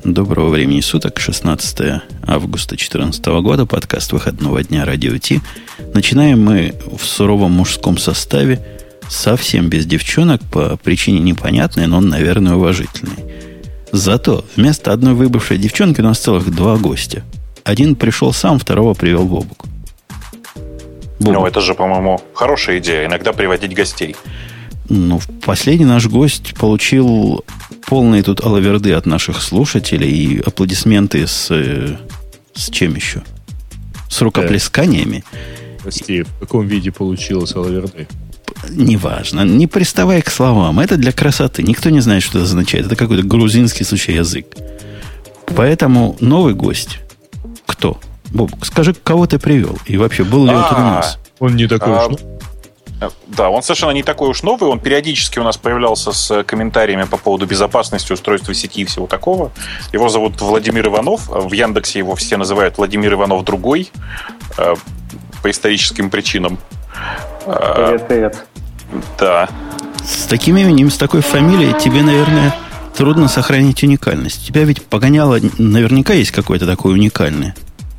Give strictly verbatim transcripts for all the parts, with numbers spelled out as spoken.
Доброго времени суток, шестнадцатое августа две тысячи четырнадцатого года, подкаст выходного дня Радио Ти. Начинаем мы в суровом мужском составе, совсем без девчонок, по причине непонятной, но, наверное, уважительной. Зато вместо одной выбывшей девчонки у нас целых два гостя. Один пришел сам, второго привел Бобук. Бобук. Ну, это же, по-моему, хорошая идея, иногда приводить гостей. Ну, последний наш гость получил полные тут алаверды от наших слушателей и аплодисменты с, с чем еще? С рукоплесканиями. Прости, в каком виде получилось алаверды? Неважно, не приставай к словам. Это для красоты. Никто не знает, что это означает. Это какой-то грузинский случай язык. Поэтому новый гость. Кто? Бобук, скажи, кого ты привел? И вообще, был ли он тут у нас? Он не такой уж. Да, он совершенно не такой уж новый. Он периодически у нас появлялся с комментариями по поводу безопасности устройства сети и всего такого. Его зовут Владимир Иванов. В Яндексе его все называют Владимир Иванов другой. По историческим причинам. Привет, привет. Да. С таким именем, с такой фамилией тебе, наверное, трудно сохранить уникальность. Тебя ведь погоняло, наверняка есть какое-то такое уникальное.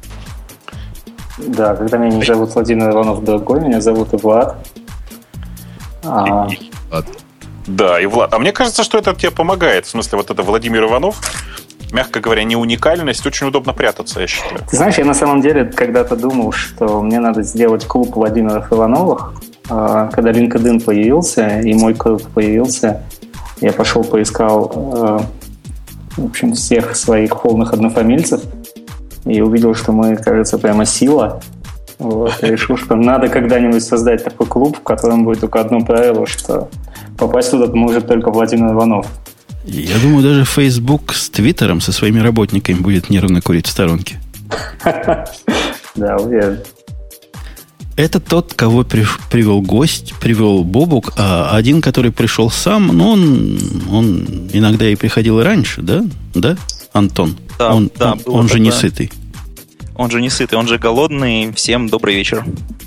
Да, когда меня не зовут Владимир Иванов другой, меня зовут и Влад. А... И, Влад. Да, и Влад. А мне кажется, что это тебе помогает. В смысле, вот это Владимир Иванов, мягко говоря, не уникальность, очень удобно прятаться, я считаю. Ты знаешь, я на самом деле когда-то думал, что мне надо сделать клуб Владимиров Ивановых. Когда LinkedIn появился, и мой клуб появился, я пошел поискал, в общем, всех своих полных однофамильцев и увидел, что мы, кажется, прямо сила. Вот, и решил, что надо когда-нибудь создать такой клуб, в котором будет только одно правило, что попасть туда может только Владимир Иванов. Я думаю, даже Facebook с Твиттером со своими работниками будет нервно курить в сторонке. Да, уверен. Это тот, кого при, привел гость, привел Бобук, а один, который пришел сам, ну, он, он иногда и приходил и раньше, да? Да, Антон? Да, он да, он, он же не да. сытый. Он же не сытый, он же голодный. Всем добрый вечер.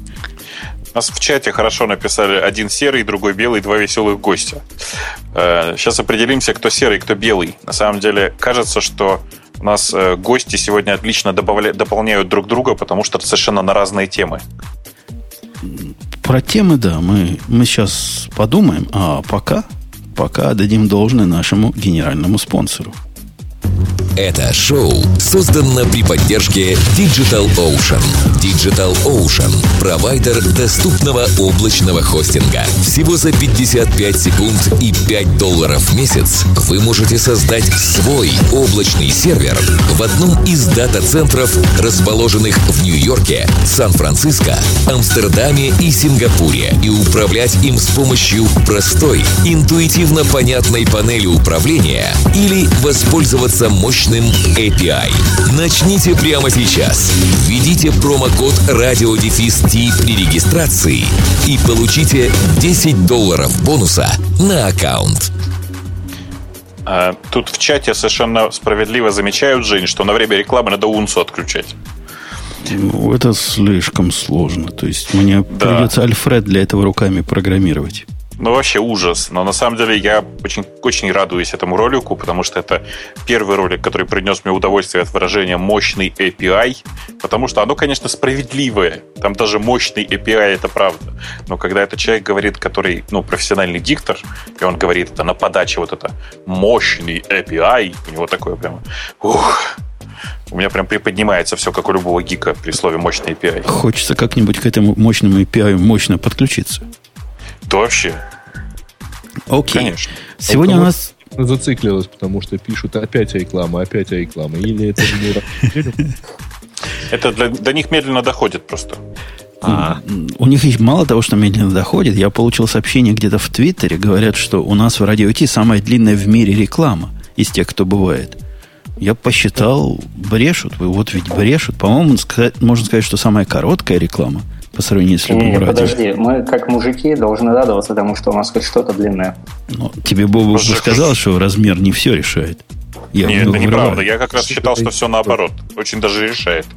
У нас в чате хорошо написали: один серый, другой белый, два веселых гостя. Сейчас определимся, кто серый, кто белый. На самом деле, кажется, что у нас гости сегодня отлично добавля... дополняют друг друга, потому что это совершенно на разные темы. Про темы, да, мы, мы сейчас подумаем, а пока, пока дадим должное нашему генеральному спонсору. Это шоу создано при поддержке DigitalOcean. DigitalOcean – провайдер доступного облачного хостинга. Всего за пятьдесят пять секунд и пять долларов в месяц вы можете создать свой облачный сервер в одном из дата-центров, расположенных в Нью-Йорке, Сан-Франциско, Амстердаме и Сингапуре, и управлять им с помощью простой, интуитивно понятной панели управления или воспользоваться мощным эй пи ай. Начните прямо сейчас. Введите промокод радиодефис-ти при регистрации и получите десять долларов бонуса на аккаунт. А, тут в чате совершенно справедливо замечают, Жень, что на время рекламы надо унцу отключать. Ну, это слишком сложно. То есть мне да. придется Альфред для этого руками программировать. Ну, вообще ужас. Но на самом деле я очень, очень радуюсь этому ролику, потому что это первый ролик, который принес мне удовольствие от выражения «мощный эй пи ай», потому что оно, конечно, справедливое. Там даже мощный эй пи ай — это правда. Но когда этот человек говорит, который, ну, профессиональный диктор, и он говорит это на подаче вот это «мощный эй пи ай», у него такое прямо... Ух, у меня прям приподнимается все, как у любого гика при слове «мощный эй пи ай». Хочется как-нибудь к этому мощному эй пи ай мощно подключиться. Да вообще. Окей. Конечно. Сегодня а у нас... Зациклилось, потому что пишут опять реклама, опять реклама. Или это не... Это для, до них медленно доходит просто. А. У них есть мало того, что медленно доходит. Я получил сообщение где-то в Твиттере. Говорят, что у нас в Радио Ти самая длинная в мире реклама из тех, кто бывает. Я посчитал, брешут. Вот ведь брешут. По-моему, сказать, можно сказать, что самая короткая реклама по сравнению с любым не, радио. Подожди, мы как мужики должны радоваться тому, что у нас хоть что-то длинное. Ну, тебе Бобук бы сказал, что размер не все решает. Я Нет, это неправда. Я как раз считал, что все наоборот. Очень даже решает.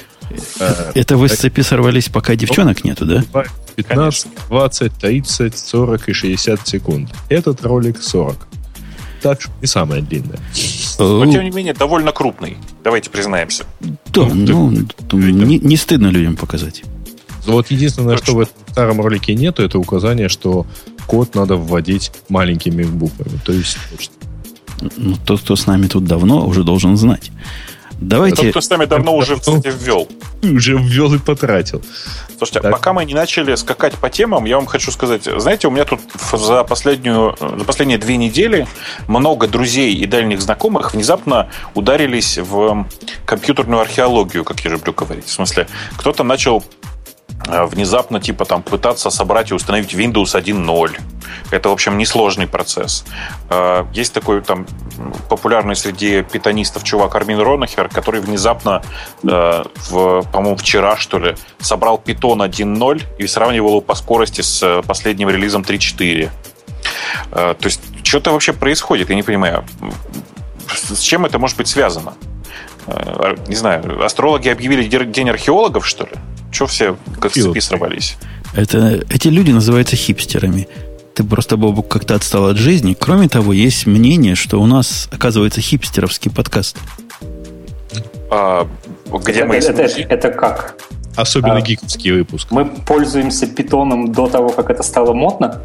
Это вы с цепи сорвались, пока девчонок нету, да? пятнадцать, двадцать, тридцать, сорок и шестьдесят секунд. Этот ролик сорок. Так что не самое длинное. но тем не менее довольно крупный. Давайте признаемся. Да, ну, не, не стыдно людям показать. Вот единственное, что в этом старом ролике нету, это указание, что код надо вводить маленькими буквами. То есть... Ну, тот, кто с нами тут давно, уже должен знать. Давайте... Тот, кто с нами давно уже, кстати, ввел. Уже ввел и потратил. Слушайте, так. Пока мы не начали скакать по темам, я вам хочу сказать, знаете, у меня тут за, последнюю, за последние две недели много друзей и дальних знакомых внезапно ударились в компьютерную археологию, как я люблю говорить. В смысле, кто-то начал внезапно типа там пытаться собрать и установить Windows один ноль. Это, в общем, несложный процесс. Есть такой там популярный среди питонистов чувак Армин Ронахер, который внезапно, в, по-моему, вчера, что ли, собрал Python один ноль и сравнивал его по скорости с последним релизом три четыре. То есть, что-то вообще происходит, я не понимаю. С чем это может быть связано? Не знаю, астрологи объявили День археологов, что ли? Чего все как с цепи сорвались? Это, эти люди называются хипстерами. Ты просто, Бобук, как-то отстал от жизни. Кроме того, есть мнение, что у нас, оказывается, хипстеровский подкаст. А, где это, мы это, это, это как? Особенно а, гиковский выпуск. Мы пользуемся питоном до того, как это стало модно?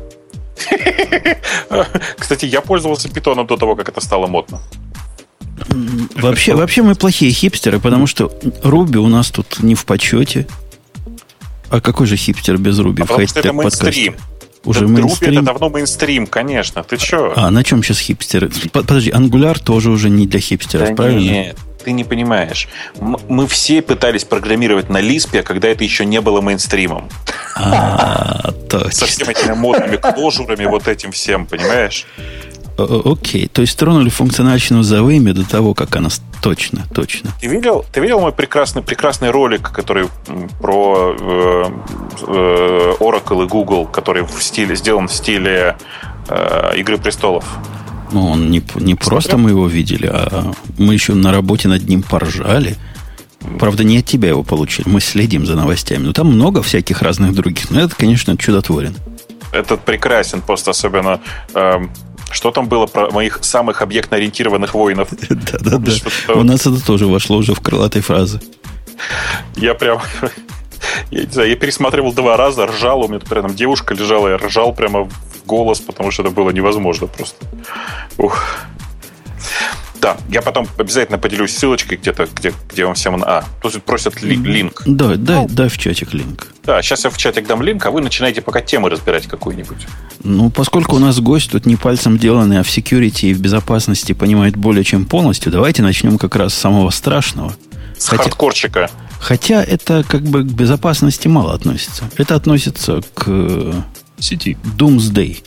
Кстати, я пользовался питоном до того, как это стало модно. Вообще, вообще мы плохие хипстеры, потому что Руби у нас тут не в почете. А какой же хипстер без Руби? А потому что это мейнстрим. Уже Руби мейнстрим. это давно мейнстрим, конечно. Ты че? А на чем сейчас хипстеры? Подожди, Angular тоже уже не для хипстеров, да правильно? Нет, ты не понимаешь. Мы все пытались программировать на Лиспе, когда это еще не было мейнстримом. А, точно. Со всеми этими модными кложурами, вот этим всем, понимаешь? Окей, то есть тронули функциональщину за вымя до того, как она... Точно, точно. Ты видел, ты видел мой прекрасный, прекрасный ролик, который про э, э, Oracle и Google, который в стиле, сделан в стиле э, Игры престолов? Ну, он не, не просто мы его видели, а мы еще на работе над ним поржали. Правда, не от тебя его получили. Мы следим за новостями. Но там много всяких разных других. Но это, конечно, чудотворен. Этот прекрасен, просто особенно... Э, Что там было про моих самых объектно-ориентированных воинов? Да-да-да. У нас это тоже вошло уже в крылатой фразы. Я прям... Я не знаю, я пересматривал два раза, ржал. У меня тут рядом девушка лежала, я ржал прямо в голос, потому что это было невозможно просто. Ух. Да, я потом обязательно поделюсь ссылочкой где-то, где, где вам всем... А, тут просят ли, линк. Да, дай, дай в чатик линк. Да, сейчас я в чатик дам линк, а вы начинаете пока темы разбирать какую-нибудь. Ну, поскольку у нас гость тут не пальцем деланный, а в security и в безопасности понимает более чем полностью, давайте начнем как раз с самого страшного. С хотя, хардкорчика. Хотя это как бы к безопасности мало относится. Это относится к сети. Doomsday.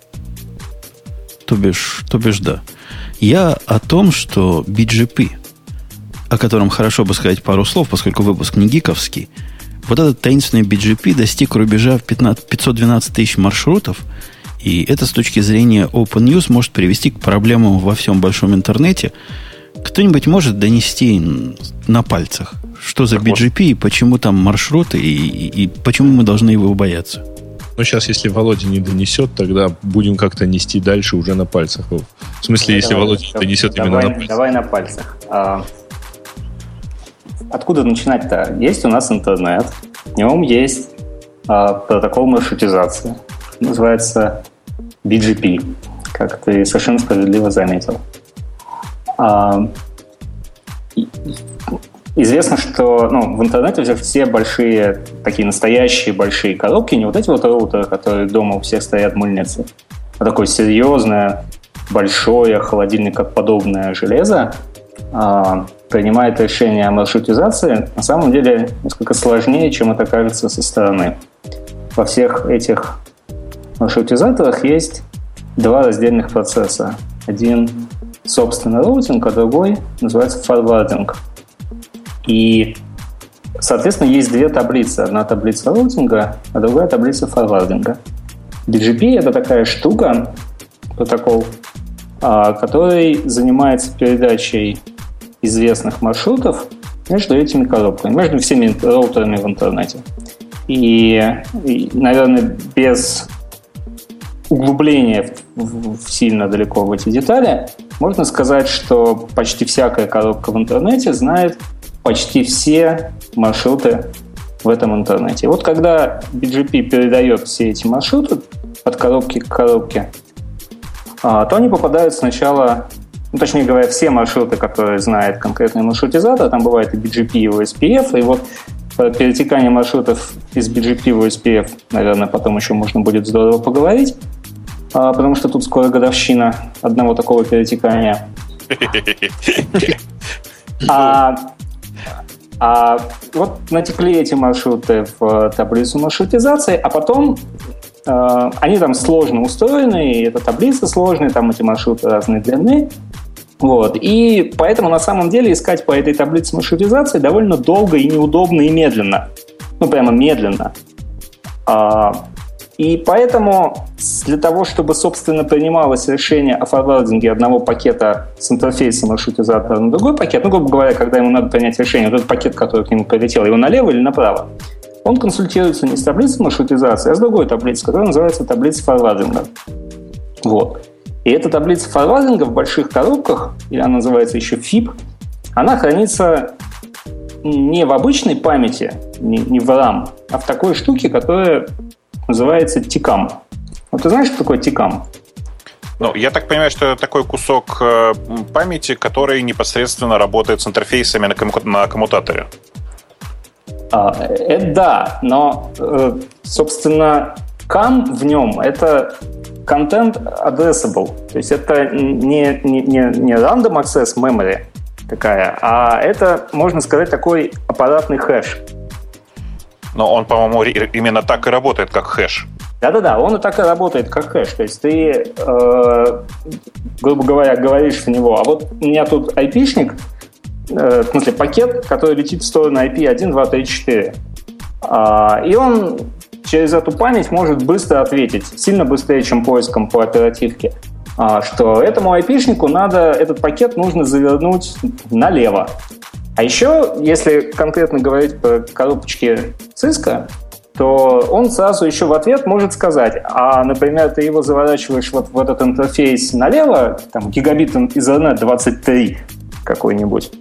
То бишь, то бишь, да. Я о том, что би джи пи, о котором хорошо бы сказать пару слов, поскольку выпуск не гиковский, вот этот таинственный би джи пи достиг рубежа в пятьсот двенадцать тысяч маршрутов, и это с точки зрения Open News может привести к проблемам во всем большом интернете. Кто-нибудь может донести на пальцах, что за би джи пи, и почему там маршруты, и, и, и почему мы должны его бояться? Ну, сейчас, если Володя не донесет, тогда будем как-то нести дальше уже на пальцах. В смысле, если давай, Володя давай, донесет давай, именно на пальцах. Давай на пальцах. А, откуда начинать-то? Есть у нас интернет, в нем есть а, протокол маршрутизации. Называется би джи пи, как ты совершенно справедливо заметил. А, Известно, что ну, в интернете уже все большие, такие настоящие большие коробки, не вот эти вот роутеры, которые дома у всех стоят мыльницы, а такое серьезное, большое, холодильникоподобное железо а, принимает решение о маршрутизации, на самом деле несколько сложнее, чем это кажется со стороны. Во всех этих маршрутизаторах есть два раздельных процесса. Один, собственно, роутинг, а другой называется форвардинг. И, соответственно, есть две таблицы. Одна таблица роутинга, а другая таблица форвардинга. би джи пи — это такая штука, протокол, который занимается передачей известных маршрутов между этими коробками, между всеми роутерами в интернете. И, и наверное, без углубления в, в, в сильно далеко в эти детали, можно сказать, что почти всякая коробка в интернете знает почти все маршруты в этом интернете. И вот когда би джи пи передает все эти маршруты от коробки к коробке, то они попадают сначала, ну, точнее говоря, все маршруты, которые знает конкретный маршрутизатор, там бывает и би джи пи, и о эс пи эф, и вот про перетекание маршрутов из би джи пи в о эс пи эф, наверное, потом еще можно будет здорово поговорить, потому что тут скоро годовщина одного такого перетекания. А, а вот натекли эти маршруты в таблицу маршрутизации, а потом э, они там сложно устроены, и эта таблица сложная, там эти маршруты разной длины. Вот. И поэтому на самом деле искать по этой таблице маршрутизации довольно долго и неудобно и медленно. Ну, прямо медленно. А, и поэтому для того, чтобы, собственно, принималось решение о форвардинге одного пакета с интерфейса маршрутизатора на другой пакет, ну, грубо говоря, когда ему надо принять решение, вот этот пакет, который к нему прилетел, его налево или направо, он консультируется не с таблицей маршрутизации, а с другой таблицей, которая называется таблица форвардинга. Вот. И эта таблица форвардинга в больших коробках, или она называется еще фип, она хранится не в обычной памяти, не, не в RAM, а в такой штуке, которая называется тикам. Вот ты знаешь, что такое тикам? Ну, я так понимаю, что это такой кусок э, памяти, который непосредственно работает с интерфейсами на, комму- на коммутаторе. А, это да, но, э, собственно, кам в нем — это content addressable. То есть это не, не, не, не random access memory такая, а это, можно сказать, такой аппаратный хэш. Но он, по-моему, именно так и работает, как хэш. Да-да-да, он и так и работает, как хэш. То есть ты, э, грубо говоря, говоришь в него, а вот у меня тут айпишник, э, в смысле пакет, который летит в сторону ай пи один, два, три, четыре. А, и он через эту память может быстро ответить, сильно быстрее, чем поиском по оперативке, а, что этому айпишнику надо, этот пакет нужно завернуть налево. А еще, если конкретно говорить про коробочки Cisco, то он сразу еще в ответ может сказать, а, например, ты его заворачиваешь вот в этот интерфейс налево, там, гигабит Ethernet двадцать три какой-нибудь,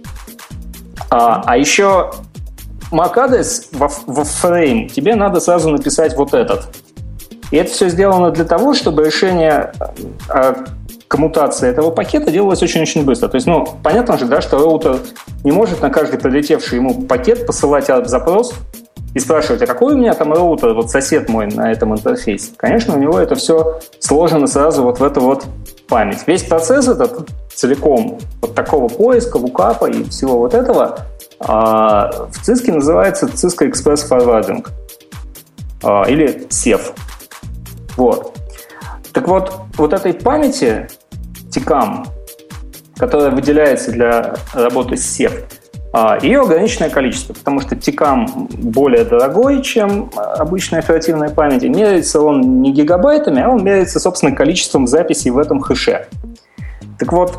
а, а еще эм эй ди адрес во, во фрейм тебе надо сразу написать вот этот. И это все сделано для того, чтобы решение о коммутации этого пакета делалось очень-очень быстро. То есть, ну, понятно же, да, что роутер не может на каждый прилетевший ему пакет посылать запрос и спрашивать, а какой у меня там роутер, вот сосед мой на этом интерфейсе. Конечно, у него это все сложено сразу вот в эту вот память. Весь процесс этот целиком вот такого поиска, лукапа и всего вот этого а, в Cisco называется Cisco Express Forwarding а, или сеф. Вот. Так вот, вот этой памяти тикам, которая выделяется для работы с сеф, ее ограниченное количество, потому что тикам более дорогой, чем обычная оперативная память. И меряется он не гигабайтами, а он меряется, собственно, количеством записей в этом хэше. Так вот,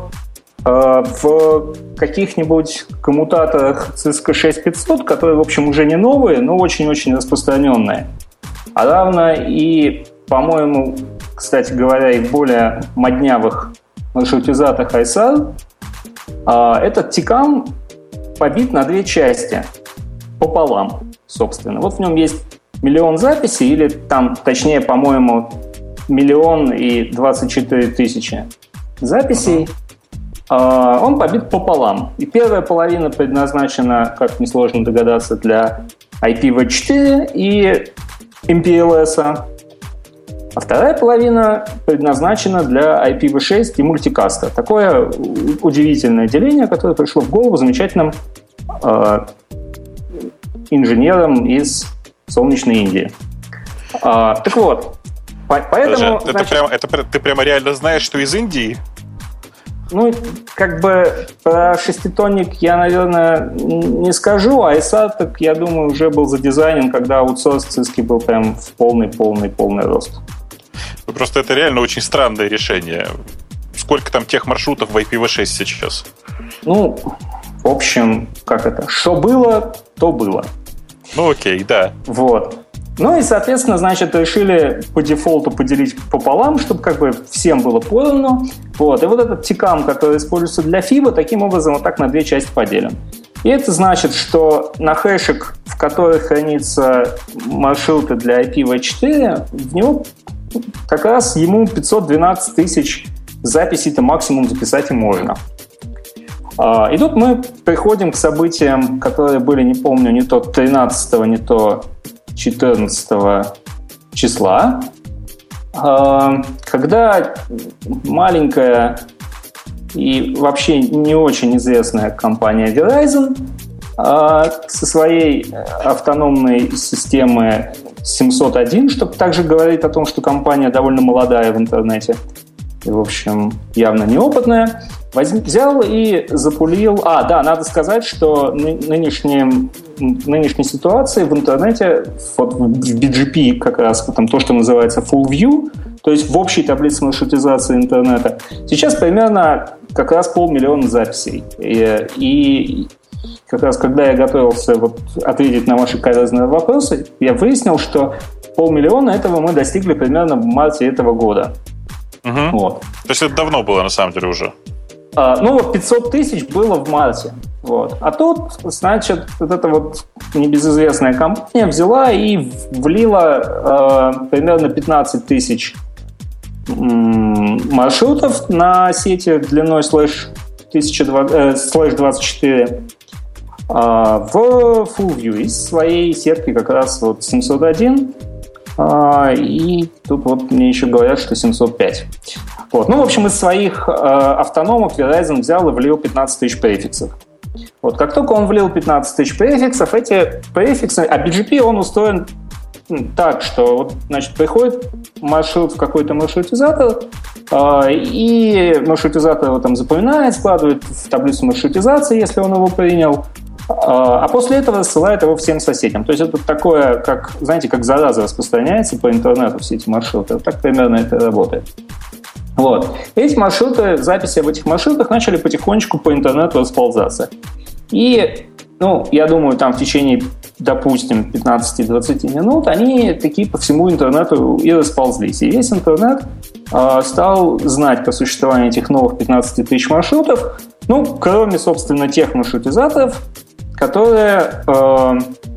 в каких-нибудь коммутаторах Cisco шесть пятьсот, которые, в общем, уже не новые, но очень-очень распространенные, а равно и, по-моему, кстати говоря, и в более моднявых маршрутизаторах ай эс ар, этот тикам побит на две части, пополам, собственно. Вот в нем есть миллион записей, или там, точнее, по-моему, миллион и двадцать четыре тысячи записей. Uh-huh. Он побит пополам. И первая половина предназначена, как несложно догадаться, для ай пи ви четыре и эм пи эл эс, а вторая половина предназначена для ай пи ви шесть и мультикаста. Такое удивительное деление, которое пришло в голову замечательным э, инженерам из солнечной Индии. А, так вот, по- поэтому... Это, значит, прямо, это ты прямо реально знаешь, что из Индии? Ну, как бы про шеститонник я, наверное, не скажу, а ай эс ар, так, я думаю, уже был задизайнен, когда аутсорс Cisco был прям в полный-полный-полный рост. Просто это реально очень странное решение. Сколько там тех маршрутов в ай пи ви шесть сейчас? Ну, в общем, как это? Что было, то было. Ну, окей, да. Вот. Ну и, соответственно, значит, решили по дефолту поделить пополам, чтобы как бы всем было поровну. Вот. И вот этот тикам, который используется для фиба, таким образом вот так на две части поделен. И это значит, что на хэшек, в которых хранятся маршруты для ай пи ви четыре, в него как раз ему пятьсот двенадцать тысяч записей-то максимум записать и можно. И тут мы приходим к событиям, которые были, не помню, не то тринадцатого, не то четырнадцатого числа, когда маленькая и вообще не очень известная компания Verizon со своей автономной системой семьсот один, что также говорит о том, что компания довольно молодая в интернете и, в общем, явно неопытная, взял и запулил... А, да, надо сказать, что нынешнем, нынешней ситуации в интернете, вот в би джи пи как раз там то, что называется full view, то есть в общей таблице маршрутизации интернета, сейчас примерно как раз полмиллиона записей. И, и как раз когда я готовился вот ответить на ваши каверзные вопросы, я выяснил, что полмиллиона этого мы достигли примерно в марте этого года. Угу. Вот. То есть это давно было, на самом деле, уже? А, ну, вот пятьсот тысяч было в марте. Вот. А тут, значит, вот эта вот небезызвестная компания взяла и влила э, примерно пятнадцать тысяч м- маршрутов на сети длиной слэш двадцать четыре э, в Full View из своей сетки как раз вот семьсот один. Uh, и тут вот мне еще говорят, что семьсот пять. Вот. Ну, в общем, из своих uh, автономов Verizon взял и влил пятнадцать тысяч префиксов. Вот. Как только он влил пятнадцать тысяч префиксов, эти префиксы... А би джи пи, он устроен так, что вот, значит, приходит маршрут в какой-то маршрутизатор, uh, и маршрутизатор его там запоминает, складывает в таблицу маршрутизации, если он его принял, а после этого рассылает его всем соседям. То есть это такое, как, знаете, как зараза распространяется по интернету, все эти маршруты. Вот так примерно это работает. Вот. Эти маршруты, записи об этих маршрутах начали потихонечку по интернету расползаться. И, ну, я думаю, там в течение, допустим, пятнадцать-двадцать минут они такие по всему интернету и расползлись. И весь интернет э, стал знать про существование этих новых пятнадцати тысяч маршрутов, ну, кроме, собственно, тех маршрутизаторов, которые э,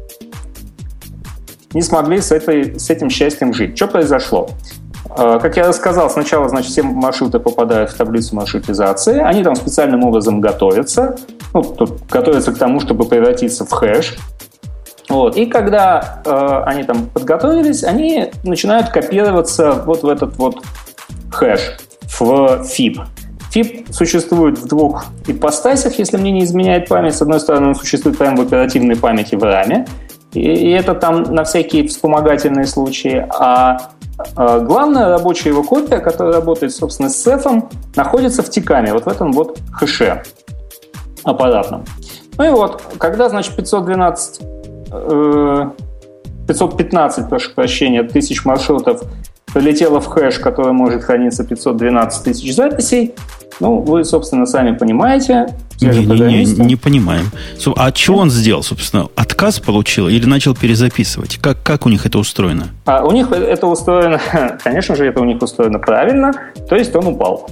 не смогли с, этой, с этим счастьем жить. Что произошло? Э, как я рассказал, сначала, значит, все маршруты попадают в таблицу маршрутизации, они там специальным образом готовятся, ну, тут готовятся к тому, чтобы превратиться в хэш. Вот. И когда э, они там подготовились, они начинают копироваться вот в этот вот хэш, в фиб. фиб существует в двух ипостасях, если мне не изменяет память. С одной стороны, он существует прямо в оперативной памяти в раме, и, и это там на всякие вспомогательные случаи. А, а главная рабочая его копия, которая работает, собственно, с сефом, находится в тикаме, вот в этом вот хэше аппаратном. Ну и вот, когда, значит, пятьсот двенадцать, э, пятьсот пятнадцать, прошу прощения, тысяч маршрутов прилетело в хэш, который может храниться пятьсот двенадцать тысяч записей. Ну, вы, собственно, сами понимаете. Не, не, не, не понимаем. А что он сделал, собственно? Отказ получил или начал перезаписывать? Как, как у них это устроено? А у них это устроено, конечно же, это у них устроено правильно, то есть он упал.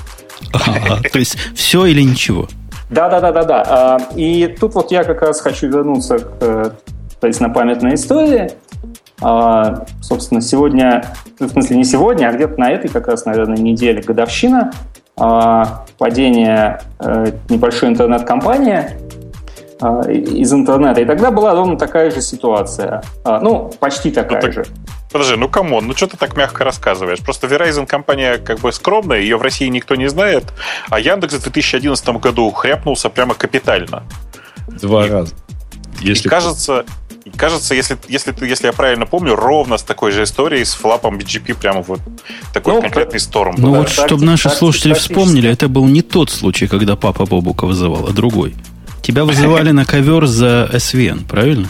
А, то есть все или ничего? Да-да-да-да-да. И тут вот я как раз хочу вернуться к, то есть, на памятной истории. А, собственно, сегодня, в смысле не сегодня, а где-то на этой как раз, наверное, неделе годовщина а, падения а, небольшой интернет-компании а, из интернета. И тогда была ровно такая же ситуация. А, ну, почти такая ну, так, же. Подожди, ну камон, ну что ты так мягко рассказываешь? Просто Verizon компания как бы скромная, ее в России никто не знает, а Яндекс в две тысячи одиннадцатом году хряпнулся прямо капитально. Два и, раза. Если и кажется... Кажется, если, если, если я правильно помню, ровно с такой же историей, с флапом би джи пи прямо вот такой ну, конкретный сторм. Ну вот, чтобы наши слушатели вспомнили, это был не тот случай, когда папа Бобука вызывал, а другой. Тебя вызывали на ковер за эс ви эн, правильно?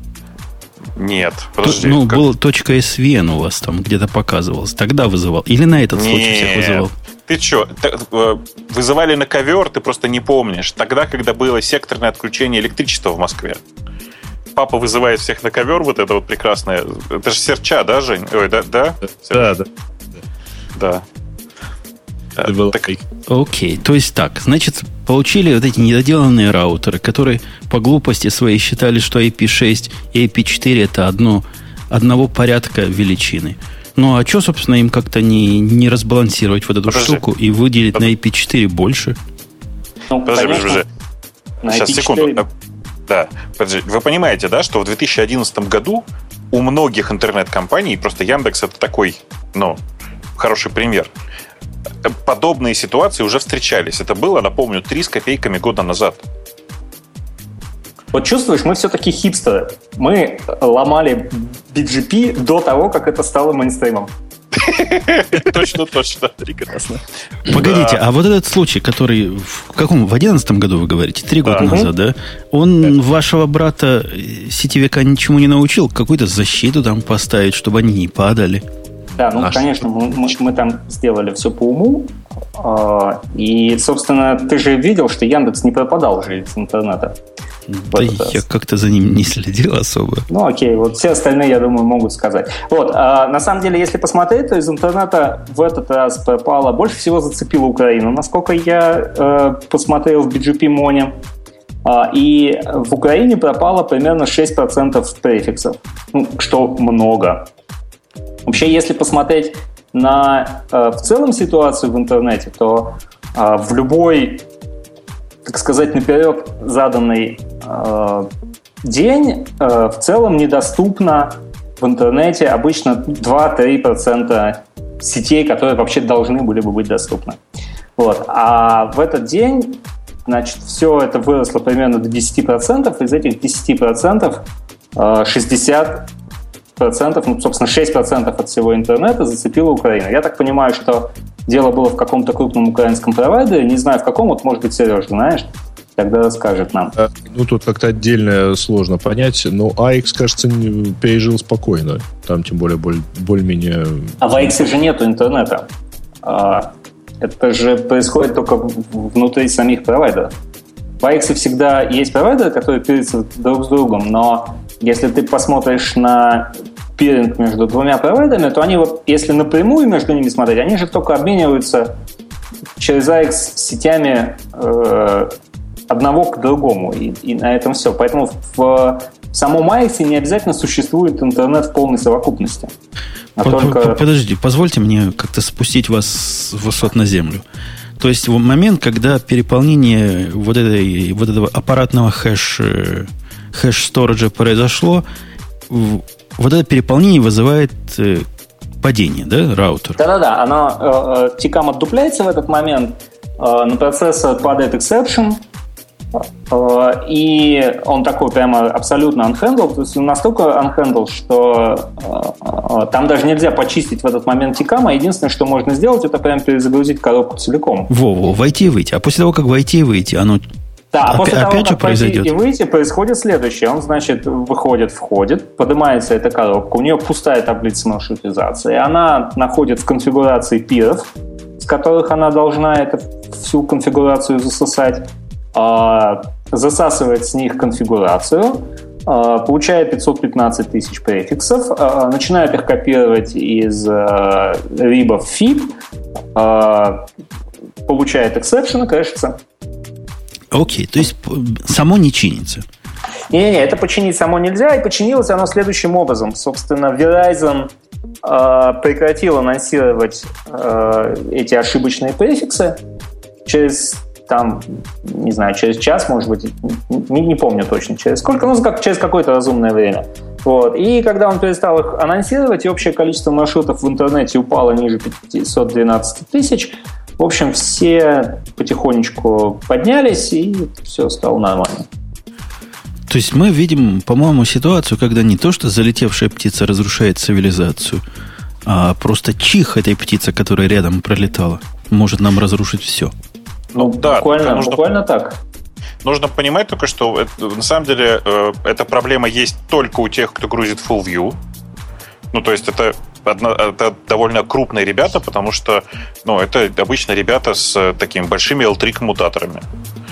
Нет, подожди. Ну, как... был точка эс ви эн у вас там где-то показывалось. Тогда вызывал. Или на этот случай Нет. всех вызывал? Ты что, вызывали на ковер, ты просто не помнишь. Тогда, когда было секторное отключение электричества в Москве. папа вызывает всех на ковер, вот это вот прекрасное. Это же серча, да, Жень? Ой, да? Да, да. Да. да. да. Так... Окей, то есть так, значит, получили вот эти недоделанные раутеры, которые по глупости своей считали, что ай пи шесть и ай пи четыре это одно, одного порядка величины. Ну, а что, собственно, им как-то не, не разбалансировать вот эту Подожди. штуку и выделить Под... на ай пи четыре больше? Ну, подожди, конечно, подожди. Сейчас, секунду. Да, подожди. Вы понимаете, да, что в две тысячи одиннадцатом году у многих интернет-компаний, просто Яндекс это такой, ну, хороший пример, подобные ситуации уже встречались. Это было, напомню, три с копейками года назад. Вот чувствуешь, мы все-таки хипстеры. Мы ломали би джи пи до того, как это стало мейнстримом. Точно, точно. Прекрасно. Погодите, а вот этот случай, который в каком? В одиннадцатом году, вы говорите? Три года Да. назад, да? Он вашего брата сетевика ничему не научил? Какую-то защиту там поставить, чтобы они не падали? Да, ну, А конечно, мы, мы, мы там сделали все по уму. А, И, собственно, ты же видел, что Яндекс не пропадал же из интернета. Да я как-то за ним не следил особо. Ну, окей, вот все остальные, я думаю, могут сказать. Вот, а, на самом деле, если посмотреть, то из интернета в этот раз пропало, больше всего зацепило Украину. Насколько я э, посмотрел в би джи пи-моне, а, и в Украине пропало примерно шесть процентов префиксов, ну, что много. Вообще, если посмотреть на э, в целом ситуацию в интернете, то э, в любой, так сказать, наперед заданный э, день э, в целом недоступно в интернете обычно два-три процента сетей, которые вообще должны были бы быть доступны. Вот. А в этот день, значит, все это выросло примерно до десять процентов. Из этих десять процентов э, шестьдесят процентов, ну, собственно, шесть процентов от всего интернета зацепила Украину. Я так понимаю, что дело было в каком-то крупном украинском провайдере. Не знаю, в каком. Вот, может быть, Сереж, знаешь, тогда расскажет нам. Ну, тут как-то отдельно сложно понять. Но эй икс, кажется, пережил спокойно. Там, тем более, более, более-менее... А в эй икс же нету интернета. Это же происходит только внутри самих провайдеров. В эй икс всегда есть провайдеры, которые пирятся друг с другом, но если ты посмотришь на пиринг между двумя провайдерами, то они вот, если напрямую между ними смотреть, они же только обмениваются через эй икс сетями э, одного к другому, и, и на этом все. Поэтому в, в самом эй икс не обязательно существует интернет в полной совокупности. А только... Подожди, позвольте мне как-то спустить вас с высот на землю. То есть в момент, когда переполнение вот, этой, вот этого аппаратного хэш, хэш-сториджа произошло, вот это переполнение вызывает падение, да, раутер? Да-да-да, оно, э, тикам отдупляется в этот момент, э, на процессор падает exception, э, и он такой прямо абсолютно unhandled, то есть он настолько unhandled, что э, э, там даже нельзя почистить в этот момент тикама, единственное, что можно сделать, это прям перезагрузить коробку целиком. Во-во, войти и выйти. А после того, как войти и выйти, оно... Да, а после того, опять как произойдет? и выйти, происходит следующее. Он, значит, выходит, входит, поднимается эта коробка, у нее пустая таблица маршрутизации, она находит в конфигурации пиров, с которых она должна эту всю конфигурацию засосать, засасывает с них конфигурацию, получает пятьсот пятнадцать тысяч префиксов, начинает их копировать из рибов в фиб, получает эксепшн и крэшится. Окей, то есть само не чинится. Не-не-не, это починить само нельзя, и починилось оно следующим образом. Собственно, Verizon э, прекратил анонсировать э, эти ошибочные префиксы через, там, не знаю, через час, может быть, не, не помню точно, через сколько, ну, как, через какое-то разумное время. Вот. И когда он перестал их анонсировать, и общее количество маршрутов в интернете упало ниже пятьсот двенадцать тысяч, в общем, все потихонечку поднялись, и все стало нормально. То есть мы видим, по-моему, ситуацию, когда не то, что залетевшая птица разрушает цивилизацию, а просто чих этой птицы, которая рядом пролетала, может нам разрушить все. Ну, да, буквально, нужно, буквально так. Нужно понимать только, что это, на самом деле э, эта проблема есть только у тех, кто грузит full view. Ну, то есть это, одно, это довольно крупные ребята, потому что ну, это обычно ребята с такими большими эл три коммутаторами.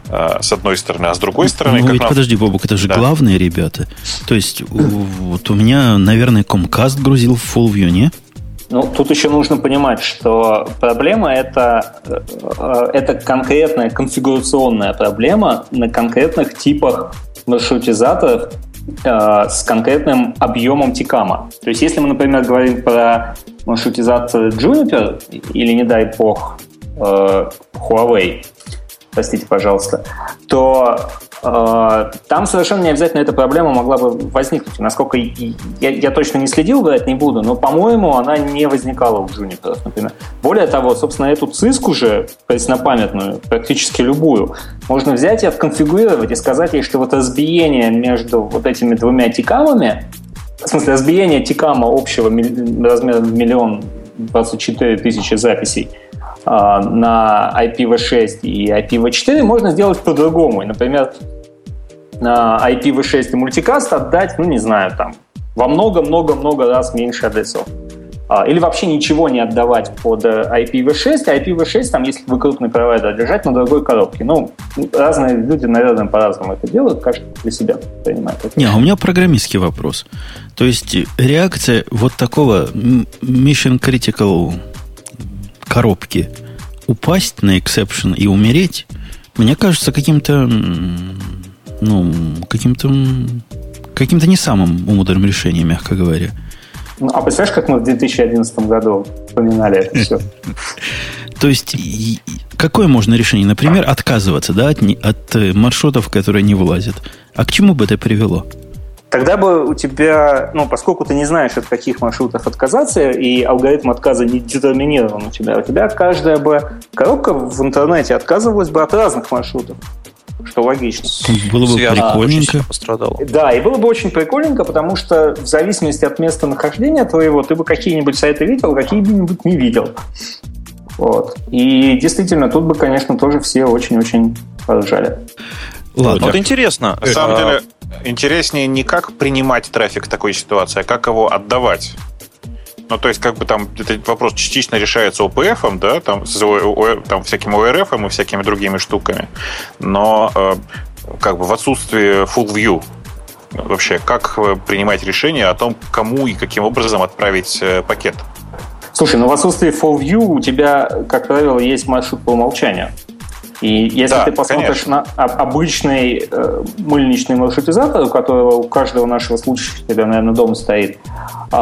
с одной стороны, а с другой стороны... Ну, как ведь нам... подожди, Бобук, это же да. главные ребята. То есть, вот у меня, наверное, Comcast грузил в FullView, не? Ну, тут еще нужно понимать, что проблема это, это конкретная конфигурационная проблема на конкретных типах маршрутизаторов э, с конкретным объемом тикама. То есть, если мы, например, говорим про маршрутизатор Juniper или, не дай бог, э, Huawei, простите, пожалуйста, то э, там совершенно не обязательно эта проблема могла бы возникнуть. Насколько я, я точно не следил, говорить не буду, но, по-моему, она не возникала у Juniper, например. Более того, собственно, эту циску же, преснопамятную, практически любую, можно взять и отконфигурировать и сказать ей, что вот разбиение между вот этими двумя тикамами, в смысле, разбиение тикама общего размера миллион двадцать четыре тысячи записей на ай пи ви шесть и ай пи ви четыре можно сделать по-другому. Например, на ай пи ви шесть и мультикаст отдать, ну, не знаю, там, во много-много-много раз меньше адресов. Или вообще ничего не отдавать под ай пи ви шесть. ай пи ви шесть, там, если вы крупный провайдер, держать на другой коробке. Ну, разные люди, наверное, по-разному это делают, каждый для себя понимает это. Не, а у меня программистский вопрос. То есть реакция вот такого mission critical коробки упасть на exception и умереть, мне кажется, каким-то ну, каким-то каким-то не самым мудрым решением, мягко говоря. Ну, а представляешь, как мы в две тысячи одиннадцатом году вспоминали это все? То есть, какое можно решение? Например, отказываться, да, от, от маршрутов, которые не вылазят. А к чему бы это привело? Тогда бы у тебя, ну, поскольку ты не знаешь, от каких маршрутов отказаться, и алгоритм отказа не детерминирован у тебя, у тебя каждая бы коробка в интернете отказывалась бы от разных маршрутов, что логично. Было бы прикольненько. Да, и было бы очень прикольненько, потому что в зависимости от местонахождения твоего, ты бы какие-нибудь сайты видел, какие-нибудь не видел. Вот. И действительно, тут бы, конечно, тоже все очень-очень поржали. Ладно. Вот интересно. На самом деле, интереснее не как принимать трафик в такой ситуации, а как его отдавать. Ну, то есть, как бы там этот вопрос частично решается о пи эф, да, там, с, там всяким о эр эф и всякими другими штуками. Но э, как бы в отсутствии full view вообще, как принимать решение о том, кому и каким образом отправить э, пакет? Слушай, ну в отсутствии full view у тебя, как правило, есть маршрут по умолчанию. И если да, ты посмотришь конечно. на обычный э, мыльничный маршрутизатор, у которого у каждого нашего слушателя, тебя, наверное, дома стоит, э,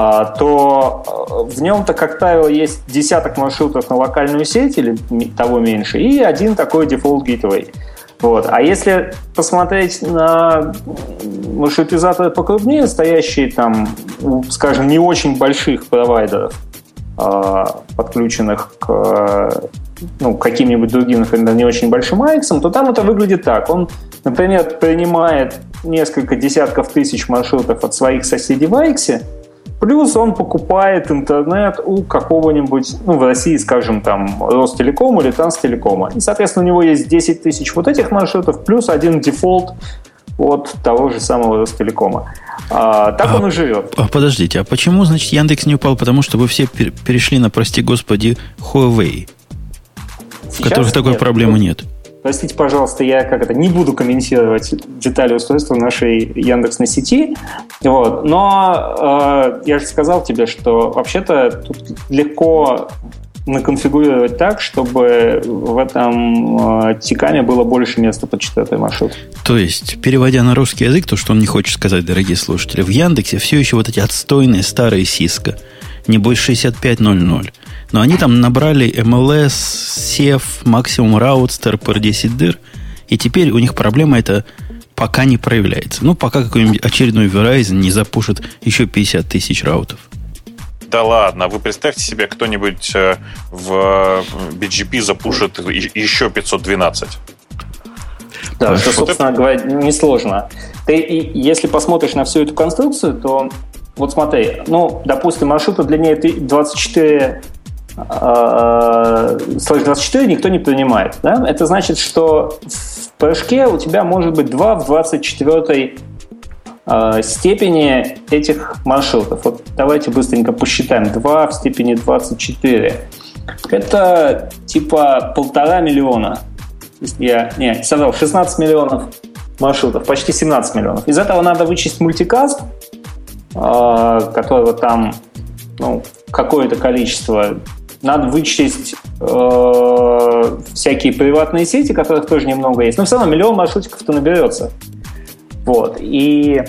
то в нем-то, как правило, есть десяток маршрутов на локальную сеть или того меньше, и один такой default gateway. Вот. А если посмотреть на маршрутизаторы покрупнее, стоящие там, скажем, не очень больших провайдеров, э, подключенных к ну, каким-нибудь другим, например, не очень большим айксом, то там это выглядит так. Он, например, принимает несколько десятков тысяч маршрутов от своих соседей в айксе, плюс он покупает интернет у какого-нибудь, ну, в России, скажем, там, Ростелекома или Транстелекома. И, соответственно, у него есть десять тысяч вот этих маршрутов, плюс один дефолт от того же самого Ростелекома. А, так а, он и живет. А, подождите, а почему, значит, Яндекс не упал? Потому что вы все перешли на, прости господи, Huawei. В которых такой нет. проблемы нет. Простите, пожалуйста, я как это не буду комментировать детали устройства нашей Яндексной сети. Вот. Но э, я же сказал тебе, что вообще-то тут легко наконфигурировать так, чтобы в этом э, тикаме было больше места под четвертый маршрут. То есть, переводя на русский язык, то, что он не хочет сказать, дорогие слушатели, в Яндексе все еще вот эти отстойные старые Cisco, небось шестьдесят пять ноль ноль. Но они там набрали эм эл эс, сеф, максимум раутстер, пэр десять дыр. И теперь у них проблема это пока не проявляется. Ну, пока какой-нибудь очередной Verizon не запушит еще пятьдесят тысяч раутов. Да ладно, вы представьте себе, кто-нибудь в би джи пи запушит еще пятьсот двенадцать. Да, что, собственно говоря, несложно. Ты, и, если посмотришь на всю эту конструкцию, то вот смотри, ну, допустим, маршрута длиннее двадцать четыре слэш двадцать четыре никто не принимает. Да? Это значит, что в прыжке у тебя может быть два в двадцать четвёртой э, степени этих маршрутов. Вот давайте быстренько посчитаем. два в степени двадцать четыре. Это типа полтора миллиона Я не, сказал, шестнадцать миллионов маршрутов, почти семнадцать миллионов. Из этого надо вычесть мультикаст, которого там ну, какое-то количество. Надо вычесть э, всякие приватные сети, которых тоже немного есть. Но все равно миллион маршрутиков-то наберется. Вот. И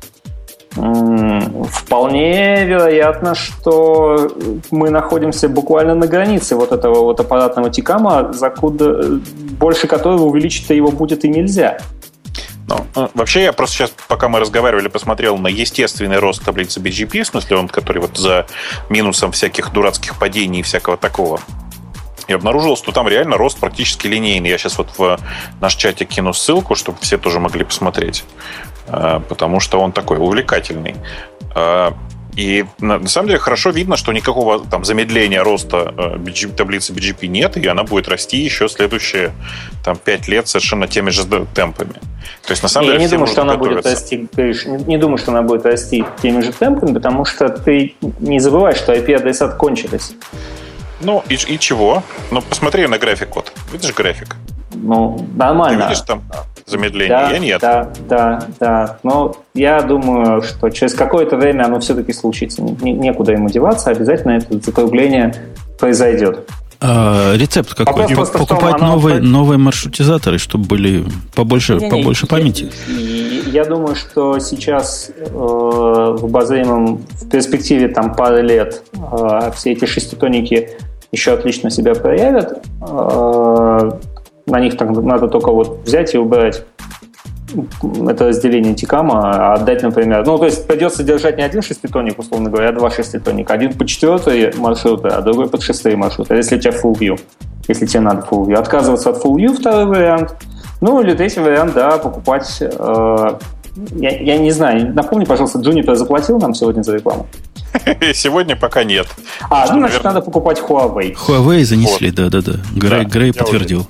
м- вполне вероятно, что мы находимся буквально на границе вот этого вот аппаратного Тикама, закуда, больше которого увеличить-то его будет и нельзя. Ну, вообще, я просто сейчас, пока мы разговаривали, посмотрел на естественный рост таблицы би джи пи, в смысле, он, который вот за минусом всяких дурацких падений и всякого такого. И обнаружил, что там реально рост практически линейный. Я сейчас вот в наш чатик кину ссылку, чтобы все тоже могли посмотреть, потому что он такой увлекательный. И на самом деле хорошо видно, что никакого там замедления роста би джи пи, таблицы би джи пи нет, и она будет расти еще следующие там, пять лет совершенно теми же темпами. То есть, на самом я деле, не думаю, что она готовиться. будет расти, Гриш, не, не думаю, что она будет расти теми же темпами, потому что ты не забывай, что ай пи-адреса кончились. Ну, и, и чего? Ну, посмотри на график, вот. Видишь график? Ну, нормально. Ты видишь там замедление? Да, я нет. Да, да, да. Но я думаю, что через какое-то время оно все-таки случится. Не, некуда ему деваться, обязательно это закругление произойдет. А, рецепт какой? Вопрос Покупать том, новые, оно... новые маршрутизаторы, чтобы были побольше, не, не, побольше я, памяти? Я, я думаю, что сейчас э, в обозримом, в перспективе там, пары лет э, все эти шеститонники еще отлично себя проявят. Э, на них так, надо только вот взять и убрать это разделение Тикама, а отдать, например... Ну, то есть придется держать не один шеститонник, условно говоря, а два шеститонника. Один под четвертые маршруты, а другой под шестые маршруты. Если у тебя full view. Если тебе надо full view. Отказываться от full view, второй вариант. Ну, или третий вариант, да, покупать... Э, я, я не знаю. Напомни, пожалуйста, Juniper заплатил нам сегодня за рекламу? Сегодня пока нет. А, ну, значит, надо покупать Huawei. Huawei занесли, да-да-да. Грей, да, Грей подтвердил.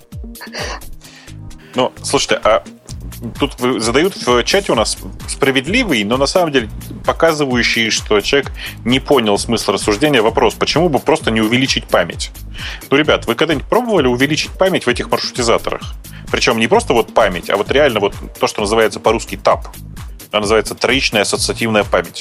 Ну, слушайте, а тут задают в чате у нас справедливый, но на самом деле показывающий, что человек не понял смысл рассуждения, вопрос, почему бы просто не увеличить память? Ну, ребят, вы когда-нибудь пробовали увеличить память в этих маршрутизаторах? Причем не просто вот память, а вот реально вот то, что называется по-русски тап. Она называется троичная ассоциативная память.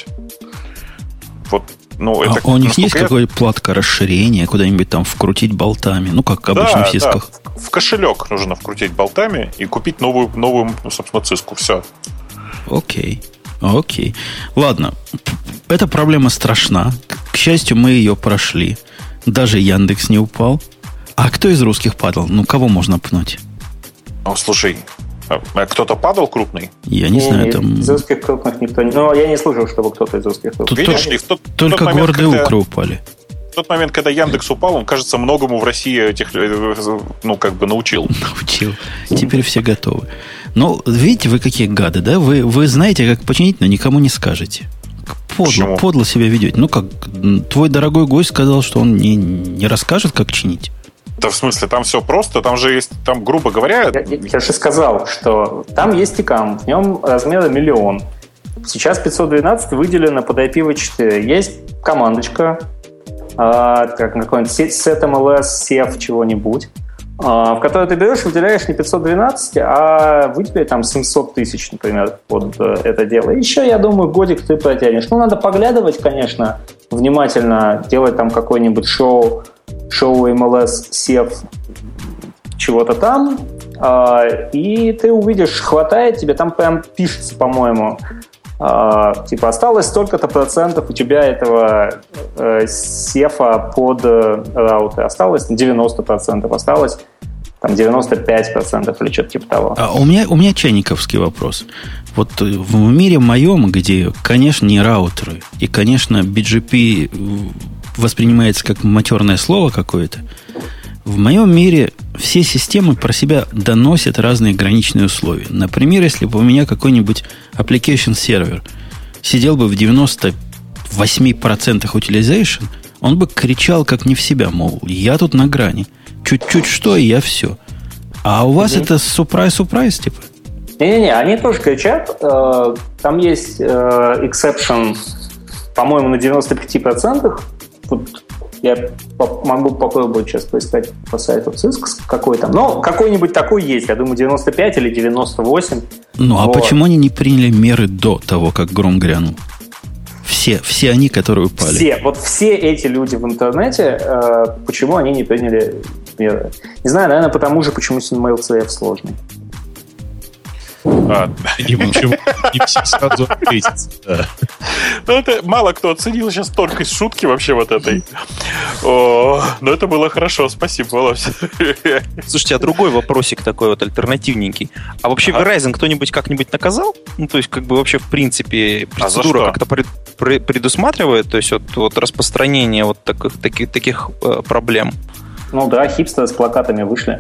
Вот, ну, это, а у них есть я... какое-то платка расширения, куда-нибудь там вкрутить болтами? Ну, как обычно да, в сисках. Да. В кошелек нужно вкрутить болтами и купить новую, новую, собственно, циску. Все. Окей. Окей. Ладно. Эта проблема страшна. К счастью, мы ее прошли. Даже Яндекс не упал. А кто из русских падал? Ну, кого можно пнуть? Ну, слушай, а кто-то падал крупный? Я не, не знаю. Там... Из русских крупных никто не... Ну, я не слышал, чтобы кто-то из русских крупных. Тут Видишь то... ли, в тот, только в тот момент, гордые когда... укры упали. В тот момент, когда Яндекс упал, он, кажется, многому в России этих, ну, как бы научил. Научил. Теперь все готовы. Но видите, вы какие гады, да? Вы, вы знаете, как починить, но никому не скажете. Подло, Почему? подло себя ведете. Ну, как твой дорогой гость сказал, что он не, не расскажет, как чинить. Да, в смысле, там все просто, там же есть, там, грубо говоря... Я, я, я же сказал, что там есть Тикам, в нем размеры миллион. Сейчас пятьсот двенадцать выделено под ай пи ви четыре. Есть командочка, а, как какой-нибудь set эм эл эс, сев чего-нибудь, а, в которой ты берешь, выделяешь не пятьсот двенадцать, а выделяй там семьсот тысяч, например, под это дело. И еще, я думаю, годик ты протянешь. Ну, надо поглядывать, конечно, внимательно, делать там какой-нибудь шоу, шоу эм эл эс, сев чего-то там, а, и ты увидишь, хватает тебе, там прям пишется, по-моему, Uh, типа осталось столько-то процентов у тебя этого uh, сефа под uh, рауты. Осталось девяносто процентов, осталось там девяносто пять процентов или что-то типа того. А у меня, у меня чайниковский вопрос. Вот в мире моем, где, конечно, не раутеры, и, конечно, би джи пи воспринимается как матерное слово какое-то, в моем мире все системы про себя доносят разные граничные условия. Например, если бы у меня какой-нибудь application сервер сидел бы в девяносто восемь процентов utilization, он бы кричал как не в себя, мол, я тут на грани. Чуть-чуть что, и я все. А у вас mm-hmm. это сюрприз-сюрприз, типа? Не-не-не, они тоже кричат. Там есть exception, по-моему, на девяносто пять процентов. Вот Я могу попробовать сейчас поискать по сайту Cisco, какой там. Но какой-нибудь такой есть. Я думаю, девяносто пять или девяносто восемь. Ну, а вот. Почему они не приняли меры до того, как гром грянул? Все, все они, которые упали. Все. Вот все эти люди в интернете, э, почему они не приняли меры? Не знаю, наверное, потому же, почему SendMail.cf сложный. А, Не почему не все сразу ответятся. Да. ну, это мало кто оценил сейчас тонкость шутки вообще вот этой. О, но это было хорошо, спасибо, Володь. Слушайте, а другой вопросик такой вот альтернативненький. А вообще Ага. Verizon кто-нибудь как-нибудь наказал? Ну, то есть, как бы вообще, в принципе, А за процедура что? как-то пред- пред- предусматривает, то есть, вот, вот распространение вот таких, таких, таких э, проблем? Ну да, хипстеры с плакатами вышли.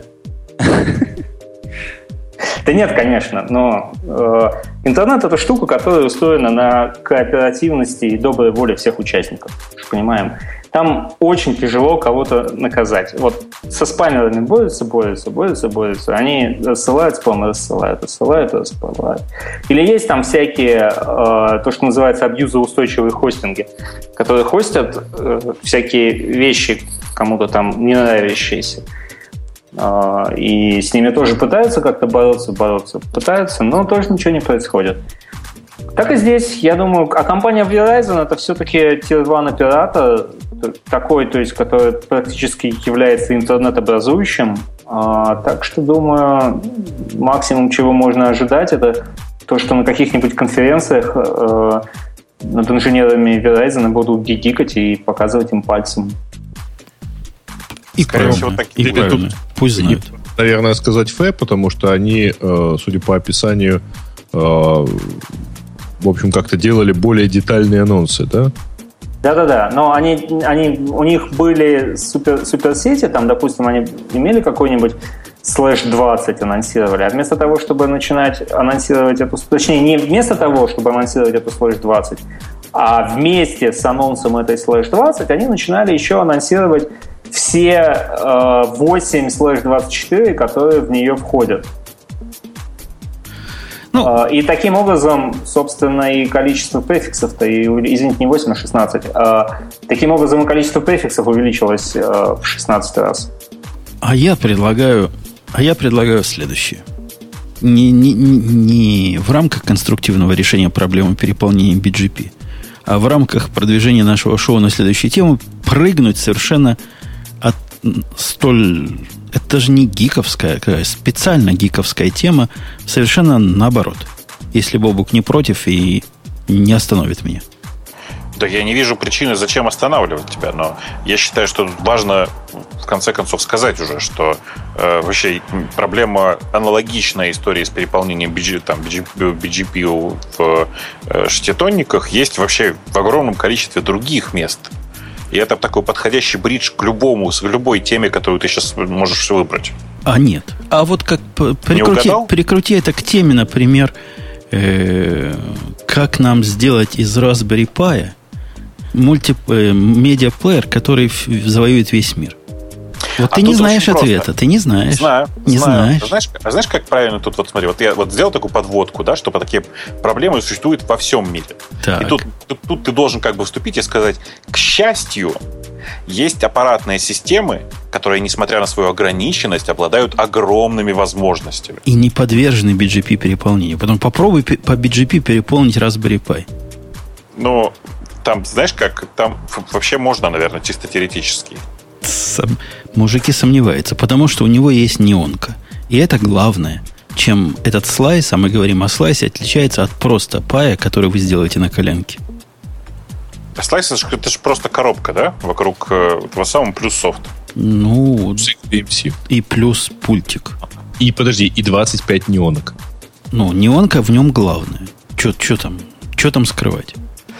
Да нет, конечно, но э, интернет — это штука, которая устроена на кооперативности и доброй воле всех участников. Мы же понимаем. Там очень тяжело кого-то наказать. Вот со спамерами борются, борются, борются, борются. Они рассылают спам, рассылают, рассылают, рассылают. Или есть там всякие, э, то, что называется абьюзоустойчивые хостинги, которые хостят э, всякие вещи кому-то там не нравящиеся. И с ними тоже пытаются как-то бороться, бороться, пытаются, но тоже ничего не происходит. Так и здесь, я думаю, а компания Verizon — это все-таки тир-один оператор, такой, то есть, который практически является интернет-образующим. Так что, думаю, максимум, чего можно ожидать, это то, что на каких-нибудь конференциях над инженерами Verizon будут гигикать и показывать им пальцем. И Скорее правильно, всего, так и и правильно. тут- Пусть знают. Наверное, сказать фэ, потому что они, э, судя по описанию, э, в общем, как-то делали более детальные анонсы, да? Да-да-да, но они, они, у них были супер, суперсети, там, допустим, они имели какой-нибудь слэш двадцать анонсировали, а вместо того, чтобы начинать анонсировать эту... Точнее, не вместо того, чтобы анонсировать эту слэш двадцать, а вместе с анонсом этой слэш двадцать они начинали еще анонсировать все э, восемь слэш двадцать четыре, которые в нее входят. Ну, Э, и таким образом, собственно, и количество префиксов-то, и, извините, не восемь, а шестнадцать. Э, таким образом, и количество префиксов увеличилось э, в шестнадцать раз. А я предлагаю, а я предлагаю следующее. Не, не, не, не в рамках конструктивного решения проблемы переполнения би джи пи, а в рамках продвижения нашего шоу на следующую тему прыгнуть совершенно от столь... Это же не гиковская, какая специально гиковская тема, совершенно наоборот. Если Бобук не против и не остановит меня. Да я не вижу причины, зачем останавливать тебя, но я считаю, что важно в конце концов сказать уже, что э, вообще проблема аналогичная истории с переполнением би джи, там, би джи пи в э, шеститонниках есть вообще в огромном количестве других мест. И это такой подходящий бридж к любому, к любой теме, которую ты сейчас можешь выбрать. А нет. А вот как прикрути, прикрути это к теме, например, э, как нам сделать из Raspberry Pi мульти, э, медиаплеер, который в, завоюет весь мир. Вот а ты не знаешь ответа, ты не знаешь. Знаю, не знаю. знаешь. А знаешь, а знаешь, как правильно тут, вот смотри, вот я вот сделал такую подводку, да, что такие проблемы существуют во всем мире. Так. И тут, тут, тут ты должен как бы вступить и сказать, к счастью, есть аппаратные системы, которые, несмотря на свою ограниченность, обладают огромными возможностями. И не подвержены би джи пи переполнению. Потом попробуй по би джи пи переполнить Raspberry Pi. Ну, там, знаешь как, там вообще можно, наверное, чисто теоретически. Сом... Мужики сомневаются, потому что у него есть неонка. И это главное. Чем этот слайс, а мы говорим о слайсе, отличается от просто пая, который вы сделаете на коленке. А слайс это же, это же просто коробка, да? Вокруг этого самого плюс софт. Ну, би эм си. И плюс пультик. И подожди, и двадцать пять неонок. Ну, неонка в нем главное. Что там? Что там скрывать?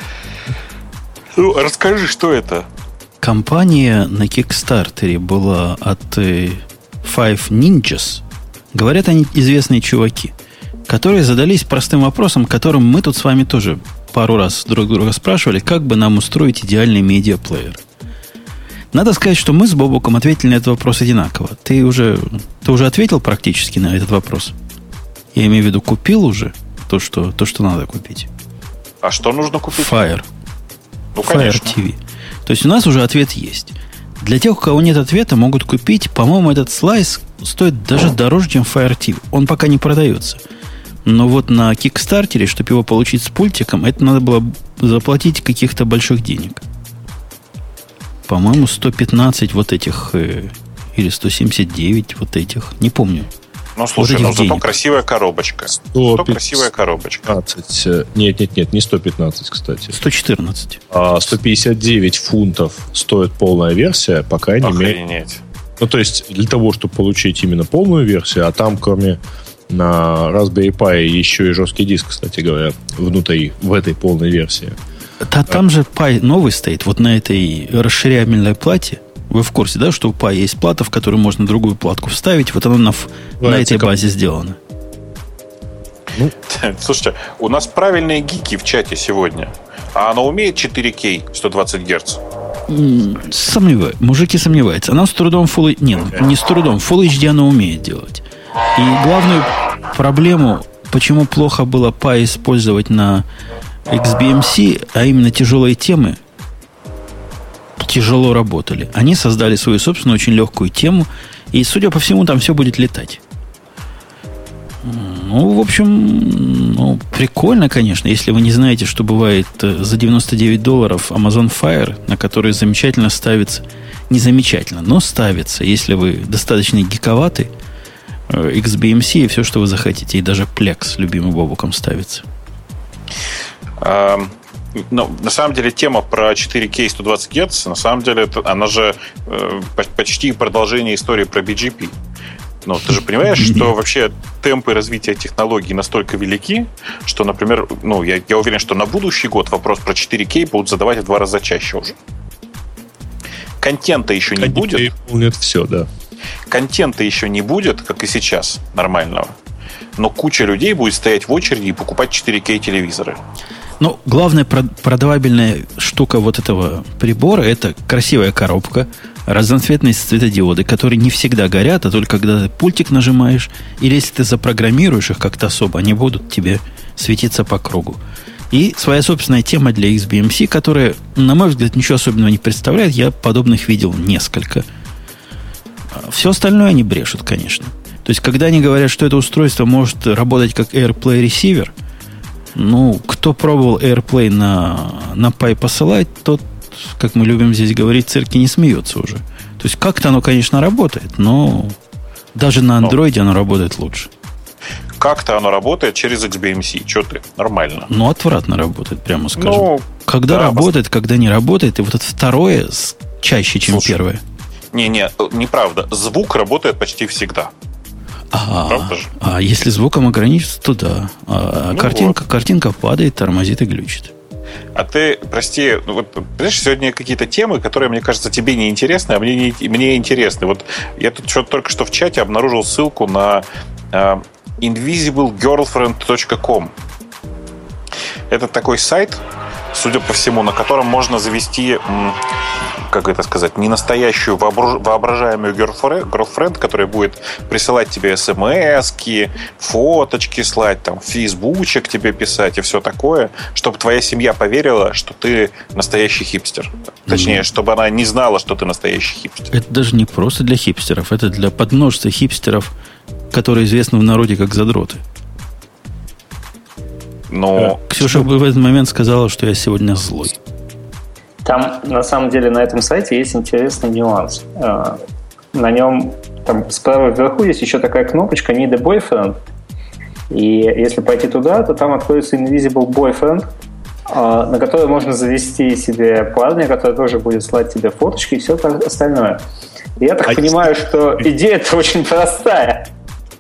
Ну, расскажи, что это? Компания на Kickstarter была от э, Five Ninjas. Говорят, они известные чуваки, которые задались простым вопросом, которым мы тут с вами тоже пару раз друг друга спрашивали, как бы нам устроить идеальный медиаплеер. Надо сказать, что мы с Бобуком ответили на этот вопрос одинаково. Ты уже, ты уже ответил практически на этот вопрос? Я имею в виду, купил уже то, что, то, что надо купить. А что нужно купить? Fire. Ну, Fire конечно. ти ви. То есть у нас уже ответ есть. Для тех, у кого нет ответа, могут купить. По-моему, этот слайс стоит даже дороже, чем Fire ти ви. Он пока не продается. Но вот на Кикстартере, чтобы его получить с пультиком, это надо было заплатить каких-то больших денег. По-моему, сто пятнадцать вот этих, э, или сто семьдесят девять вот этих. Не помню. Ну, слушай, вот ну зато денег. красивая коробочка. Зато красивая коробочка. пятнадцать, нет, нет, нет, не сто пятнадцать, кстати. сто четырнадцать. А сто пятьдесят девять фунтов стоит полная версия, по крайней мере. Охренеть. Ну, то есть, для того, чтобы получить именно полную версию, а там, кроме на Raspberry Pi, еще и жесткий диск, кстати говоря, внутри, в этой полной версии. Да, там же Pi новый стоит, вот на этой расширяемой плате. Вы в курсе, да, что у Pi есть плата, в которую можно другую платку вставить? Вот она на, на этой базе сделана. Ну. Слушайте, у нас правильные гики в чате сегодня. А она умеет четыре кей сто двадцать герц? Сомневаюсь. Мужики сомневаются. Она с трудом Full... Нет, okay. не с трудом. Full эйч ди она умеет делать. И главную проблему, почему плохо было Pi использовать на икс би эм си, а именно тяжелые темы, тяжело работали. Они создали свою собственную очень легкую тему, и, судя по всему, там все будет летать. Ну, в общем, ну, прикольно, конечно, если вы не знаете, что бывает за девяносто девять долларов Amazon Fire, на который замечательно ставится, не замечательно, но ставится, если вы достаточно гиковаты, икс би эм си и все, что вы захотите, и даже Plex, любимый Бобуком, ставится. Um... Ну, на самом деле, тема про четыре кей сто двадцать герц, на самом деле, это, она же э, почти продолжение истории про би джи пи. Ну, ты же понимаешь, что вообще темпы развития технологий настолько велики, что, например, ну, я, я уверен, что на будущий год вопрос про четыре кей будут задавать в два раза чаще уже. Контента еще не Они будет. Нет, все, да. Контента еще не будет, как и сейчас, нормального. Но куча людей будет стоять в очереди и покупать четыре кей телевизоры. Ну, главная продавабельная штука вот этого прибора – это красивая коробка, разноцветные светодиоды, которые не всегда горят, а только когда ты пультик нажимаешь, или если ты запрограммируешь их как-то особо, они будут тебе светиться по кругу. И своя собственная тема для икс би эм си, которая, на мой взгляд, ничего особенного не представляет. Я подобных видел несколько. Все остальное они брешут, конечно. То есть, когда они говорят, что это устройство может работать как AirPlay ресивер, ну, кто пробовал AirPlay на, на Pi посылать, тот, как мы любим здесь говорить, цирки не смеется уже. То есть, как-то оно, конечно, работает, но даже на Android оно работает лучше. Как-то оно работает через икс би эм си. Что ты? Нормально. Ну, отвратно работает, прямо скажем. Ну, когда да, работает, пос... когда не работает, и вот это второе чаще, чем Слушай, первое. Не-не, неправда. Звук работает почти всегда. А, Правда же? А если звуком ограничиться, то да. А ну картинка, вот. картинка падает, тормозит и глючит. А ты, прости, ну вот, понимаешь, сегодня какие-то темы, которые, мне кажется, тебе не интересны, а мне, не, мне интересны. Вот я тут что-то только что в чате обнаружил ссылку на uh, invisible girlfriend точка ком. Это такой сайт, судя по всему, на котором можно завести, как это сказать, не настоящую воображаемую girlfriend, которая будет присылать тебе смс-ки, фоточки слать, там, фейсбучек тебе писать и все такое, чтобы твоя семья поверила, что ты настоящий хипстер. Точнее, mm-hmm. чтобы она не знала, что ты настоящий хипстер. Это даже не просто для хипстеров, это для подмножества хипстеров, которые известны в народе как задроты. Но... Ксюша бы в этот момент сказала, что я сегодня злой. Там, на самом деле, на этом сайте есть интересный нюанс. На нем, там справа вверху есть еще такая кнопочка Need a Boyfriend. И если пойти туда, то там откроется Invisible Boyfriend, на который можно завести себе парня, который тоже будет слать тебе фоточки и все остальное. И я так а понимаю, если... что идея-то очень простая.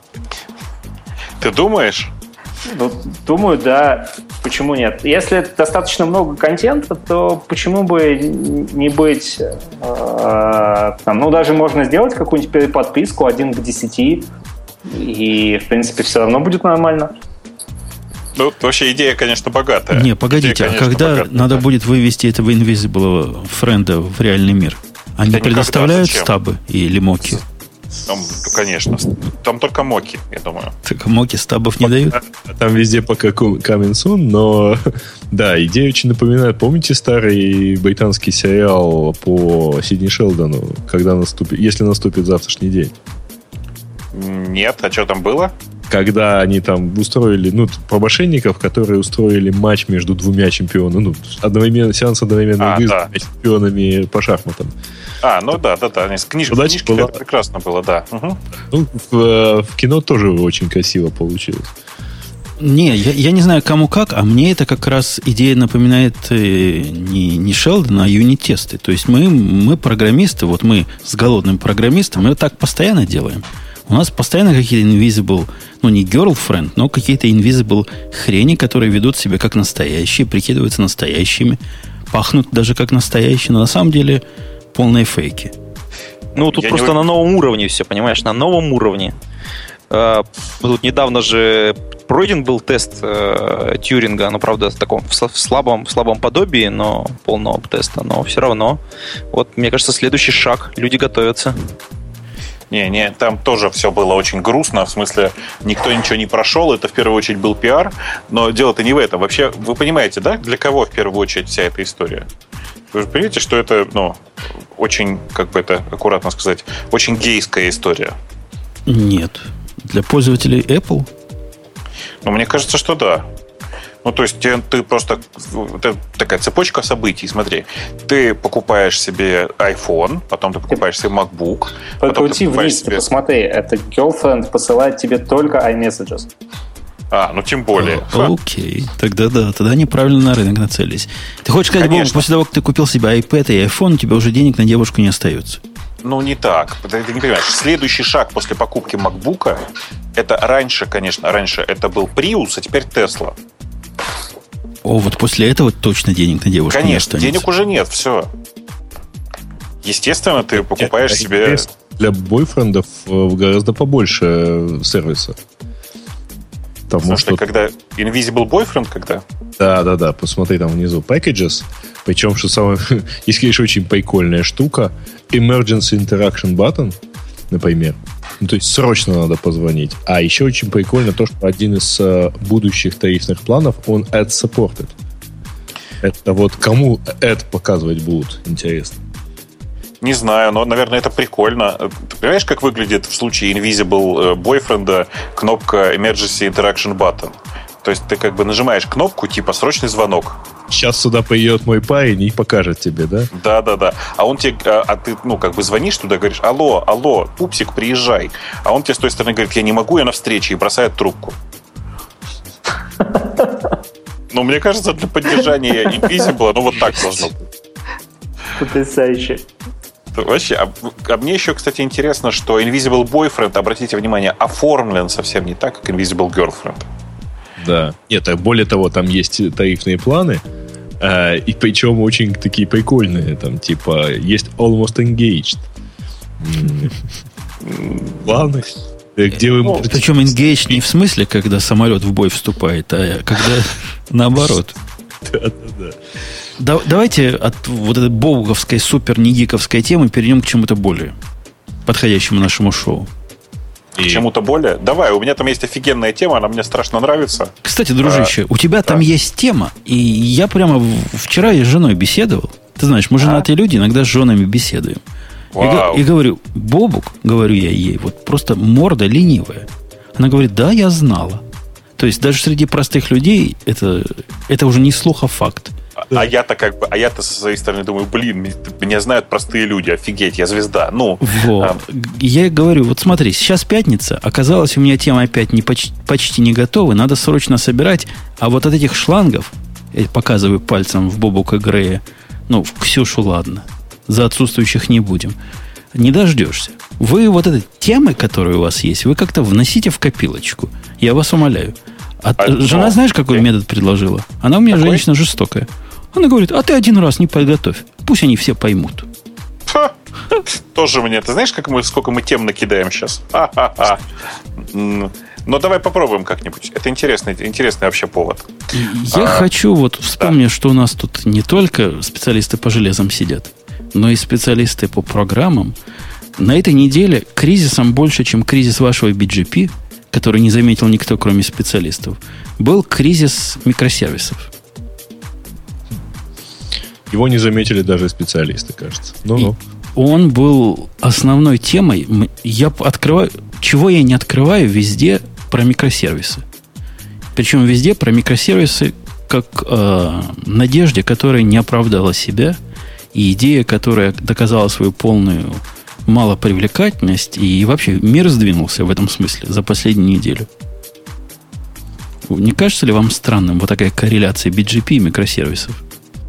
Ты думаешь? Ну, думаю, да. Почему нет? Если достаточно много контента, то почему бы не быть... Э, там, ну, даже можно сделать какую-нибудь переподписку один к десяти, и, в принципе, все равно будет нормально. Ну, вообще идея, конечно, богатая. Не, погодите, идея, конечно, а когда богатая, надо да. будет вывести этого Invisible френда в реальный мир? Они да предоставляют стабы или моки? Там, конечно. Там только моки, я думаю. Только моки стабов не дают? Там везде пока coming soon, но да, идея очень напоминает. Помните старый британский сериал по Сидни Шелдону, когда наступит, если наступит завтрашний день? Нет, а что там было? Когда они там устроили, ну, про мошенников, которые устроили матч между двумя чемпионами, ну, одновременно, сеанс одновременно а, с да. чемпионами по шахматам. А, ну да, да, да. Книж... Книжки была... это прекрасно было, да. Угу. Ну, в, в кино тоже очень красиво получилось. Не, я, я не знаю, кому как, а мне это как раз идея напоминает э, не, не Шелдона, а юнит-тесты. То есть мы, мы программисты, вот мы с голодным программистом, мы так постоянно делаем. У нас постоянно какие-то invisible, ну не girlfriend, но какие-то invisible хрени, которые ведут себя как настоящие, прикидываются настоящими, пахнут даже как настоящие, но на самом деле полные фейки. Ну, тут Я просто не... на новом уровне все, понимаешь, на новом уровне. А, тут недавно же пройден был тест э, Тьюринга, ну, правда, в таком в слабом, в слабом подобии, но полного теста, но все равно. Вот, мне кажется, следующий шаг. Люди готовятся. Не, не, там тоже все было очень грустно, в смысле, никто ничего не прошел, это в первую очередь был пиар, но дело-то не в этом. Вообще, вы понимаете, да, для кого в первую очередь вся эта история? Вы же понимаете, что это, ну, очень, как бы это аккуратно сказать, очень гейская история? Нет. Для пользователей Apple? Ну, мне кажется, что да. Ну, то есть ты, ты просто... Это такая цепочка событий. Смотри, ты покупаешь себе iPhone, потом ты покупаешь себе MacBook. Покрути вниз, себе... посмотри. Это girlfriend посылает тебе только iMessages. А, ну тем более. О, окей, тогда да, тогда неправильно на рынок нацелились. Ты хочешь сказать, Бог, после того, как ты купил себе iPad и iPhone, у тебя уже денег на девушку не остается? Ну, не так. Ты не понимаешь. Следующий шаг после покупки MacBook, это раньше, конечно, раньше это был Prius, а теперь Tesla. О, вот после этого точно денег на девушку конечно, не останется. Конечно, денег уже нет, все. Естественно, ты покупаешь Нет, себе... Для бойфрендов гораздо побольше сервиса. Потому в смысле, что... когда Invisible Boyfriend, когда? Да, да, да. Посмотри там внизу Packages. Причем, что самое... Есть, конечно, очень прикольная штука. Emergency Interaction Button, например. Ну, то есть срочно надо позвонить. А еще очень прикольно то, что один из uh, будущих тарифных планов, он ad-supported. Это вот кому ad показывать будут, интересно. Не знаю, но, наверное, это прикольно. Ты понимаешь, как выглядит в случае Invisible Boyfriend кнопка Emergency Interaction Button? То есть ты как бы нажимаешь кнопку типа «Срочный звонок». Сейчас сюда придет мой парень и покажет тебе, да? Да, да, да. А он тебе, а, а ты, ну, как бы звонишь туда, говоришь: алло, алло, пупсик, приезжай. А он тебе с той стороны говорит: я не могу, я на встрече, и бросает трубку. Ну, мне кажется, для поддержания Invisible, ну, вот так должно быть. Потрясающе. Вообще, а, а мне еще, кстати, интересно, что Invisible Boyfriend, обратите внимание, оформлен совсем не так, как Invisible Girlfriend. Да. Нет, более того, там есть тарифные планы, э, и причем очень такие прикольные. Там, типа, есть Almost Engaged. Планы, где вы... Причем Engaged не в смысле, когда самолет в бой вступает, а когда наоборот. Да-да-да. Да, давайте от вот этой боуговской, супер негиковской темы перейдем к чему-то более подходящему нашему шоу. К и... чему-то более? Давай, у меня там есть офигенная тема, она мне страшно нравится. Кстати, дружище, а, у тебя да. там есть тема, и я прямо вчера с женой беседовал. Ты знаешь, мы женатые а? люди, иногда с женами беседуем. И, и говорю: Бобук, говорю я ей, вот просто морда ленивая. Она говорит: да, я знала. То есть даже среди простых людей это, это уже не слух, а факт. Да. А я-то как бы, а я-то со своей стороны думаю: блин, меня знают простые люди, офигеть, я звезда. Ну, вот. а... Я говорю: вот смотри, сейчас пятница, оказалось, у меня тема опять не почти, почти не готова, надо срочно собирать, а вот от этих шлангов, я показываю пальцем в Бобука Грея, ну, в Ксюшу, ладно, за отсутствующих не будем, не дождешься. Вы вот этой темы, которая у вас есть, вы как-то вносите в копилочку. Я вас умоляю. А а, жена, но... знаешь, какой метод предложила? Она у меня какой? Женщина жестокая. Она говорит: а ты один раз не подготовь. Пусть они все поймут. Ха. Тоже мне. Ты знаешь, как мы, сколько мы тем накидаем сейчас? Ха-ха-ха. Но давай попробуем как-нибудь. Это интересный, интересный вообще повод. Я а, хочу вот вспомнить, да. что у нас тут не только специалисты по железам сидят, но и специалисты по программам. На этой неделе кризисом больше, чем кризис вашего би джи пи, который не заметил никто, кроме специалистов, был кризис микросервисов. Его не заметили даже специалисты, кажется. Ну-ну. Он был основной темой. Я открываю, чего я не открываю, везде про микросервисы. Причем везде про микросервисы как э, надежде, которая не оправдала себя, и идея, которая доказала свою полную малопривлекательность, и вообще мир сдвинулся в этом смысле за последнюю неделю. Не кажется ли вам странным вот такая корреляция би джи пи и микросервисов?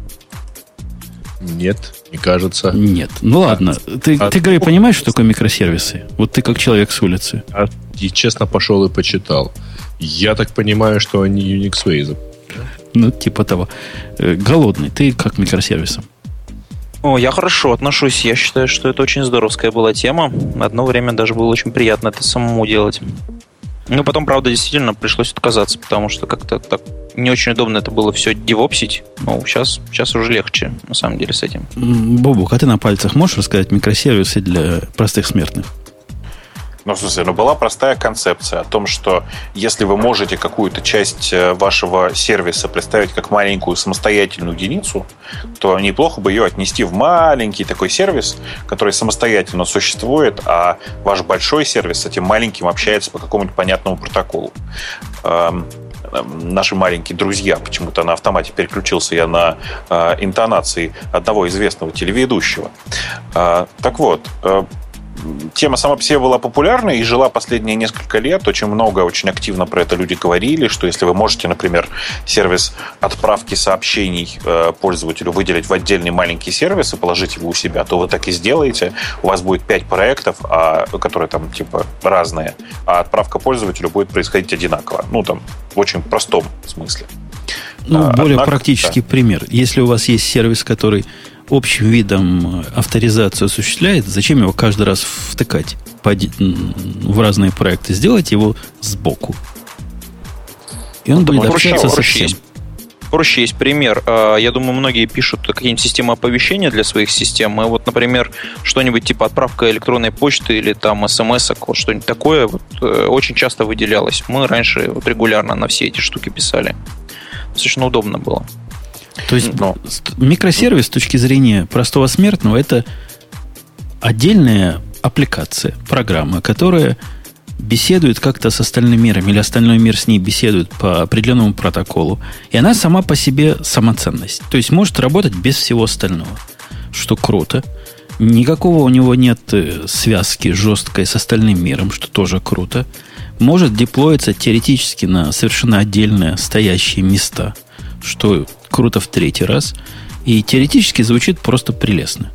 Нет, не кажется. Нет. Ну ладно. А, ты, а, ты, Гарри, понимаешь, что такое микросервисы? Вот ты как человек с улицы. А, и честно пошел и почитал. Я так понимаю, что они Unix Waze. Ну, типа того. Голодный. Ты как микросервисом? О, я хорошо отношусь. Я считаю, что это очень здоровская была тема. Одно время даже было очень приятно это самому делать. Ну, потом, правда, действительно пришлось отказаться, потому что как-то так не очень удобно это было все девопсить. Но сейчас, сейчас уже легче, на самом деле, с этим. Бобук, а ты на пальцах можешь рассказать микросервисы для простых смертных? Ну, в смысле, ну, была простая концепция о том, что если вы можете какую-то часть вашего сервиса представить как маленькую самостоятельную единицу, то неплохо бы ее отнести в маленький такой сервис, который самостоятельно существует, а ваш большой сервис с этим маленьким общается по какому-нибудь понятному протоколу. Эм, наши маленькие друзья, почему-то на автомате переключился я на э, интонации одного известного телеведущего. Э, так вот, э, тема сама по себе была популярна и жила последние несколько лет. Очень много, очень активно про это люди говорили, что если вы можете, например, сервис отправки сообщений пользователю выделить в отдельный маленький сервис и положить его у себя, то вы так и сделаете. У вас будет пять проектов, которые там типа разные, а отправка пользователю будет происходить одинаково. Ну, там, в очень простом смысле. Ну, Однако, более практический да. пример. Если у вас есть сервис, который общим видом авторизацию осуществляет, зачем его каждый раз втыкать в разные проекты? Сделайте его сбоку. И он ну, будет общаться со всем. Проще есть пример. Я думаю, многие пишут какие-нибудь системы оповещения для своих систем. И вот, например, что-нибудь типа отправка электронной почты или там смс-ок, вот что-нибудь такое вот, очень часто выделялось. Мы раньше вот регулярно на все эти штуки писали. Достаточно удобно было. То есть Но. микросервис с точки зрения простого смертного это отдельная аппликация, программа, которая беседует как-то с остальным миром, или остальной мир с ней беседует по определенному протоколу. И она сама по себе самоценность. То есть может работать без всего остального. Что круто. Никакого у него нет связки жесткой с остальным миром, что тоже круто. Может деплоиться теоретически на совершенно отдельные стоящие места, что круто в третий раз. И теоретически звучит просто прелестно.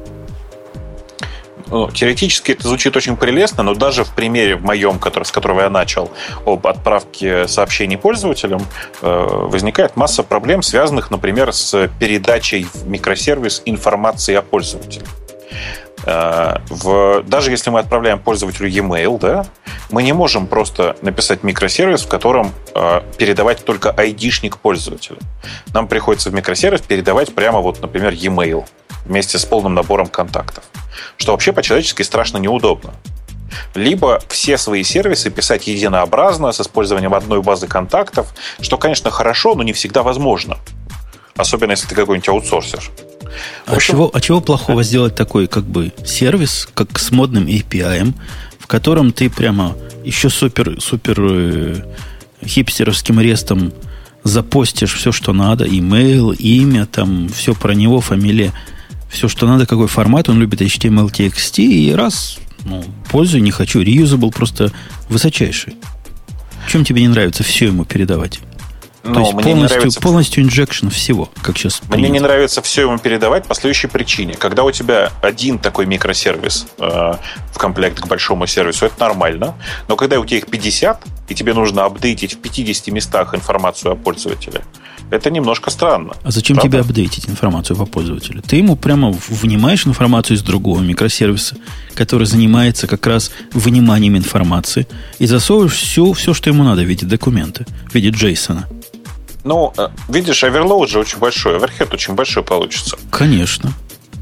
Ну, теоретически это звучит очень прелестно, но даже в примере в моем, который, с которого я начал, об отправке сообщений пользователям, э, возникает масса проблем, связанных, например, с передачей в микросервис информации о пользователе. Э, в, даже если мы отправляем пользователю e-mail, да, мы не можем просто написать микросервис, в котором э, передавать только айдишник пользователя. Нам приходится в микросервис передавать прямо, вот, например, e-mail вместе с полным набором контактов. Что вообще по-человечески страшно неудобно. Либо все свои сервисы писать единообразно с использованием одной базы контактов, что, конечно, хорошо, но не всегда возможно. Особенно, если ты какой-нибудь аутсорсер. А, общем, чего, а чего плохого сделать такой как бы сервис, как с модным эй пи ай, в котором ты прямо еще супер, супер э, хипстеровским рестом запостишь все, что надо, имейл, имя, там, все про него, фамилия, все, что надо, какой формат, он любит эйч ти эм эл, ти экс ти, и раз, ну, пользую, не хочу, reusable просто высочайший. Чем тебе не нравится все ему передавать? Но То есть полностью, нравится... полностью инжекшн всего, как сейчас Мне принято. Не нравится все ему передавать по следующей причине. Когда у тебя один такой микросервис э, в комплект к большому сервису, это нормально. Но когда у тебя их пятьдесят, и тебе нужно апдейтить в пятидесяти местах информацию о пользователе, это немножко странно. А зачем правда? Тебе апдейтить информацию по пользователю? Ты ему прямо вынимаешь информацию из другого микросервиса, который занимается как раз выниманием информации, и засовываешь все, все что ему надо в виде документа, в виде джейсона. Ну, видишь, оверлоуд же очень большой, оверхед очень большой получится. Конечно.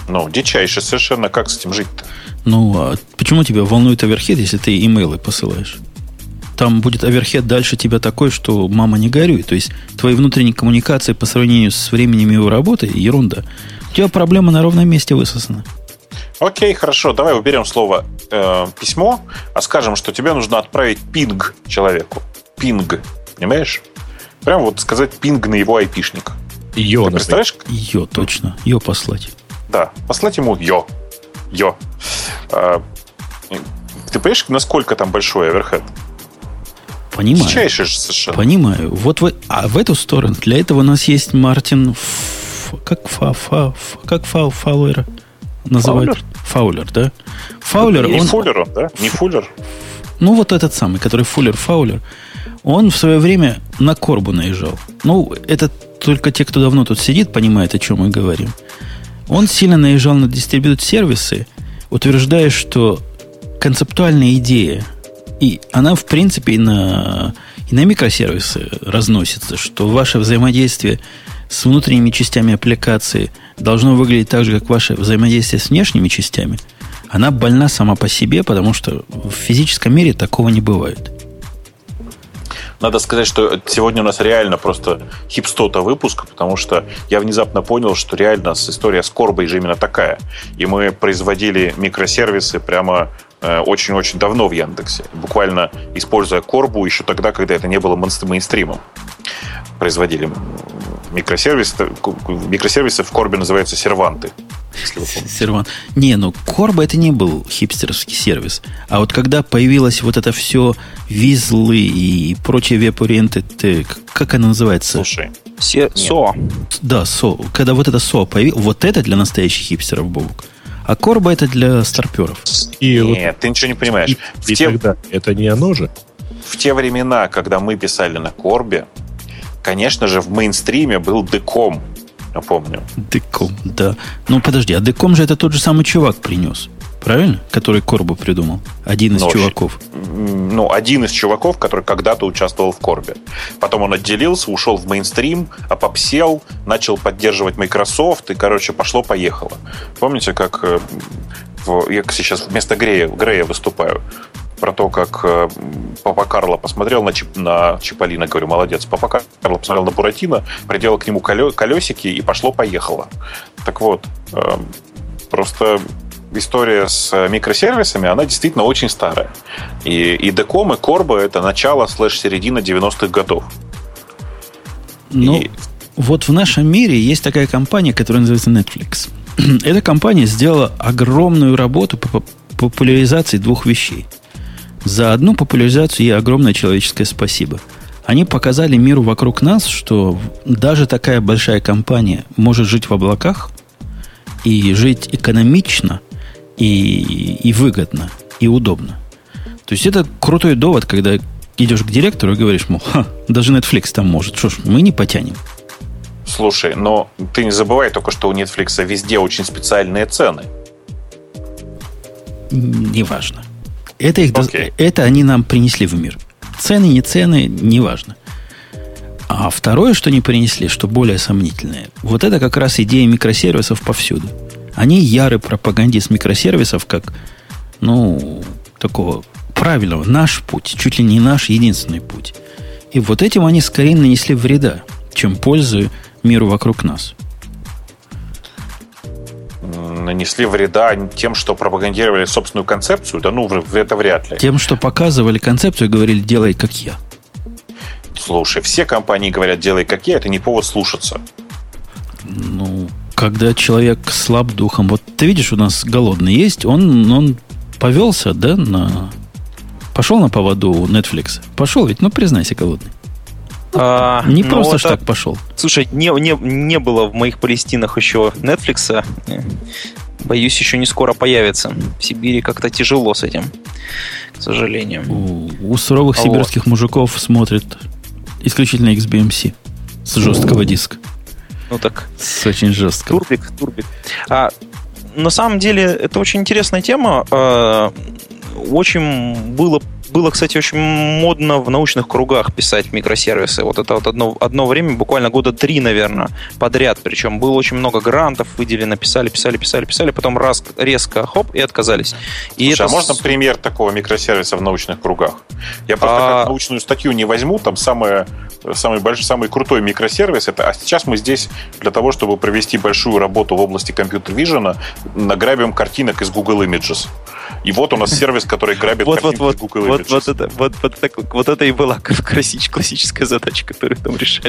Ну, дичайше совершенно. Как с этим жить-то? Ну, а почему тебя волнует оверхед, если ты имейлы посылаешь? Там будет оверхед дальше тебя такой, что мама не горюй. То есть, твои внутренние коммуникации по сравнению с временем его работы – ерунда. У тебя проблема на ровном месте высосана. Окей, хорошо. Давай уберем слово э, письмо, а скажем, что тебе нужно отправить пинг человеку. Пинг. Понимаешь? Прям вот сказать пинг на его айпишник. Йо, представляешь? Йо, точно. Йо послать. Да, послать ему йо. Йо. А, ты понимаешь, насколько там большой оверхед? Понимаю. Дичайший же совершенно. Понимаю. Вот в, а в эту сторону, для этого у нас есть Мартин Ф, как фа, фа, ф, как фа, Фаулер называют? Фаулер, да? Фаулер, Не он... Фуллер, он, да? Не Фуллер? Ну, вот этот самый, который Фуллер, Фаулер. Он в свое время на Корбу наезжал. Ну, это только те, кто давно тут сидит, понимают, о чем мы говорим. Он сильно наезжал на дистрибьют-сервисы, утверждая, что концептуальная идея, и она, в принципе, и на, и на микросервисы разносится, что ваше взаимодействие с внутренними частями аппликации должно выглядеть так же, как ваше взаимодействие с внешними частями, она больна сама по себе, потому что в физическом мире такого не бывает. Надо сказать, что сегодня у нас реально просто хипстота выпуск, потому что я внезапно понял, что реально история с Корбой же именно такая. И мы производили микросервисы прямо э, очень-очень давно в Яндексе. Буквально используя Корбу еще тогда, когда это не было мейнстримом. Производили микросервисы. Микросервисы в Корбе называются серванты. Сервант. Не, ну Корба это не был хипстерский сервис. А вот когда появилось вот это все визлы и прочие веб-ориенты, как оно называется? Слушай. Со. Да, Со. Когда вот это Со появилось, вот это для настоящих хипстеров, Бобук. А Корба это для старперов. И Нет, вот, ты ничего не понимаешь. И, в, и те, тогда это не оно же? в те времена, когда мы писали на Корбе, конечно же, в мейнстриме был Деком. Я помню. Деком, да. Ну, подожди, а Деком же это тот же самый чувак принес. Правильно? Который Корбу придумал. Один из Но, чуваков. Ну, один из чуваков, который когда-то участвовал в Корбе. Потом он отделился, ушел в мейнстрим, опопсел, начал поддерживать Microsoft, и, короче, пошло-поехало. Помните, как в, я сейчас вместо Грея, Грея выступаю? Про то, как э, Папа Карло посмотрел на, Чип, на Чиполлино, говорю, молодец. Папа Карло посмотрел на Буратино, приделал к нему колесики, и пошло-поехало. Так вот, э, просто история с микросервисами, она действительно очень старая. И, и Деком, и Корба — это начало слэш-середина девяностых годов. Ну, и... вот в нашем мире есть такая компания, которая называется Netflix. Эта компания сделала огромную работу по популяризации двух вещей. За одну популяризацию ей огромное человеческое спасибо. Они показали миру вокруг нас, что даже такая большая компания может жить в облаках и жить экономично и, и выгодно, и удобно. То есть это крутой довод, когда идешь к директору и говоришь, мол, ха, даже Netflix там может, что ж, мы не потянем. Слушай, но ты не забывай только, что у Netflix везде очень специальные цены. Неважно. Это, их, okay. это они нам принесли в мир. Цены, не цены, неважно. А второе, что они принесли, что более сомнительное, вот это как раз идея микросервисов повсюду. Они ярый пропагандист микросервисов, как, ну, такого правильного, наш путь, чуть ли не наш единственный путь. И вот этим они скорее нанесли вреда, чем пользы миру вокруг нас. Нанесли вреда тем, что пропагандировали собственную концепцию? Да ну, это вряд ли. Тем, что показывали концепцию и говорили, делай как я. Слушай, все компании говорят, делай как я, это не повод слушаться. Ну, когда человек слаб духом, вот ты видишь, у нас голодный есть, он, он повелся, да, на... Пошел на поводу Netflix. Пошел ведь, ну, признайся, голодный. А, не ну просто вот ж так пошел. Слушай, не, не, не было в моих Палестинах еще Netflix. Боюсь, еще не скоро появится. В Сибири как-то тяжело с этим, к сожалению. У, у суровых а сибирских вот. мужиков смотрят исключительно икс би эм си с жесткого диска. Ну так. С очень жесткого. Турбик, турбик. А, на самом деле, это очень интересная тема. А, очень было было, кстати, очень модно в научных кругах писать микросервисы. Вот это вот одно, одно время, буквально года три, наверное, подряд. Причем было очень много грантов выделено, писали, писали, писали, писали, потом раз, резко, хоп, и отказались. И Слушай, это... а можно пример такого микросервиса в научных кругах? Я просто а... как научную статью не возьму, там самое, самый, большой, самый крутой микросервис, это, а сейчас мы здесь для того, чтобы провести большую работу в области компьютер-вижена, награбим картинок из Google Images. И вот у нас сервис, который грабит вот, картинки вот, из Google вот, Images. Вот это, вот, вот, так, вот это и была классическая задача, которую там решали.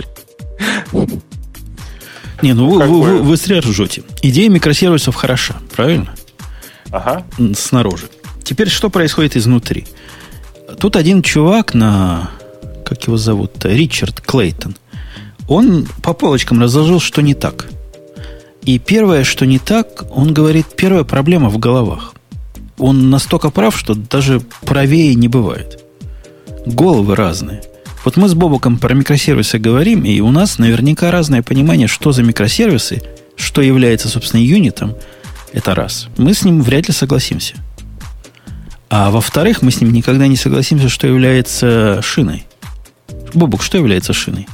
Не, ну, ну вы, вы, вы, вы зря ржете. Идея микросервисов хороша, правильно? Ага. Снаружи. Теперь что происходит изнутри? Тут один чувак на... Как его зовут-то? Ричард Клейтон. Он по полочкам разложил, что не так. И первое, что не так, он говорит, первая проблема в головах. Он настолько прав, что даже правее не бывает. Головы разные. Вот мы с Бобуком про микросервисы говорим, и у нас наверняка разное понимание, что за микросервисы, что является, собственно, юнитом. Это раз. Мы с ним вряд ли согласимся. А во-вторых, мы с ним никогда не согласимся, что является шиной. Бобук, что является шиной?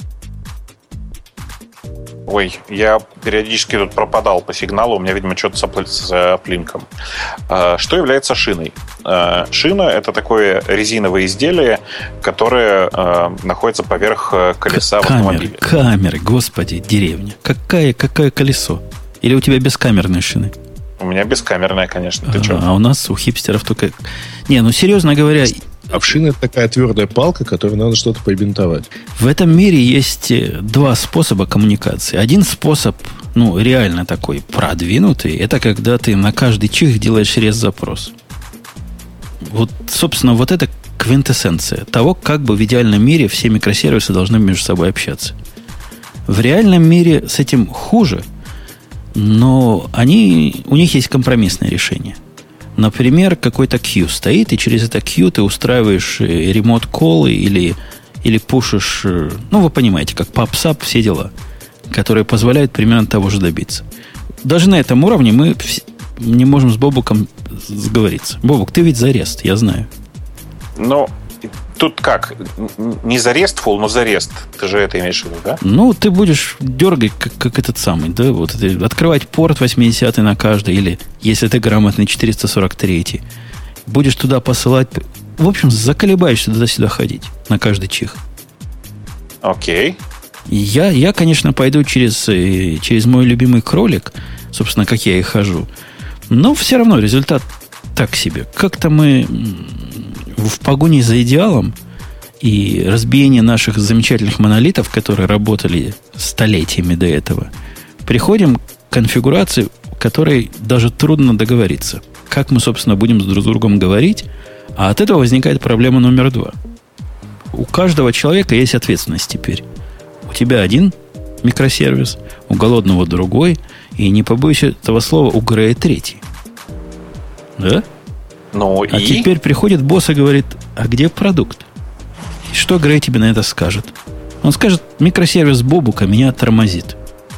Ой, я периодически тут пропадал по сигналу, у меня, видимо, что-то с аплинком. Что является шиной? Шина – это такое резиновое изделие, которое находится поверх колеса в автомобиле. Камеры, господи, деревня. Какое, какое колесо? Или у тебя бескамерные шины? У меня бескамерная, конечно. Ты а, что? А у нас у хипстеров только... Не, ну, серьезно говоря... А в шина это такая твердая палка, которой надо что-то побинтовать. В этом мире есть два способа коммуникации. Один способ, ну, реально такой продвинутый, это когда ты на каждый чих делаешь рез-запрос. Вот, собственно, вот это квинтэссенция того, как бы в идеальном мире все микросервисы должны между собой общаться. В реальном мире с этим хуже, но они, у них есть компромиссное решение. Например, какой-то queue стоит, и через это queue ты устраиваешь ремонт-коллы или, или пушишь, ну, вы понимаете, как PubSub, все дела, которые позволяют примерно того же добиться. Даже на этом уровне мы не можем с Бобуком сговориться. Бобук, ты ведь за REST, я знаю. Ну, тут как? Не за RESTful, но за REST. Ты же это имеешь в виду, да? Ну, ты будешь дергать, как, как этот самый, да, вот это, открывать порт восьмидесятый на каждый, или, если ты грамотный, четыреста сорок третий. Будешь туда посылать. В общем, заколебаешься туда-сюда ходить на каждый чих. Окей. Я, я, конечно, пойду через, через мой любимый кролик, собственно, как я и хожу. Но все равно результат так себе. Как-то мы в погоне за идеалом и разбиение наших замечательных монолитов, которые работали столетиями до этого, приходим к конфигурации, которой даже трудно договориться. Как мы, собственно, будем с друг с другом говорить, а от этого возникает проблема номер два. У каждого человека есть ответственность теперь. У тебя один микросервис, у голодного другой, и, не побоюсь этого слова, у Грея третий. Да? Ну, а и? теперь приходит босс и говорит, а где продукт? И что Грей тебе на это скажет? Он скажет, микросервис Бобука меня тормозит.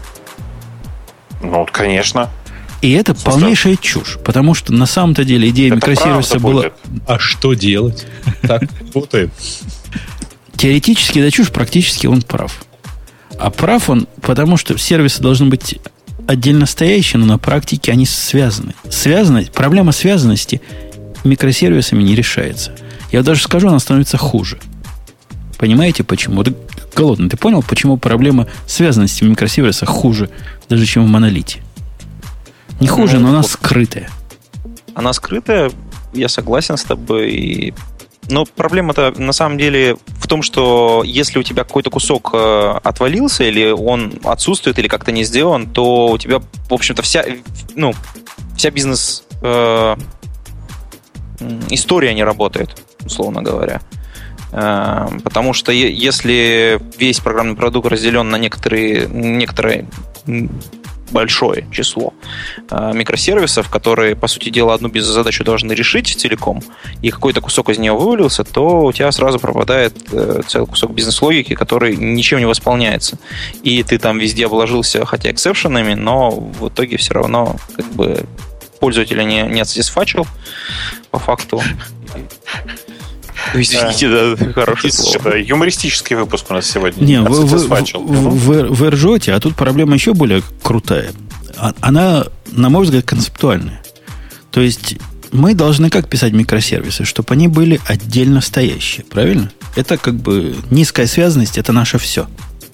Ну, конечно. И это Слушай, полнейшая чушь, потому что на самом-то деле идея это микросервиса была... А что делать? Так работает. Теоретически это чушь, практически он прав. А прав он, потому что сервисы должны быть отдельно стоящие, но на практике они связаны. Связанность, проблема связанности микросервисами не решается. Я даже скажу, она становится хуже. Понимаете, почему? Вот, голодный, ты понял, почему проблема связанности в микросервисах хуже, даже чем в монолите? Не хуже, но она скрытая. Она скрытая, я согласен с тобой. Но проблема-то на самом деле в том, что если у тебя какой-то кусок э, отвалился, или он отсутствует, или как-то не сделан, то у тебя, в общем-то, вся, ну, вся бизнес э, история не работает, условно говоря. Э, потому что е- если весь программный продукт разделен на некоторые, некоторые большое число э, микросервисов, которые, по сути дела, одну бизнес-задачу должны решить целиком, и какой-то кусок из нее вывалился, то у тебя сразу пропадает э, целый кусок бизнес-логики, который ничем не восполняется. И ты там везде обложился, хотя эксепшенами, но в итоге все равно как бы пользователя не, не отсатисфачил по факту. Извините, да, хорошее слово. Юмористический выпуск у нас сегодня. Не, вы, вы, вы, вы ржете, а тут проблема еще более крутая. Она, на мой взгляд, концептуальная. То есть мы должны как писать микросервисы, чтобы они были отдельно стоящие, правильно? Это как бы низкая связанность, это наше все.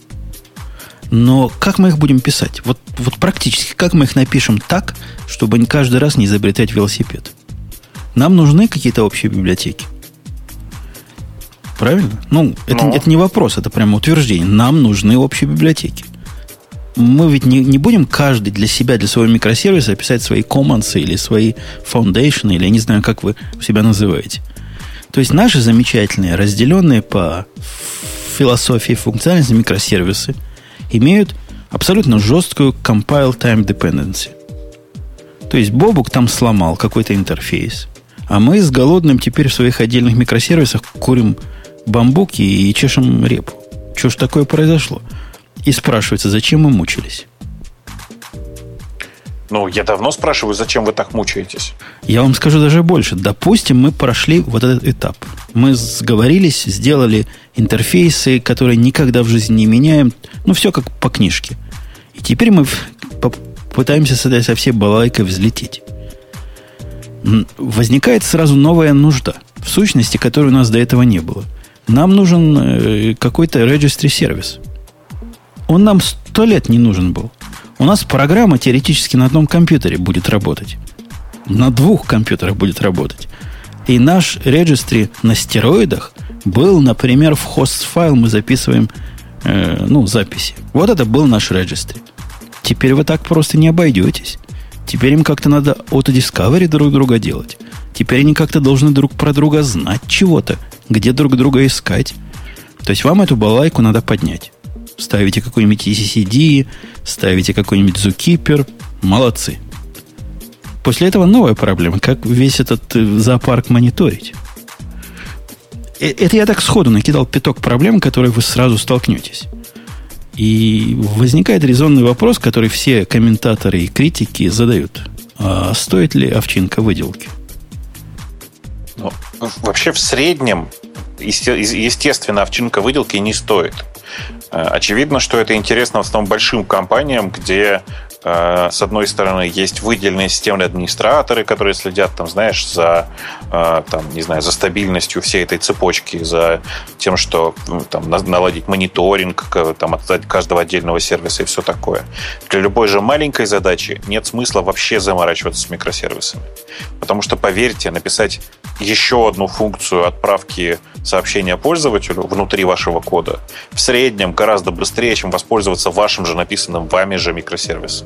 Но как мы их будем писать? Вот, вот практически, как мы их напишем так, чтобы не каждый раз не изобретать велосипед? Нам нужны какие-то общие библиотеки. Правильно? Ну, это, это не вопрос, это прямо утверждение. Нам нужны общие библиотеки. Мы ведь не, не будем каждый для себя, для своего микросервиса писать свои commons или свои foundation, или я не знаю, как вы себя называете. То есть наши замечательные, разделенные по философии функциональности микросервисы имеют абсолютно жесткую compile time dependency. То есть Бобук там сломал какой-то интерфейс, а мы с голодным теперь в своих отдельных микросервисах курим бамбуки и чешем репу. Что ж такое произошло? И спрашивается, зачем мы мучились? Ну, я давно спрашиваю, зачем вы так мучаетесь? Я вам скажу даже больше. Допустим, мы прошли вот этот этап. Мы сговорились, сделали интерфейсы, которые никогда в жизни не меняем. Ну, все как по книжке. И теперь мы пытаемся с этой со всей балалайкой взлететь. Возникает сразу новая нужда, в сущности, которой у нас до этого не было. Нам нужен какой-то registry сервис. Он нам сто лет не нужен был. У нас программа теоретически на одном компьютере будет работать. На двух компьютерах будет работать. И наш registry на стероидах был, например, в хост-файл мы записываем э, ну, записи. Вот это был наш registry. Теперь вы так просто не обойдетесь. Теперь им как-то надо auto-discovery друг друга делать. Теперь они как-то должны друг про друга знать чего-то, где друг друга искать. То есть вам эту балайку надо поднять. Ставите какой-нибудь и си си ди, ставите какой-нибудь Zookeeper. Молодцы. После этого новая проблема. Как весь этот зоопарк мониторить? Это я так сходу накидал пяток проблем, которые вы сразу столкнетесь. И возникает резонный вопрос, который все комментаторы и критики задают. А стоит ли овчинка выделки? Ну, вообще в среднем, естественно, овчинка выделки не стоит. Очевидно, что это интересно в основном большим компаниям, где с одной стороны есть выделенные системные администраторы, которые следят, там, знаешь, за, там, не знаю, за стабильностью всей этой цепочки, за тем, что там, наладить мониторинг там, от каждого отдельного сервиса и все такое. Для любой же маленькой задачи нет смысла вообще заморачиваться с микросервисами. Потому что, поверьте, написать еще одну функцию отправки сообщения пользователю внутри вашего кода в среднем гораздо быстрее, чем воспользоваться вашим же написанным вами же микросервисом.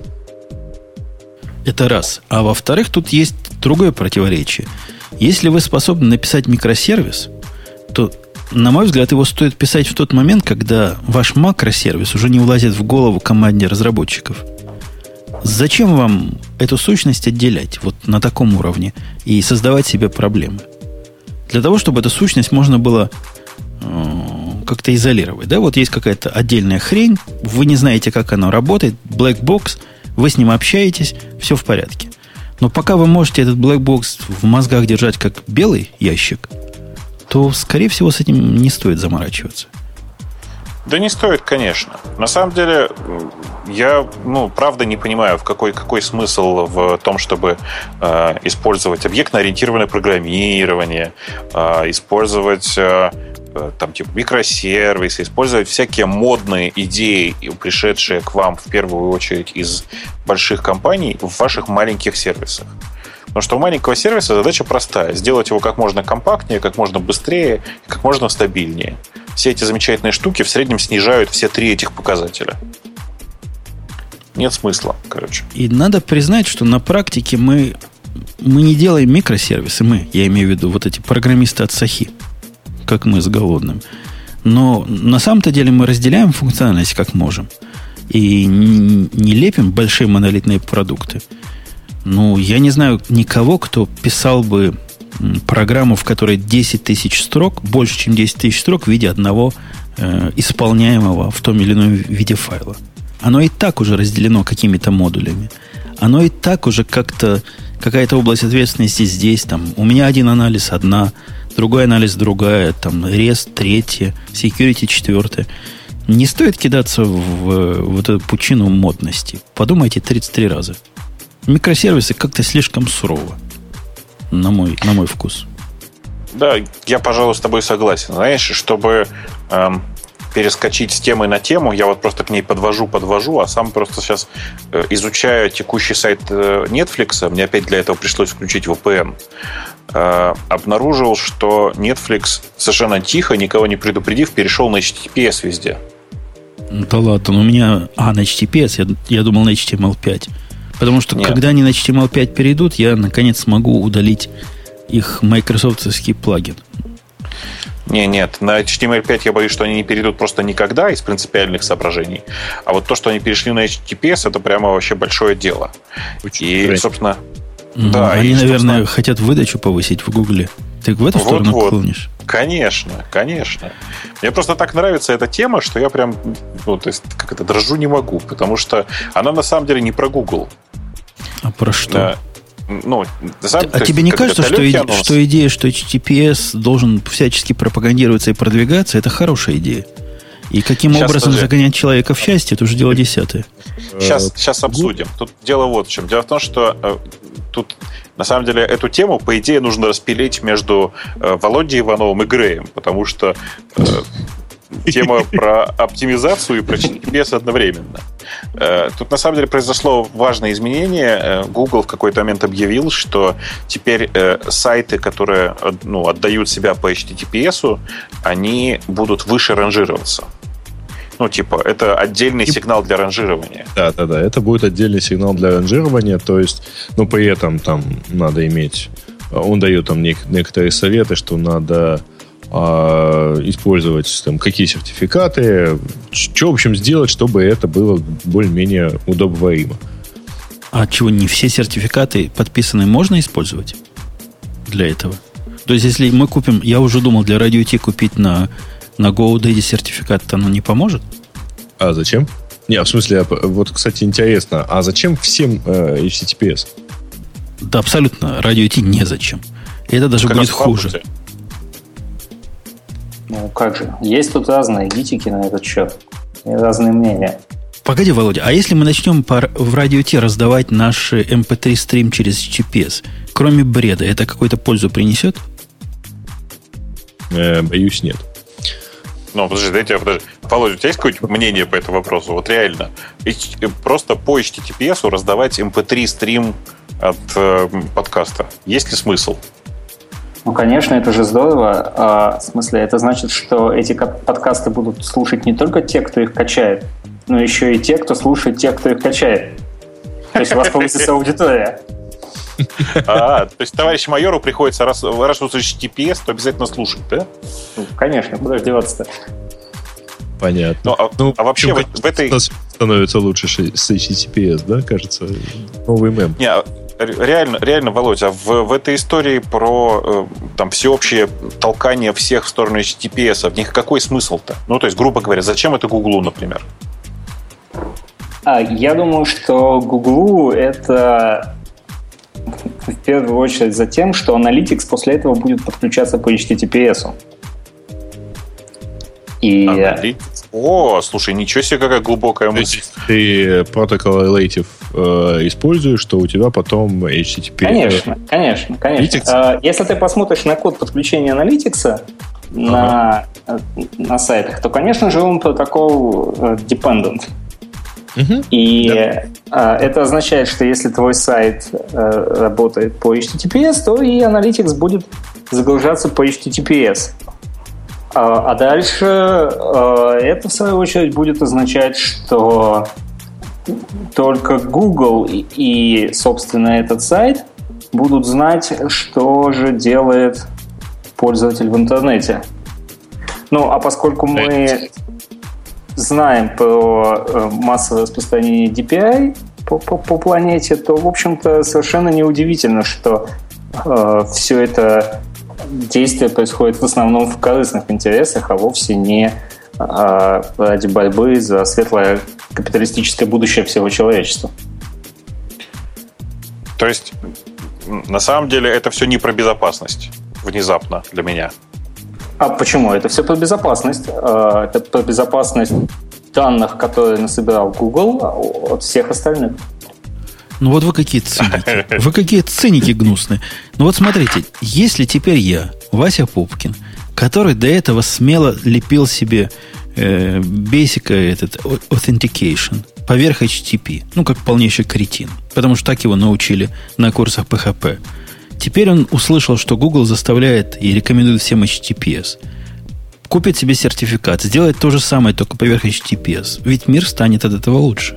Это раз. А во-вторых, тут есть другое противоречие. Если вы способны написать микросервис, то, на мой взгляд, его стоит писать в тот момент, когда ваш макросервис уже не влазит в голову команде разработчиков. Зачем вам эту сущность отделять вот на таком уровне и создавать себе проблемы? Для того, чтобы эту сущность можно было э, как-то изолировать. Да? Вот есть какая-то отдельная хрень, вы не знаете, как она работает, black box, вы с ним общаетесь, все в порядке. Но пока вы можете этот black box в мозгах держать как белый ящик, то, скорее всего, с этим не стоит заморачиваться. Да не стоит, конечно. На самом деле, я, ну, правда не понимаю, в какой, какой смысл в том, чтобы э, использовать объектно-ориентированное программирование, э, использовать э, там, типа, микросервисы, использовать всякие модные идеи, пришедшие к вам в первую очередь из больших компаний, в ваших маленьких сервисах. Потому что у маленького сервиса задача простая. Сделать его как можно компактнее, как можно быстрее, как можно стабильнее. Все эти замечательные штуки в среднем снижают все три этих показателя. Нет смысла, короче. И надо признать, что на практике мы, мы не делаем микросервисы. Мы, я имею в виду вот эти программисты от Сахи, как мы с голодным. Но на самом-то деле мы разделяем функциональность как можем. И не, не лепим большие монолитные продукты. Ну, я не знаю никого, кто писал бы программу, в которой десять тысяч строк, больше, чем десять тысяч строк в виде одного э, исполняемого в том или ином виде файла. Оно и так уже разделено какими-то модулями. Оно и так уже как-то, какая-то область ответственности здесь, там, у меня один анализ, одна, другой анализ другая, там REST третья, security четвертая. Не стоит кидаться в, в вот эту пучину модности. Подумайте тридцать три раза. Микросервисы как-то слишком сурово. На мой, на мой вкус. Да, я, пожалуй, с тобой согласен. Знаешь, чтобы эм, перескочить с темы на тему, я вот просто к ней подвожу, подвожу, а сам просто сейчас э, изучаю текущий сайт э, Netflix. Мне опять для этого пришлось включить ви пи эн. Э, обнаружил, что Netflix совершенно тихо, никого не предупредив, перешел на эйч ти ти пи эс везде. Да ладно, у меня... А, на эйч ти ти пи эс, я, я думал на эйч ти эм эл пять. Потому что, Нет. когда они на эйч ти эм эл пять перейдут, я, наконец, смогу удалить их майкрософтовский плагин. Не, нет, на эйч ти эм эл пять я боюсь, что они не перейдут просто никогда из принципиальных соображений. А вот то, что они перешли на эйч ти ти пи эс, это прямо вообще большое дело. Очень и, правильно. собственно... Ну, да, они, и, наверное, собственно... хотят выдачу повысить в Гугле. Ты в эту вот, сторону вот. клонишь? Конечно, конечно. Мне просто так нравится эта тема, что я прям, ну, то есть, как это, дрожу не могу, потому что она на самом деле не про Google. А про что? Да. Ну, сам, а тебе не кажется, что, иде, что идея, что эйч ти ти пи эс должен всячески пропагандироваться и продвигаться, это хорошая идея? И каким сейчас образом подожди. загонять человека в счастье, это уже дело десятое. Сейчас, сейчас обсудим. Тут дело вот в чем. Дело в том, что э, тут на самом деле эту тему, по идее, нужно распилить между э, Володей Ивановым и Греем, потому что э, тема про оптимизацию и про эйч ти ти пи эс одновременно. Э, тут на самом деле произошло важное изменение. Google в какой-то момент объявил, что теперь э, сайты, которые ну, отдают себя по эйч ти ти пи эс, они будут выше ранжироваться. Ну, типа, это отдельный сигнал для ранжирования. Да, да, да. Это будет отдельный сигнал для ранжирования. То есть, ну, при этом там надо иметь... Он дает там нек- некоторые советы, что надо а, использовать там, какие сертификаты, что, в общем, сделать, чтобы это было более-менее удобоваримо. А чего, не все сертификаты подписанные можно использовать для этого? То есть, если мы купим... Я уже думал для радио ти купить на... На GoDaddy сертификат оно не поможет? А зачем? Не, в смысле, вот, кстати, интересно, а зачем всем э, эйч ти ти пи эс? Да, абсолютно. Радио ти незачем. И это даже как будет хуже. Ну, как же. Есть тут разные гитики на этот счет. И разные мнения. Погоди, Володя, а если мы начнем по, в радио ти раздавать наш эм пи три стрим через эйч ти ти пи эс, кроме бреда, это какую-то пользу принесет? Э, боюсь, нет. Ну, подожди, дайте, подожди. Володя, у тебя есть какое-то мнение по этому вопросу? Вот реально. Просто по эйч ти ти пи эс раздавать эм пи три стрим от э, подкаста. Есть ли смысл? Ну, конечно, это же здорово. А, в смысле, это значит, что эти подкасты будут слушать не только те, кто их качает, но еще и те, кто слушает тех, кто их качает. То есть у вас получится аудитория. А, то есть товарищу майору приходится, раз, раз вы эйч ти ти пи эс, то обязательно слушать, да? Ну, конечно, куда же деваться-то? Понятно. Ну, а, ну, а вообще в, в этой... становится лучше с эйч ти ти пи эс, да, кажется, новый мем. Не, реально, реально, Володя, в, в этой истории про там всеобщее толкание всех в сторону эйч ти ти пи эс, в них какой смысл-то? Ну, то есть, грубо говоря, зачем это Гуглу, например? А, я думаю, что Гуглу это... в первую очередь за тем, что Analytics после этого будет подключаться по эйч ти ти пи эс. И... Analytics? О, слушай, ничего себе, какая глубокая мысль. Ты Protocol Relative э, используешь, то у тебя потом эйч ти ти пи. Конечно, конечно, конечно. Analytics? Если ты посмотришь на код подключения Analytics ага. на, на сайтах, то, конечно же, он протокол dependent. Uh-huh. И да. а, это означает, что если твой сайт а, работает по эйч ти ти пи эс, то и Analytics будет загружаться по эйч ти ти пи эс. А, а дальше а, это, в свою очередь, будет означать, что только Google и, и, собственно, этот сайт будут знать, что же делает пользователь в интернете. Ну, а поскольку мы... знаем про э, массовое распространение ди пи ай по, по, по планете, то, в общем-то, совершенно неудивительно, что э, все это действие происходит в основном в корыстных интересах, а вовсе не э, ради борьбы за светлое капиталистическое будущее всего человечества. То есть, на самом деле, это все не про безопасность. внезапно для меня. А почему? Это все про безопасность. Это про безопасность данных, которые насобирал Google от всех остальных. Ну вот вы какие циники. Вы какие циники гнусные. Ну вот смотрите, если теперь я, Вася Пупкин, который до этого смело лепил себе э, Basic этот Authentication поверх эйч ти ти пи, ну как полнейший кретин, потому что так его научили на курсах пи эйч пи. Теперь он услышал, что Google заставляет и рекомендует всем эйч ти ти пи эс. Купит себе сертификат, сделает то же самое, только поверх эйч ти ти пи эс. Ведь мир станет от этого лучше.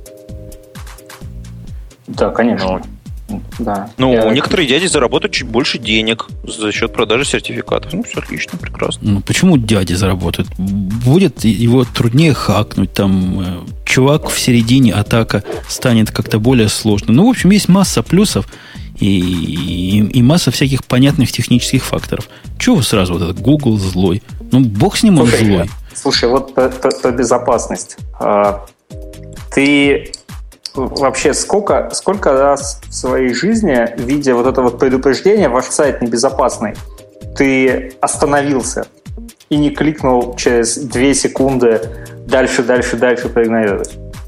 Да, конечно. Да. Ну, Я... некоторые дяди заработают чуть больше денег за счет продажи сертификатов. Ну, все отлично, прекрасно. Ну, почему дяди заработают? Будет его труднее хакнуть, там э, чувак в середине атака станет как-то более сложным. Ну, в общем, есть масса плюсов и, и, и масса всяких понятных технических факторов. Чего вы сразу вот этот Google злой? Ну, бог с ним, он слушай, злой. Слушай, вот про, про, про безопасность. А, ты... Вообще, сколько, сколько раз в своей жизни, видя вот это вот предупреждение, ваш сайт небезопасный, ты остановился и не кликнул через две секунды дальше, дальше, дальше проигнорировать?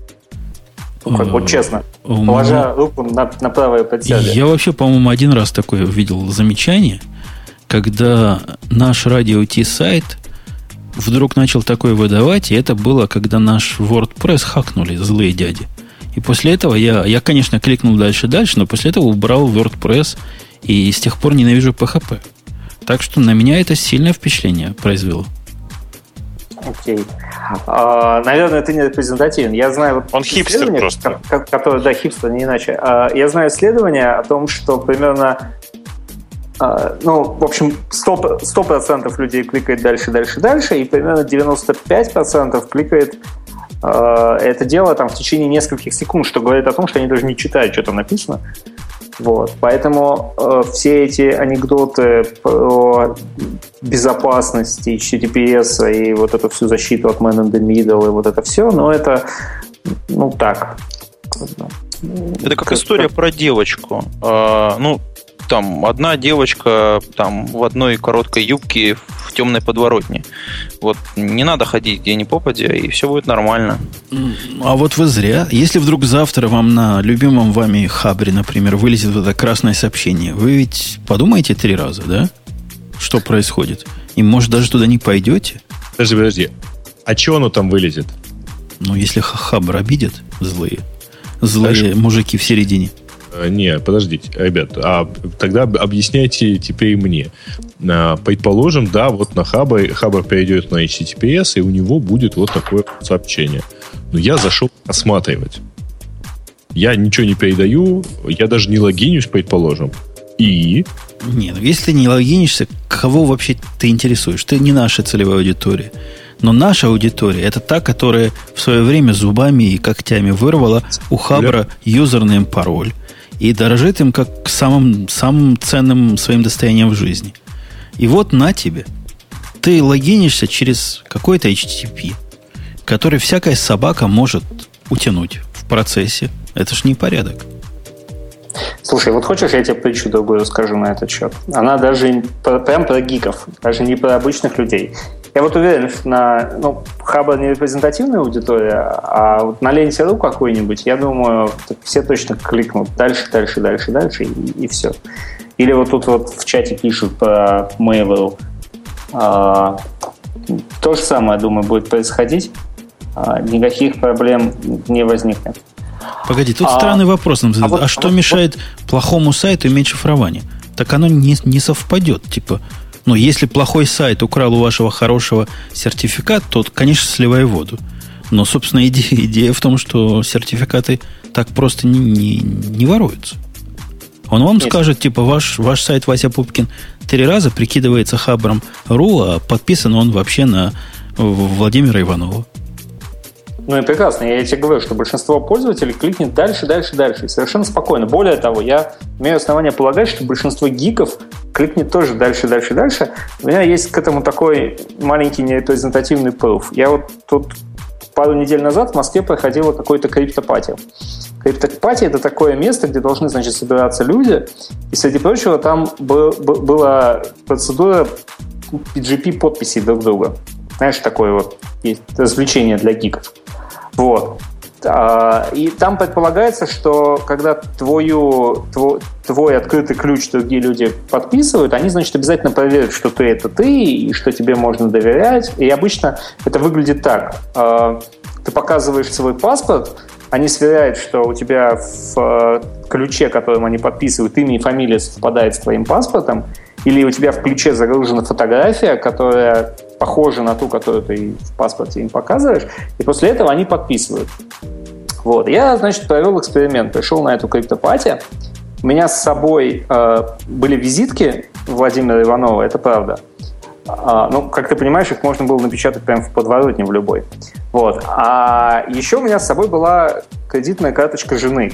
Ну, как, вот честно, положа руку на, на правое предсердие. Я вообще, по-моему, один раз такое видел замечание, когда наш радио ти сайт вдруг начал такое выдавать, и это было, когда наш WordPress хакнули злые дяди. И после этого я, я, конечно, кликнул дальше-дальше, но после этого убрал WordPress и с тех пор ненавижу пи эйч пи. Так что на меня это сильное впечатление произвело. Окей. А, наверное, ты не репрезентативен. Я знаю... Вот он хипстер просто. Который, да, хипстер, не иначе. А, я знаю исследования о том, что примерно... А, ну, в общем, сто процентов людей кликает дальше, дальше, дальше, и примерно девяносто пять процентов кликает это дело там в течение нескольких секунд, что говорит о том, что они даже не читают, что там написано. Вот. Поэтому э, все эти анекдоты про безопасность эйч ти ти пи эс и вот эту всю защиту от man in the middle и вот это все, но это, ну, так. Это как история про девочку. А, ну, там одна девочка там в одной короткой юбке в темной подворотне. Вот не надо ходить где ни попадя, и все будет нормально. А вот вы зря. Если вдруг завтра вам на любимом вами Хабре, например, вылезет вот это красное сообщение, вы ведь подумаете три раза, да? Что происходит? И, может, даже туда не пойдете? Подожди, подожди. А что оно там вылезет? Ну, если Хабр обидят злые. Злые Знаешь, мужики в середине. Не, подождите, ребят, а тогда объясняйте теперь мне. Предположим, да, вот на Хабр, Хабр перейдет на эйч ти ти пи эс, и у него будет вот такое сообщение. Но я зашел осматривать. Я ничего не передаю, я даже не логинюсь, предположим. И... Нет, если ты не логинишься, кого вообще ты интересуешь? Ты не наша целевая аудитория. Но наша аудитория – это та, которая в свое время зубами и когтями вырвала у Хабра юзернейм, пароль и дорожит им как самым, самым ценным своим достоянием в жизни. И вот на тебе. Ты логинишься через какой-то эйч ти ти пи, который всякая собака может утянуть в процессе. Это ж не порядок. Слушай, вот хочешь, я тебе притчу другую расскажу на этот счет? Она даже прям про гиков, даже не про обычных людей. Я вот уверен, что на, ну, Хабр не репрезентативная аудитория, а вот на ленте.ру какой-нибудь, я думаю, все точно кликнут дальше, дальше, дальше, дальше, и, и все. Или вот тут вот в чате пишут про Mail.ru. А, то же самое, думаю, будет происходить. А, никаких проблем не возникнет. Погоди, тут а, странный вопрос нам задают. А, вот, а что вот, мешает вот, плохому сайту иметь шифрование? Так оно не, не совпадет. Типа, ну, если плохой сайт украл у вашего хорошего сертификат, то, конечно, сливай воду. Но, собственно, идея, идея в том, что сертификаты так просто не, не, не воруются. Он вам Нет. скажет, типа, ваш, ваш сайт Вася Пупкин три раза прикидывается Хабром.ру, а подписан он вообще на Владимира Иванова. Ну и прекрасно. Я тебе говорю, что большинство пользователей кликнет дальше, дальше, дальше. И совершенно спокойно. Более того, я имею основания полагать, что большинство гиков кликнет тоже дальше, дальше, дальше. У меня есть к этому такой маленький нерепрезентативный пруф. Я вот тут пару недель назад в Москве проходила какой-то криптопати. CryptoParty — это такое место, где должны, значит, собираться люди, и, среди прочего, там был, был, была процедура пи джи пи-подписей друг друга. Знаешь, такое вот есть развлечение для гиков. Вот. И там предполагается, что когда твою, твой, твой открытый ключ другие люди подписывают, они, значит, обязательно проверят, что ты — это ты, и что тебе можно доверять. И обычно это выглядит так. Ты показываешь свой паспорт, они сверяют, что у тебя в ключе, которым они подписывают, имя и фамилия совпадает с твоим паспортом, или у тебя в ключе загружена фотография, которая похожа на ту, которую ты в паспорте им показываешь, и после этого они подписывают. Вот. Я, значит, провел эксперимент, пришел на эту CryptoParty. У меня с собой э, были визитки Владимира Иванова, это правда. А, ну, как ты понимаешь, их можно было напечатать прямо в подворотне в любой. Вот. А еще у меня с собой была кредитная карточка жены.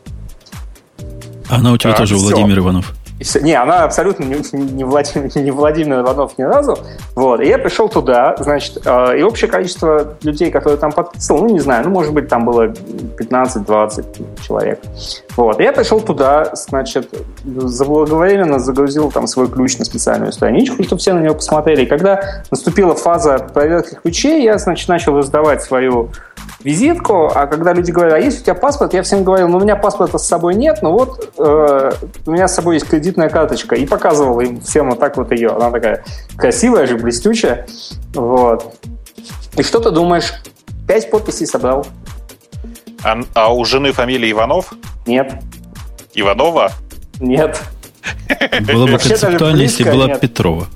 Она у тебя а, тоже все. Владимир Иванов? Не, она абсолютно не, не, Владимир, не Владимир Иванов ни разу. Вот. И я пришел туда, значит, и общее количество людей, которые там подписывал, ну, не знаю, ну, может быть, там было пятнадцать-двадцать человек. Вот. И я пришел туда, значит, заблаговременно загрузил там свой ключ на специальную страничку, чтобы все на него посмотрели. И когда наступила фаза проверки ключей, я, значит, начал раздавать свою визитку, а когда люди говорят, а есть у тебя паспорт? Я всем говорил, ну, у меня паспорта с собой нет, но вот э, у меня с собой есть кредитная карточка. И показывал им всем вот так вот ее. Она такая красивая же, блестючая. Вот. И что ты думаешь? Пять подписей собрал. А, а у жены фамилия Иванов? Нет. Иванова? Нет. Было бы концептуально, если была Петрова.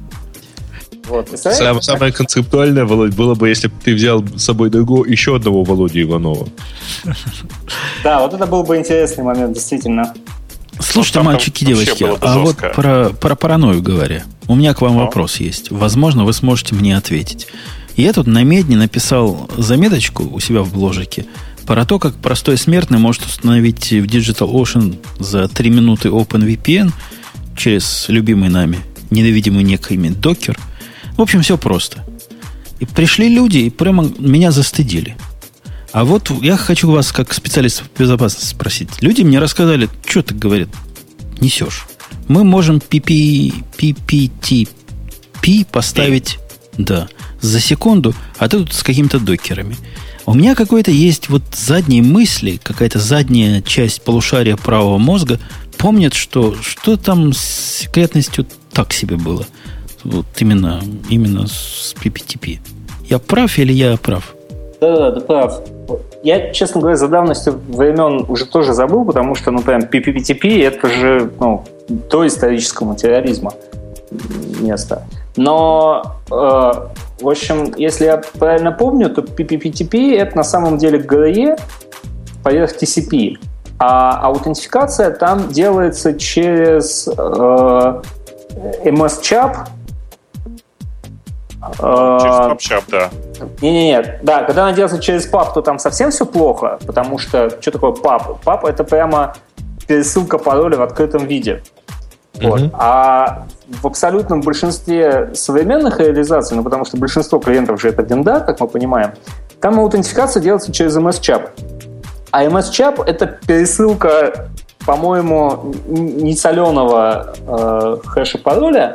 Вот, Сам, самое концептуальное, Володь, было бы, если бы ты взял с собой другого, еще одного Володю Иванова. Да, вот это был бы интересный момент, действительно. Слушайте, мальчики и девочки, а вот про, про паранойю говоря, у меня к вам а? вопрос есть. Возможно, вы сможете мне ответить. Я тут на Медне написал заметочку у себя в бложике про то, как простой смертный может установить в DigitalOcean за три минуты OpenVPN через любимый нами, ненавидимый некими Docker. В общем, все просто. И пришли люди и прямо меня застыдили. А вот я хочу вас, как специалист по безопасности, спросить. Люди мне рассказали, что ты, говорят, несешь. Мы можем пи пи ти пи поставить, да, за секунду, а ты тут с какими-то докерами. У меня какой-то есть вот задние мысли, какая-то задняя часть полушария правого мозга помнит, что что там с секретностью так себе было. Вот именно, именно с пи пи ти пи. Я прав или я прав? Да-да, ты прав. Я, честно говоря, за давностью времен уже тоже забыл, потому что, ну, прям пи пи ти пи это же, ну, до исторического материализма место. Но, э, в общем, если я правильно помню, то пи пи ти пи это на самом деле джи эй поверх ти си пи. А аутентификация там делается через э, эм эс-чап. Через PubChap, да. Не-не-не, да, когда она делается через паб, то там совсем все плохо, потому что, что такое паб? Паб — это прямо пересылка пароля в открытом виде. Вот. Mm-hmm. А в абсолютном большинстве современных реализаций, ну, потому что большинство клиентов же это винда, как мы понимаем, там аутентификация делается через эм эс-чап. А эм эс-чап — это пересылка, по-моему, не соленого э, хэша пароля.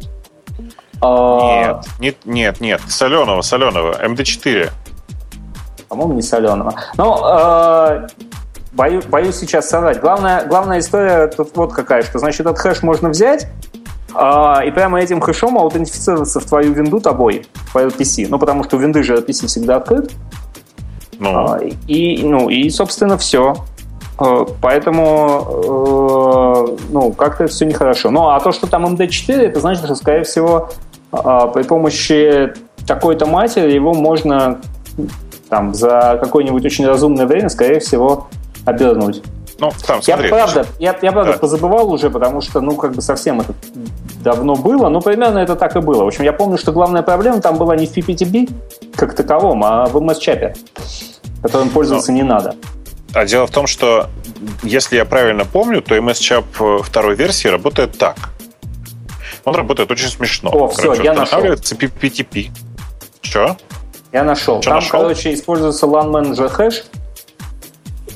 Нет, нет, нет, нет, соленого, соленого, эм ди четыре. По-моему, не соленого. Но э, бою, боюсь сейчас соврать. Главная, главная история тут вот какая, что, значит, этот хэш можно взять э, и прямо этим хэшом аутентифицироваться в твою винду тобой, в твою пи си. Ну, потому что у винды же пи си всегда открыт. Ну. Э, и, ну, и, собственно, все. Э, поэтому, э, ну, как-то все нехорошо. Ну, а то, что там эм ди четыре, это значит, что, скорее всего, при помощи такой-то матери его можно там за какое-нибудь очень разумное время, скорее всего, обернуть. Ну, там, смотри. Я правда, я, я, правда да. позабывал уже, потому что, ну, как бы совсем это давно было, но примерно это так и было. В общем, я помню, что главная проблема там была не в пи пи ти пи как таковом, а в эм эс-чапе, которым пользоваться но. не надо. А дело в том, что, если я правильно помню, то эм эс-чап второй версии работает так. Он работает очень смешно. О, все, короче, я нашел. пи пи ти пи. Что? Я нашел. Что Там, нашел? короче, используется LAN Manager хэш.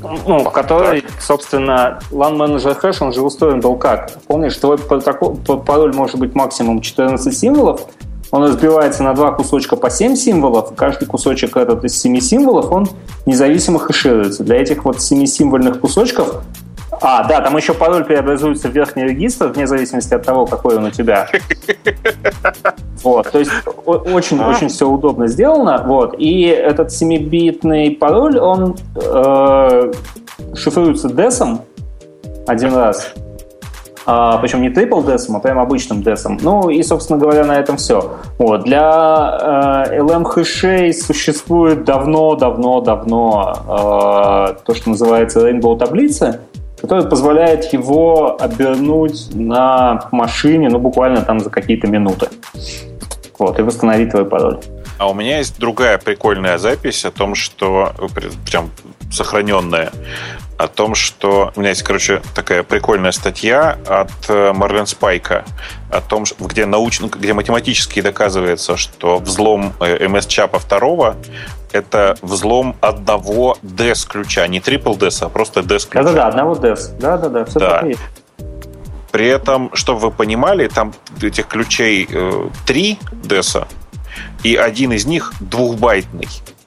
Ну, который, собственно, LAN Manager Hash, он же устроен был как? Помнишь, твой пароль может быть максимум четырнадцать символов, он разбивается на два кусочка по семь символов, каждый кусочек этот из семи символов, он независимо хэшируется. Для этих вот семисимвольных кусочков. А, да, там еще пароль преобразуется в верхний регистр, вне зависимости от того, какой он у тебя. Вот, то есть очень-очень все удобно сделано. Вот, и этот семибитный пароль, он э, шифруется десом один раз. А, причем не трипл десом, а прям обычным десом. Ну и, собственно говоря, на этом все. Вот. Для э, эл эм-хэшей существует давно-давно-давно э, то, что называется Rainbow таблица, который позволяет его обернуть на машине, ну, буквально там за какие-то минуты. Вот, и восстановить твой пароль. А у меня есть другая прикольная запись о том, что прям сохраненная, о том, что у меня есть, короче, такая прикольная статья от Марлен Спайка о том, где научно, где математически доказывается, что взлом эм эс-чапа второго это взлом одного ди эс-ключа, не трипл ди эс, а просто ди эс-ключа. Да-да-да, одного ди эс. Да-да-да, все да. так и есть. При этом, чтобы вы понимали, там этих ключей э, три ди эс, и один из них двухбайтный.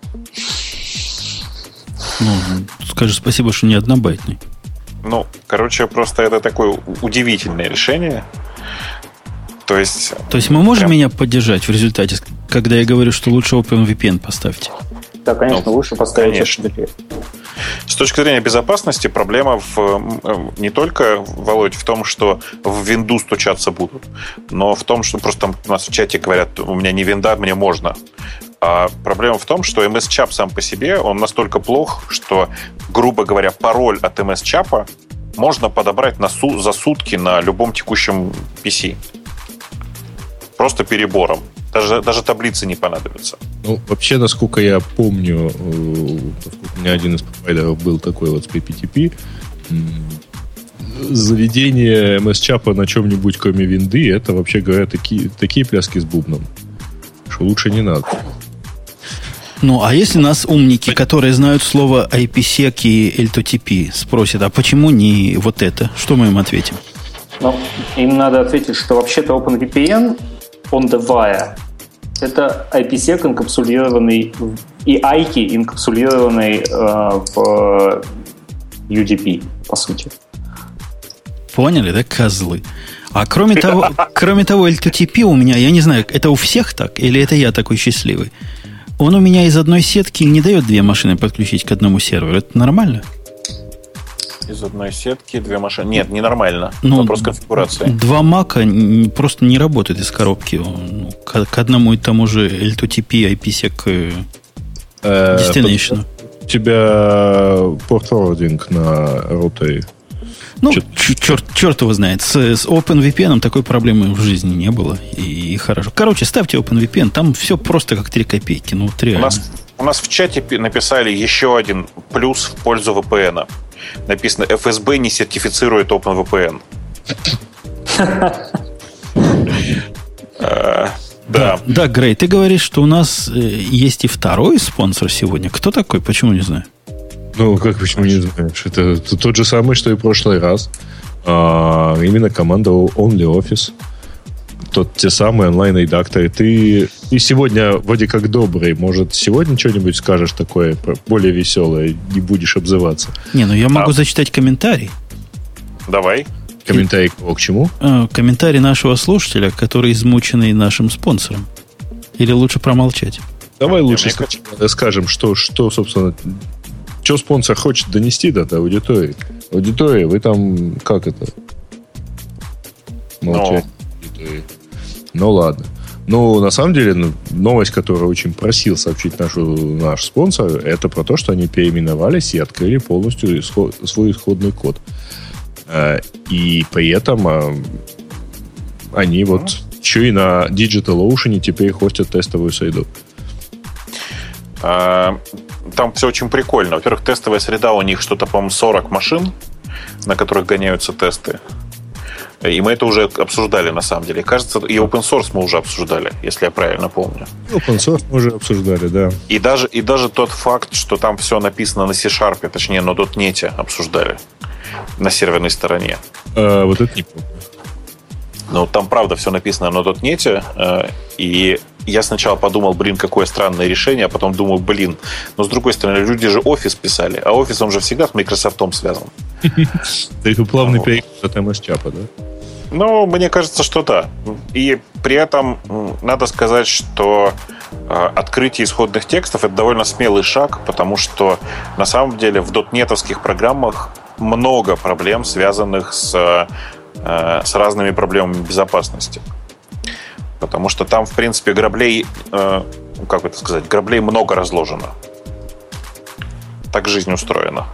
Ну, скажи спасибо, что не однобайтный. Ну, короче, просто это такое удивительное решение. То есть... То есть мы можем прям... меня поддержать в результате, когда я говорю, что лучше OpenVPN поставьте? Да, конечно, ну, лучше поставить конечно. С точки зрения безопасности проблема в, не только, Володь, в том, что в винду стучаться будут, но в том, что просто там у нас в чате говорят, у меня не винда, мне можно. А проблема в том, что эм эс-чап сам по себе, он настолько плох, что, грубо говоря, пароль от эм эс-чапа можно подобрать на су- за сутки на любом текущем пи си. Просто перебором. Даже, даже таблицы не понадобятся. Ну, вообще, насколько я помню, у меня один из провайдеров был такой вот с пи пи ти пи, заведение эм эс-чапа на чем-нибудь, кроме винды, это, вообще говоря, такие, такие пляски с бубном, что лучше не надо. Ну, а если нас умники, которые знают слово ай пи сек и эл ти ти пи, спросят, а почему не вот это? Что мы им ответим? Ну, им надо ответить, что вообще-то OpenVPN on the wire — это ай пи сек, инкапсулированный и ай кей, инкапсулированный э, в ю ди пи, по сути. Поняли, да, козлы? А кроме того, кроме того, эл ти ти пи у меня, я не знаю, это у всех так, или это я такой счастливый? Он у меня из одной сетки не дает две машины подключить к одному серверу. Это нормально? Из одной сетки две машины. Нет, ненормально. Ну, вопрос конфигурации. Два мака просто не работают из коробки. Ну, к, к одному и тому же эл ти ти пи, ай пи сек destination. У тебя порт-форвардинг на роутере. Ну, черт, черт его знает. С, с OpenVPN такой проблемы в жизни не было. И, и хорошо. Короче, ставьте OpenVPN. Там все просто как три копейки. Ну, вот реально. У нас, у нас в чате написали еще один плюс в пользу ви пи эн. Написано: эф эс би не сертифицирует OpenVPN. Да. Да, Грей, ты говоришь, что у нас есть и второй спонсор сегодня. Кто такой? Почему не знаю? Ну, как почему не знаешь? Это тот же самый, что и в прошлый раз. А, именно команда OnlyOffice. Тот, те самые онлайн-редакторы. Ты, ты сегодня вроде как добрый. Может, сегодня что-нибудь скажешь такое более веселое, не будешь обзываться? Не, ну я могу а. зачитать комментарий. Давай. Комментарий к чему? А, комментарий нашего слушателя, который измученный нашим спонсором. Или лучше промолчать? Давай лучше я, скажем, что, что, собственно... Что спонсор хочет донести до этой аудитории? Аудитория, вы там как это? Молчать. No. Ну ладно. Ну, на самом деле, ну, новость, которую очень просил сообщить нашу, наш спонсор, это про то, что они переименовались и открыли полностью исход, свой исходный код. И при этом они вот еще и на DigitalOcean теперь хостят тестовую среду. Там все очень прикольно. Во-первых, тестовая среда у них что-то, по-моему, сорок машин, на которых гоняются тесты. И мы это уже обсуждали, на самом деле. Кажется, и open source мы уже обсуждали, если я правильно помню. Open source мы уже обсуждали, да. И даже, и даже тот факт, что там все написано на C-Sharp, точнее, на .дот нет обсуждали на серверной стороне. А, вот это не помню. Ну, там, правда, все написано на .дот нет, и я сначала подумал, блин, какое странное решение, а потом думаю, блин, но с другой стороны, люди же Office писали, а Office, он же всегда с Microsoft связан. Это плавный переход от эм эс-чапа, да? Ну, мне кажется, что да. И при этом надо сказать, что открытие исходных текстов — это довольно смелый шаг, потому что на самом деле в дотнетовских программах много проблем, связанных с, с разными проблемами безопасности. Потому что там, в принципе, граблей, как это сказать, граблей много разложено. Так жизнь устроена.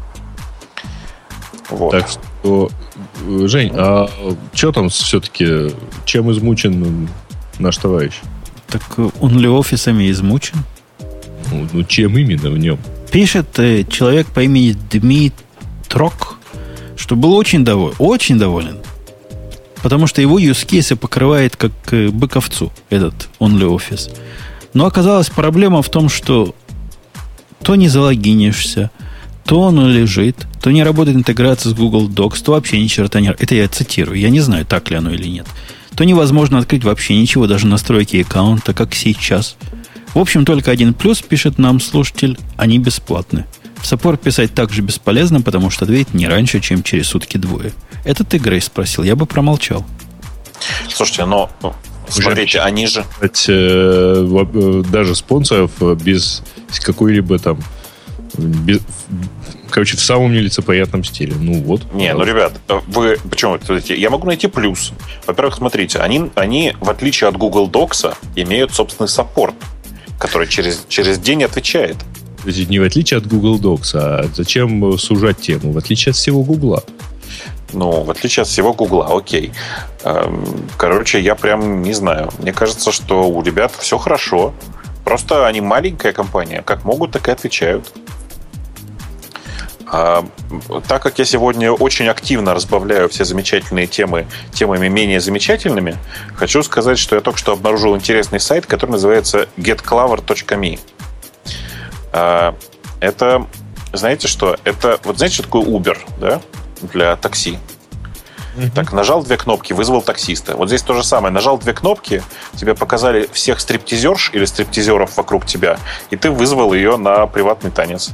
Вот. Так что, Жень, а что там все-таки, чем измучен наш товарищ? Так он ли офисами измучен? Ну, ну чем именно в нем? Пишет э, человек по имени Дмитрок, что был очень доволен, очень доволен, потому что его use case покрывает как э, бык овцу, этот OnlyOffice. Но оказалась проблема в том, что то не залогинишься, то он лежит, то не работает интеграция с Google Docs, то вообще ни черта не... Это я цитирую, я не знаю, так ли оно или нет. То невозможно открыть вообще ничего, даже настройки аккаунта, как сейчас. В общем, только один плюс, пишет нам слушатель, они бесплатны. В саппорт писать также бесполезно, потому что ответить не раньше, чем через сутки-двое. Это ты, Грей, спросил, я бы промолчал. Слушайте, но смотрите, Уже, они же... Даже спонсоров без какой-либо там... Без, короче, в самом нелицеприятном стиле. Ну вот. Не, ну, ребят, вы... Почему? Я могу найти плюс. Во-первых, смотрите, они, они в отличие от Google Docs, имеют собственный саппорт, который через, через день отвечает. Не в отличие от Google Docs, а зачем сужать тему? В отличие от всего Гугла. Ну, в отличие от всего Гугла, окей. Короче, я прям не знаю. Мне кажется, что у ребят все хорошо. Просто они маленькая компания. Как могут, так и отвечают. А, так как я сегодня очень активно разбавляю все замечательные темы темами менее замечательными, хочу сказать, что я только что обнаружил интересный сайт, который называется get clover точка me. А, это, знаете что? Это, вот знаете, что такое Uber, да? Для такси. Mm-hmm. Так, нажал две кнопки, вызвал таксиста. Вот здесь то же самое. Нажал две кнопки, тебе показали всех стриптизерш или стриптизеров вокруг тебя, и ты вызвал ее на приватный танец.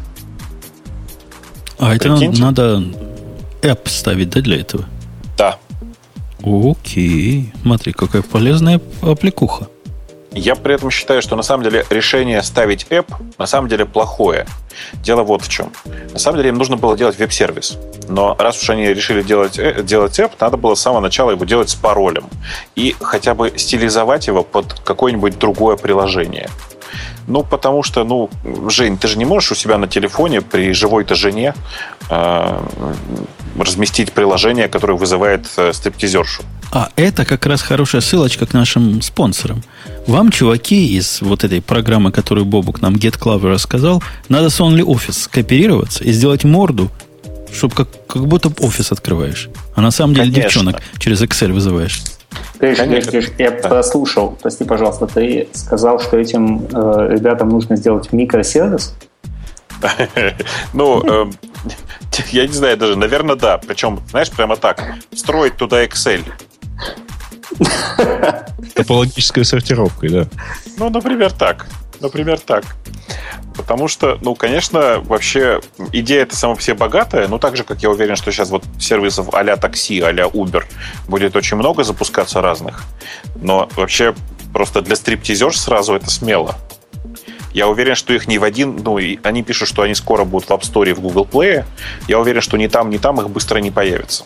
А Прикиньте. Это надо app ставить, да, для этого? Да. Окей. Смотри, какая полезная аппликуха. Я при этом считаю, что на самом деле решение ставить app на самом деле плохое. Дело вот в чем. На самом деле им нужно было делать веб-сервис. Но раз уж они решили делать, делать app, надо было с самого начала его делать с паролем. И хотя бы стилизовать его под какое-нибудь другое приложение. Ну, потому что, ну, Жень, ты же не можешь у себя на телефоне при живой-то жене э, разместить приложение, которое вызывает э, стриптизершу. А это как раз хорошая ссылочка к нашим спонсорам. Вам, чуваки, из вот этой программы, которую Бобук нам GetClover рассказал, надо с OnlyOffice скооперироваться и сделать морду, чтобы как, как будто офис открываешь. А на самом деле Конечно. девчонок через Excel вызываешь. Гриш, Гриш, Гриш, я да. послушал, прости, пожалуйста, ты сказал, что этим э, ребятам нужно сделать микросервис? Ну, я не знаю даже, наверное, да. Причем, знаешь, прямо так, строить туда Excel. Топологической сортировкой, да. Ну, например, так. Например, так. Потому что, ну, конечно, вообще идея эта сама по себе богатая, но так же, как я уверен, что сейчас вот сервисов а-ля такси, а-ля Uber будет очень много запускаться разных. Но вообще просто для стриптизерш сразу это смело. Я уверен, что их не в один... Ну, они пишут, что они скоро будут в App Store и в Google Play. Я уверен, что ни там, ни там их быстро не появится.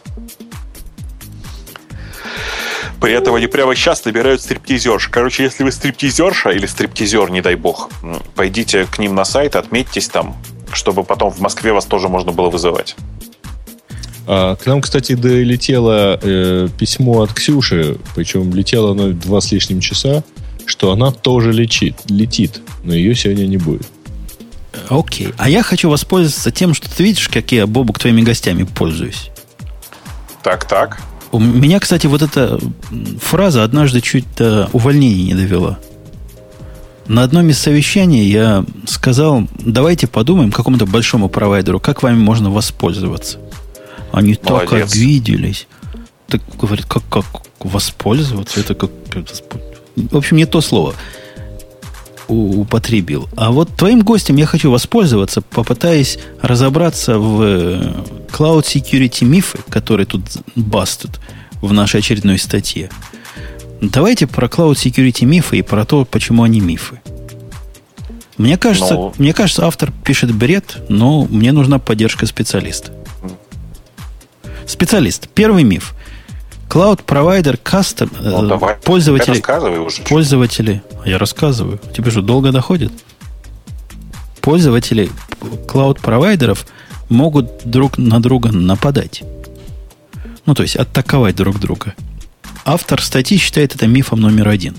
При этом они прямо сейчас набирают стриптизерш. Короче, если вы стриптизерша или стриптизер, не дай бог, пойдите к ним на сайт, отметьтесь там, чтобы потом в Москве вас тоже можно было вызывать. А, к нам, кстати, долетело э, письмо от Ксюши, причем летело оно два с лишним часа, что она тоже летит, летит, но ее сегодня не будет. Окей. Okay. А я хочу воспользоваться тем, что ты видишь, как я, Бобук, твоими гостями пользуюсь. Так, так. У меня, кстати, вот эта фраза однажды чуть до увольнения не довела. На одном из совещаний я сказал, давайте подумаем какому-то большому провайдеру, как вами можно воспользоваться. Они Молодец. Так обиделись. Так говорят, как, как воспользоваться? Это как... В общем, не то слово употребил. А вот твоим гостем я хочу воспользоваться, попытаясь разобраться в Cloud Security мифы, которые тут бастут в нашей очередной статье. Давайте про Cloud Security мифы и про то, почему они мифы. Мне кажется, но... мне кажется, автор пишет бред, но мне нужна поддержка специалиста. Специалист. Первый миф. Cloud-провайдер, кастом, ну, э, пользователи, пользователи, я рассказываю, тебе же долго доходит. Пользователи cloud-провайдеров могут друг на друга нападать. Ну, то есть атаковать друг друга. Автор статьи считает это мифом номер один.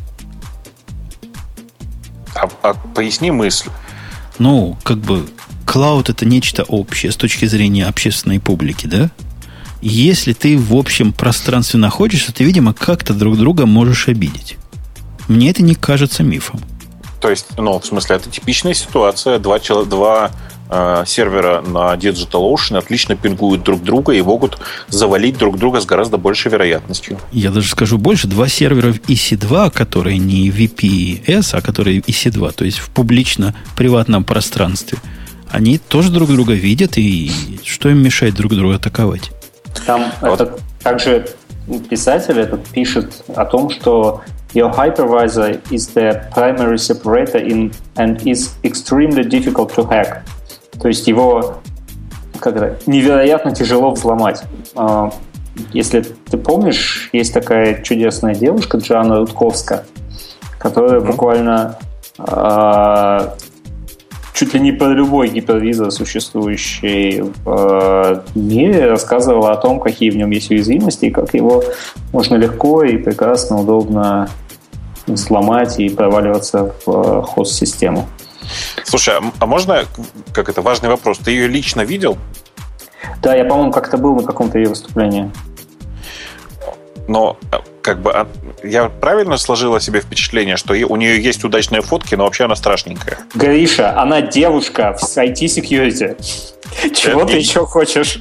А, а поясни мысль. Ну, как бы, cloud это нечто общее с точки зрения общественной публики, да? Если ты в общем пространстве находишься, ты, видимо, как-то друг друга можешь обидеть. Мне это не кажется мифом. То есть, ну, в смысле, это типичная ситуация. Два, два э, сервера на DigitalOcean отлично пингуют друг друга и могут завалить друг друга с гораздо большей вероятностью. Я даже скажу больше. Два сервера в и си два, которые не ви пи эс, а которые и си два, то есть в публично-приватном пространстве, они тоже друг друга видят, и что им мешает друг друга атаковать? Там вот. Это, также писатель этот пишет о том, что your hypervisor is the primary separator in and is extremely difficult to hack. То есть его как это, невероятно тяжело взломать. Если ты помнишь, есть такая чудесная девушка Джоанна Рудковская, которая mm-hmm. буквально чуть ли не про любой гипервизор, существующий в мире, рассказывала о том, какие в нем есть уязвимости, и как его можно легко и прекрасно, удобно взломать и проваливаться в хост-систему. Слушай, а можно, как это, важный вопрос, ты ее лично видел? Да, я, по-моему, как-то был на каком-то ее выступлении. Но как бы я правильно сложила себе впечатление, что у нее есть удачные фотки, но вообще она страшненькая. Гриша, она девушка в ай ти-секьюрити. Чего ты еще хочешь?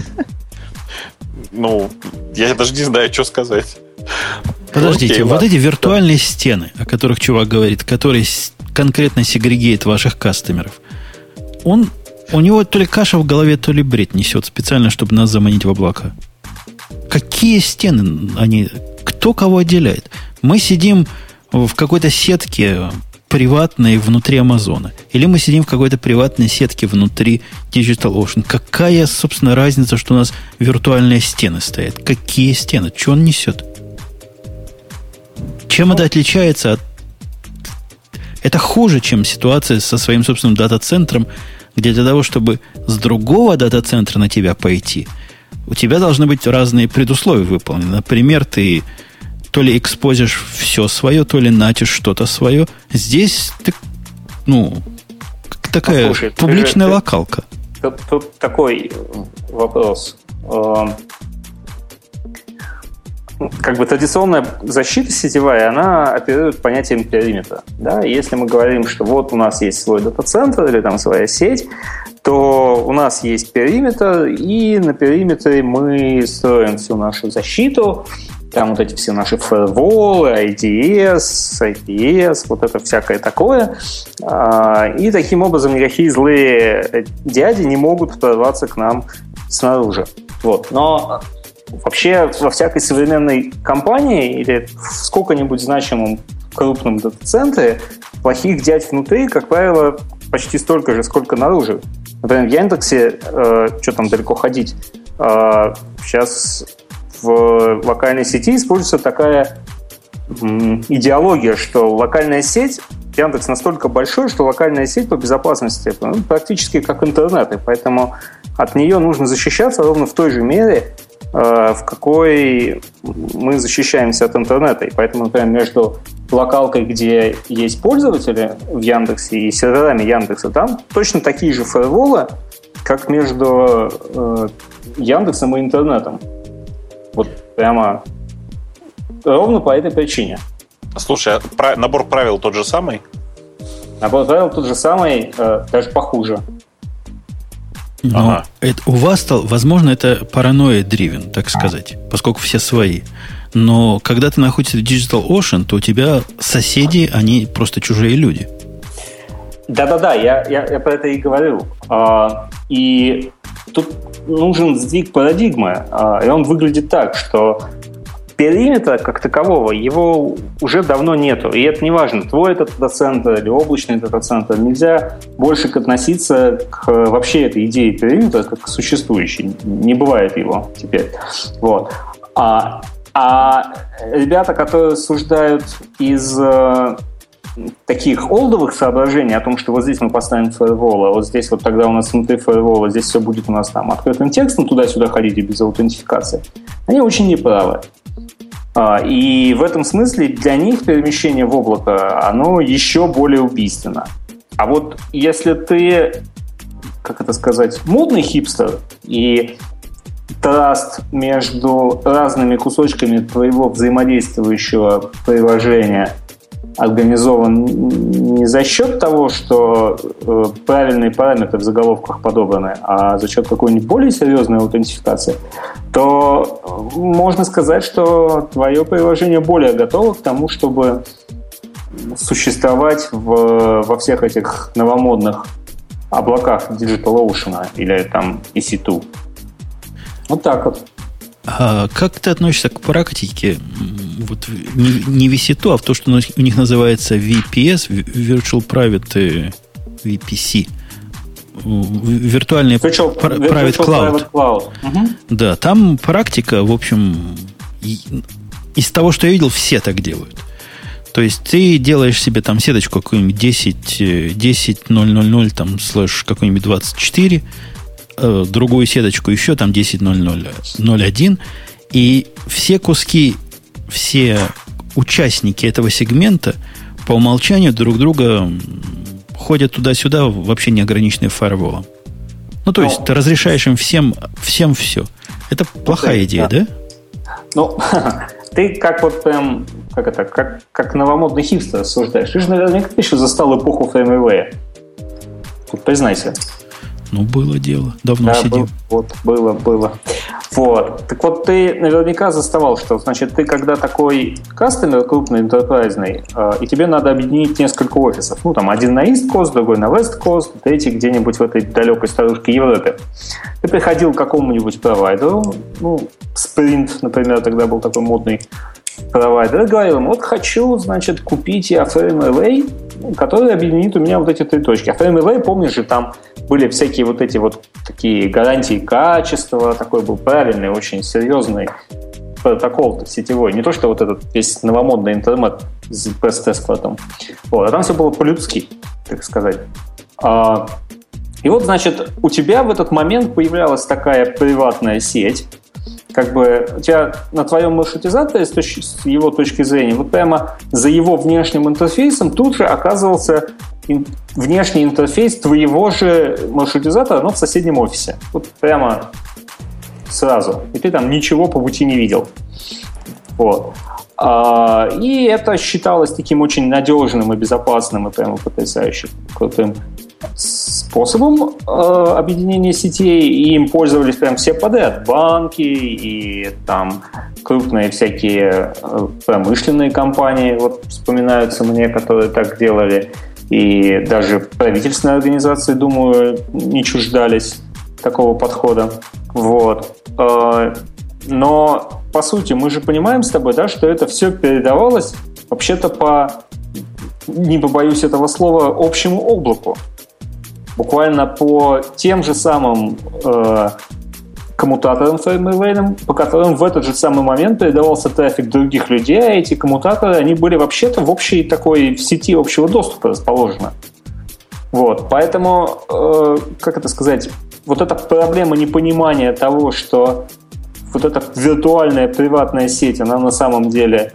Ну, я даже не знаю, что сказать. Подождите, Окей, вот ладно. Эти виртуальные стены, о которых чувак говорит, которые конкретно сегрегеют ваших кастомеров, он, у него то ли каша в голове, то ли бред несет специально, чтобы нас заманить в облака. Какие стены они... Кто кого отделяет? Мы сидим в какой-то сетке приватной внутри Амазона. Или мы сидим в какой-то приватной сетке внутри DigitalOcean. Какая, собственно, разница, что у нас виртуальные стены стоят? Какие стены? Что он несет? Чем это отличается от... Это хуже, чем ситуация со своим собственным дата-центром, где для того, чтобы с другого дата-центра на тебя пойти, у тебя должны быть разные предусловия выполнены. Например, ты то ли экспозишь все свое, то ли натишь что-то свое. Здесь ты, ну, такая Послушай, публичная ты, локалка. Тут, тут такой вопрос. Как бы традиционная защита сетевая, она оперирует понятием периметра. Да? Если мы говорим, что вот у нас есть свой дата-центр или там своя сеть, то у нас есть периметр, и на периметре мы строим всю нашу защиту, там вот эти все наши фаерволы, ай ди эс, ай пи эс, вот это всякое такое. И таким образом никакие злые дяди не могут прорваться к нам снаружи. Вот. Но вообще во всякой современной компании или в сколько-нибудь значимом крупном дата-центре плохих дядь внутри, как правило, почти столько же, сколько наружу. Например, в Яндексе, э, что там далеко ходить, э, сейчас в локальной сети используется такая м, идеология, что локальная сеть, Яндекс настолько большой, что локальная сеть по безопасности ну, практически как интернет, и поэтому от нее нужно защищаться ровно в той же мере, э, в какой мы защищаемся от интернета. И поэтому, например, между локалкой, где есть пользователи в Яндексе, и серверами Яндекса, там точно такие же фаерволы, как между э, Яндексом и интернетом. Вот Прямо ровно по этой причине. Слушай, а набор правил тот же самый? Набор правил тот же самый, э, даже похуже. Но ага. это, у вас, возможно, это паранойя-дривен, так сказать, поскольку все свои. Но когда ты находишься в DigitalOcean, то у тебя соседи, они просто чужие люди. Да-да-да, я, я, я про это и говорю. А, и тут нужен сдвиг парадигмы. А, и он выглядит так, что периметра как такового, его уже давно нету. И это не важно, твой это дата-центр или облачный дата-центр. Нельзя больше относиться к вообще этой идее периметра как к существующей. Не бывает его теперь. Вот. А, а ребята, которые рассуждают из э, таких олдовых соображений о том, что вот здесь мы поставим фаервол, а вот здесь вот тогда у нас внутри фаервола, здесь все будет у нас там открытым текстом, туда-сюда ходить без аутентификации, они очень неправы. И в этом смысле для них перемещение в облако, оно еще более убийственно. А вот если ты, как это сказать, модный хипстер, и траст между разными кусочками твоего взаимодействующего приложения организован не за счет того, что э, правильные параметры в заголовках подобраны, а за счет какой-нибудь более серьезной аутентификации, то можно сказать, что твое приложение более готово к тому, чтобы существовать в, во всех этих новомодных облаках DigitalOcean или там и си два. Вот так вот. А как ты относишься к практике вот не, не ви си два, а в то, что у них называется ви пи эс, Virtual Private ви пи си, виртуальный Virtual, Private Virtual Cloud. Private Cloud. Угу. Да, там практика, в общем, из того, что я видел, все так делают. То есть ты делаешь себе там сеточку какую-нибудь десять точка ноль ноль ноль там слэш какой-нибудь двадцать четыре, другую сеточку еще там десять точка ноль ноль ноль один, и все куски, все участники этого сегмента по умолчанию друг друга ходят туда-сюда, вообще не ограниченные фаерволом. Ну, то есть, ну, ты разрешаешь им всем, всем все. Это плохая идея, да? да? Ну, ты как вот прям, как это, как, как новомодный хипстер рассуждаешь. Ты же наверняка еще застал эпоху фреймвея. Тут признайся. Ну, было дело. Давно да, сидел. Был, вот, было, было. Вот. Так вот, ты наверняка заставал, что, значит, ты когда такой кастомер крупный, энтерпрайзный, э, и тебе надо объединить несколько офисов. Ну, там, один на East Coast, другой на West Coast, третий где-нибудь в этой далекой старушке Европе. Ты приходил к какому-нибудь провайдеру, ну, Sprint, например, тогда был такой модный провайдер, и говорил ему, вот хочу, значит, купить я FrameArray, который объединит у меня вот эти три точки. А FrameArray, помнишь же, там были всякие вот эти вот такие гарантии качества, такой был правильный, очень серьезный протокол сетевой. Не то, что вот этот весь новомодный интернет с бест-тестом. Вот. А там все было по-людски, так сказать. А, и вот, значит, у тебя в этот момент появлялась такая приватная сеть, как бы у тебя на твоем маршрутизаторе с, точки, с его точки зрения вот прямо за его внешним интерфейсом тут же оказывался ин, внешний интерфейс твоего же маршрутизатора, но в соседнем офисе. Вот прямо сразу. И ты там ничего по пути не видел. Вот. А, и это считалось таким очень надежным и безопасным и прямо потрясающе крутым способом э, объединения сетей, и им пользовались прям все подряд. Банки и там крупные всякие э, промышленные компании, вот вспоминаются мне, которые так делали, и даже правительственные организации, думаю, не чуждались такого подхода. Вот. Э, но, по сути, мы же понимаем с тобой, да, что это все передавалось вообще-то по, не побоюсь этого слова, общему облаку. Буквально по тем же самым э, коммутаторам FrameArray, по которым в этот же самый момент передавался трафик других людей, а эти коммутаторы, они были вообще-то в общей такой в сети общего доступа расположены. Вот, поэтому, э, как это сказать, вот эта проблема непонимания того, что вот эта виртуальная приватная сеть, она на самом деле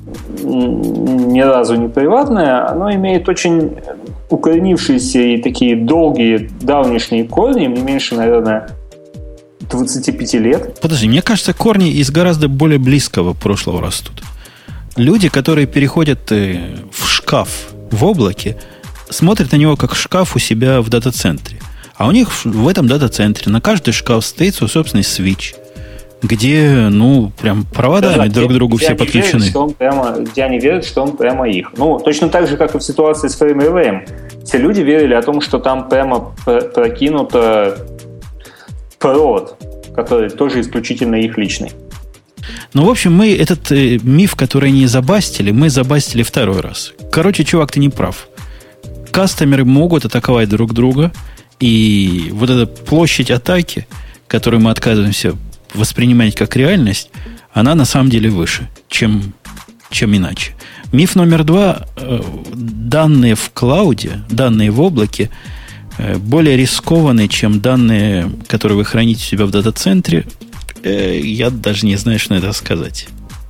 ни разу не приватная, она имеет очень укоренившиеся и такие долгие, давнишние корни, не меньше, наверное, двадцать пять лет. Подожди, мне кажется, корни из гораздо более близкого прошлого растут. Люди, которые переходят в шкаф в облаке, смотрят на него как шкаф у себя в дата-центре. А у них в этом дата-центре на каждый шкаф стоит свой собственный свитч, где, ну, прям проводами да, друг к другу все подключены. Верят, что он прямо, где они верят, что он прямо их. Ну, точно так же, как и в ситуации с FrameRelay'ем. Все люди верили о том, что там прямо прокинуто провод, который тоже исключительно их личный. Ну, в общем, мы этот э, миф, который не забастили, мы забастили второй раз. Короче, чувак, ты не прав. Кастомеры могут атаковать друг друга, и вот эта площадь атаки, которую мы отказываемся воспринимать как реальность, она на самом деле выше, чем, чем иначе. Миф номер два. Э, данные в клауде, данные в облаке э, более рискованные, чем данные, которые вы храните у себя в дата-центре. Э, я даже не знаю, что на это сказать.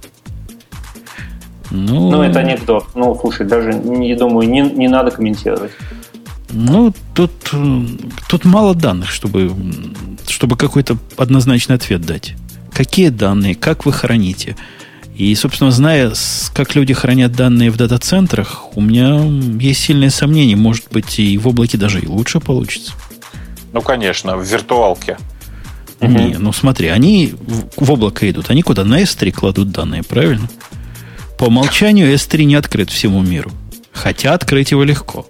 Ну, ну, это анекдот. Ну, слушай, даже, не думаю, не, не надо комментировать. Ну, тут, тут мало данных, чтобы, чтобы какой-то однозначный ответ дать. Какие данные, как вы храните? И, собственно, зная, как люди хранят данные в дата-центрах, у меня есть сильные сомнения. Может быть, и в облаке даже и лучше получится. Ну, конечно, в виртуалке. Не, ну смотри, они в, в облако идут. Они куда? На эс три кладут данные, правильно? По умолчанию эс три не открыт всему миру. Хотя открыть его легко.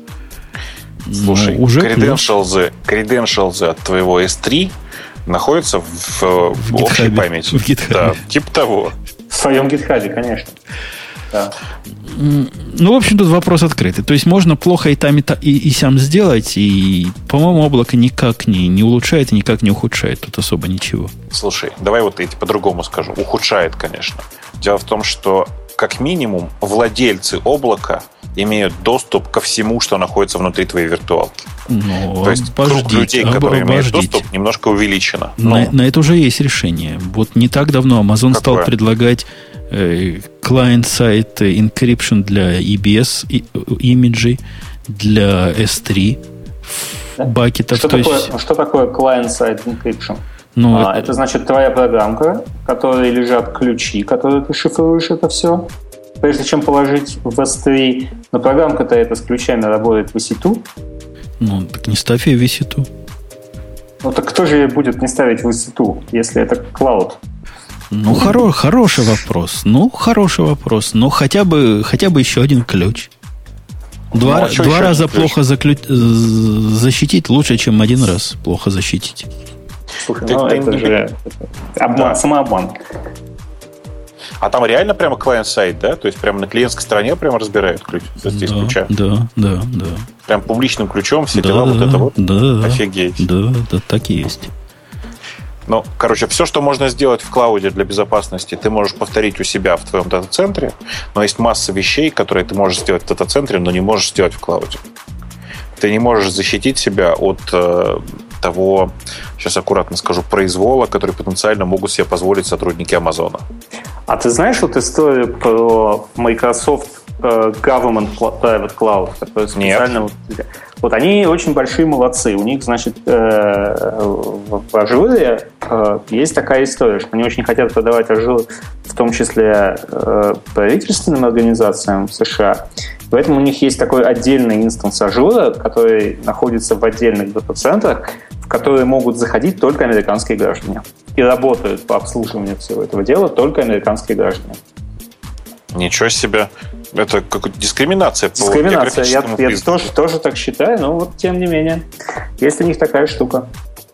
Слушай, уже credentials, credentials от твоего эс три находятся в, в, в общей памяти. В GitHub. Да, типа того. В своем GitHub, конечно. Да. Ну, в общем, тут вопрос открытый. То есть можно плохо и там, и, та, и, и сям сделать, и, по-моему, облако никак не, не улучшает и никак не ухудшает тут особо ничего. Слушай, давай вот я тебе по-другому скажу. Ухудшает, конечно. Дело в том, что как минимум владельцы облака имеют доступ ко всему, что находится внутри твоей виртуалки. Ну, то есть круг людей, которые имеют доступ, немножко увеличено. На, на это уже есть решение. Вот не так давно Amazon Какое? стал предлагать э, client-side encryption для и би эс имиджей, для эс три да? бакетов. Что, то такое, есть... что такое client-side encryption? Ну, а, это значит твоя программка, в которой лежат ключи, которые ты шифруешь это все. Прежде чем положить в эс три, но программка-то это с ключами работает в и си два. Ну, так не ставь ее в и си два. Ну, так кто же будет не ставить в и си два, если это клауд? Ну, хоро- хороший вопрос. Ну, хороший вопрос. Но хотя бы, хотя бы еще один ключ. Два, ну, а два раза плохо заклю... защитить лучше, чем один раз плохо защитить. Слушай, ну, это не... же обман, да. самообман. А там реально прямо клиент-сайт, да? То есть прямо на клиентской стороне прямо разбирают ключ, здесь да, ключа. Да, да, да. Прям публичным ключом все да, дела, да, вот это вот. Да, офигеть. Да, да, так и есть. Ну, короче, все, что можно сделать в клауде для безопасности, ты можешь повторить у себя в твоем дата-центре, но есть масса вещей, которые ты можешь сделать в дата-центре, но не можешь сделать в клауде. Ты не можешь защитить себя от э, того, сейчас аккуратно скажу, произвола, который потенциально могут себе позволить сотрудники Амазона. А ты знаешь вот историю про Microsoft uh, Government Private Cloud, который специально... Вот, вот они очень большие молодцы. У них, значит, э, в Ажуре э, есть такая история, что они очень хотят продавать Ажур, в том числе э, правительственным организациям в США. Поэтому у них есть такой отдельный инстанс Ажура, который находится в отдельных дата-центрах, в которые могут заходить только американские граждане. И работают по обслуживанию всего этого дела только американские граждане. Ничего себе. Это какая-то дискриминация. Дискриминация. Я, я тоже, тоже так считаю, но вот тем не менее. Есть у них такая штука.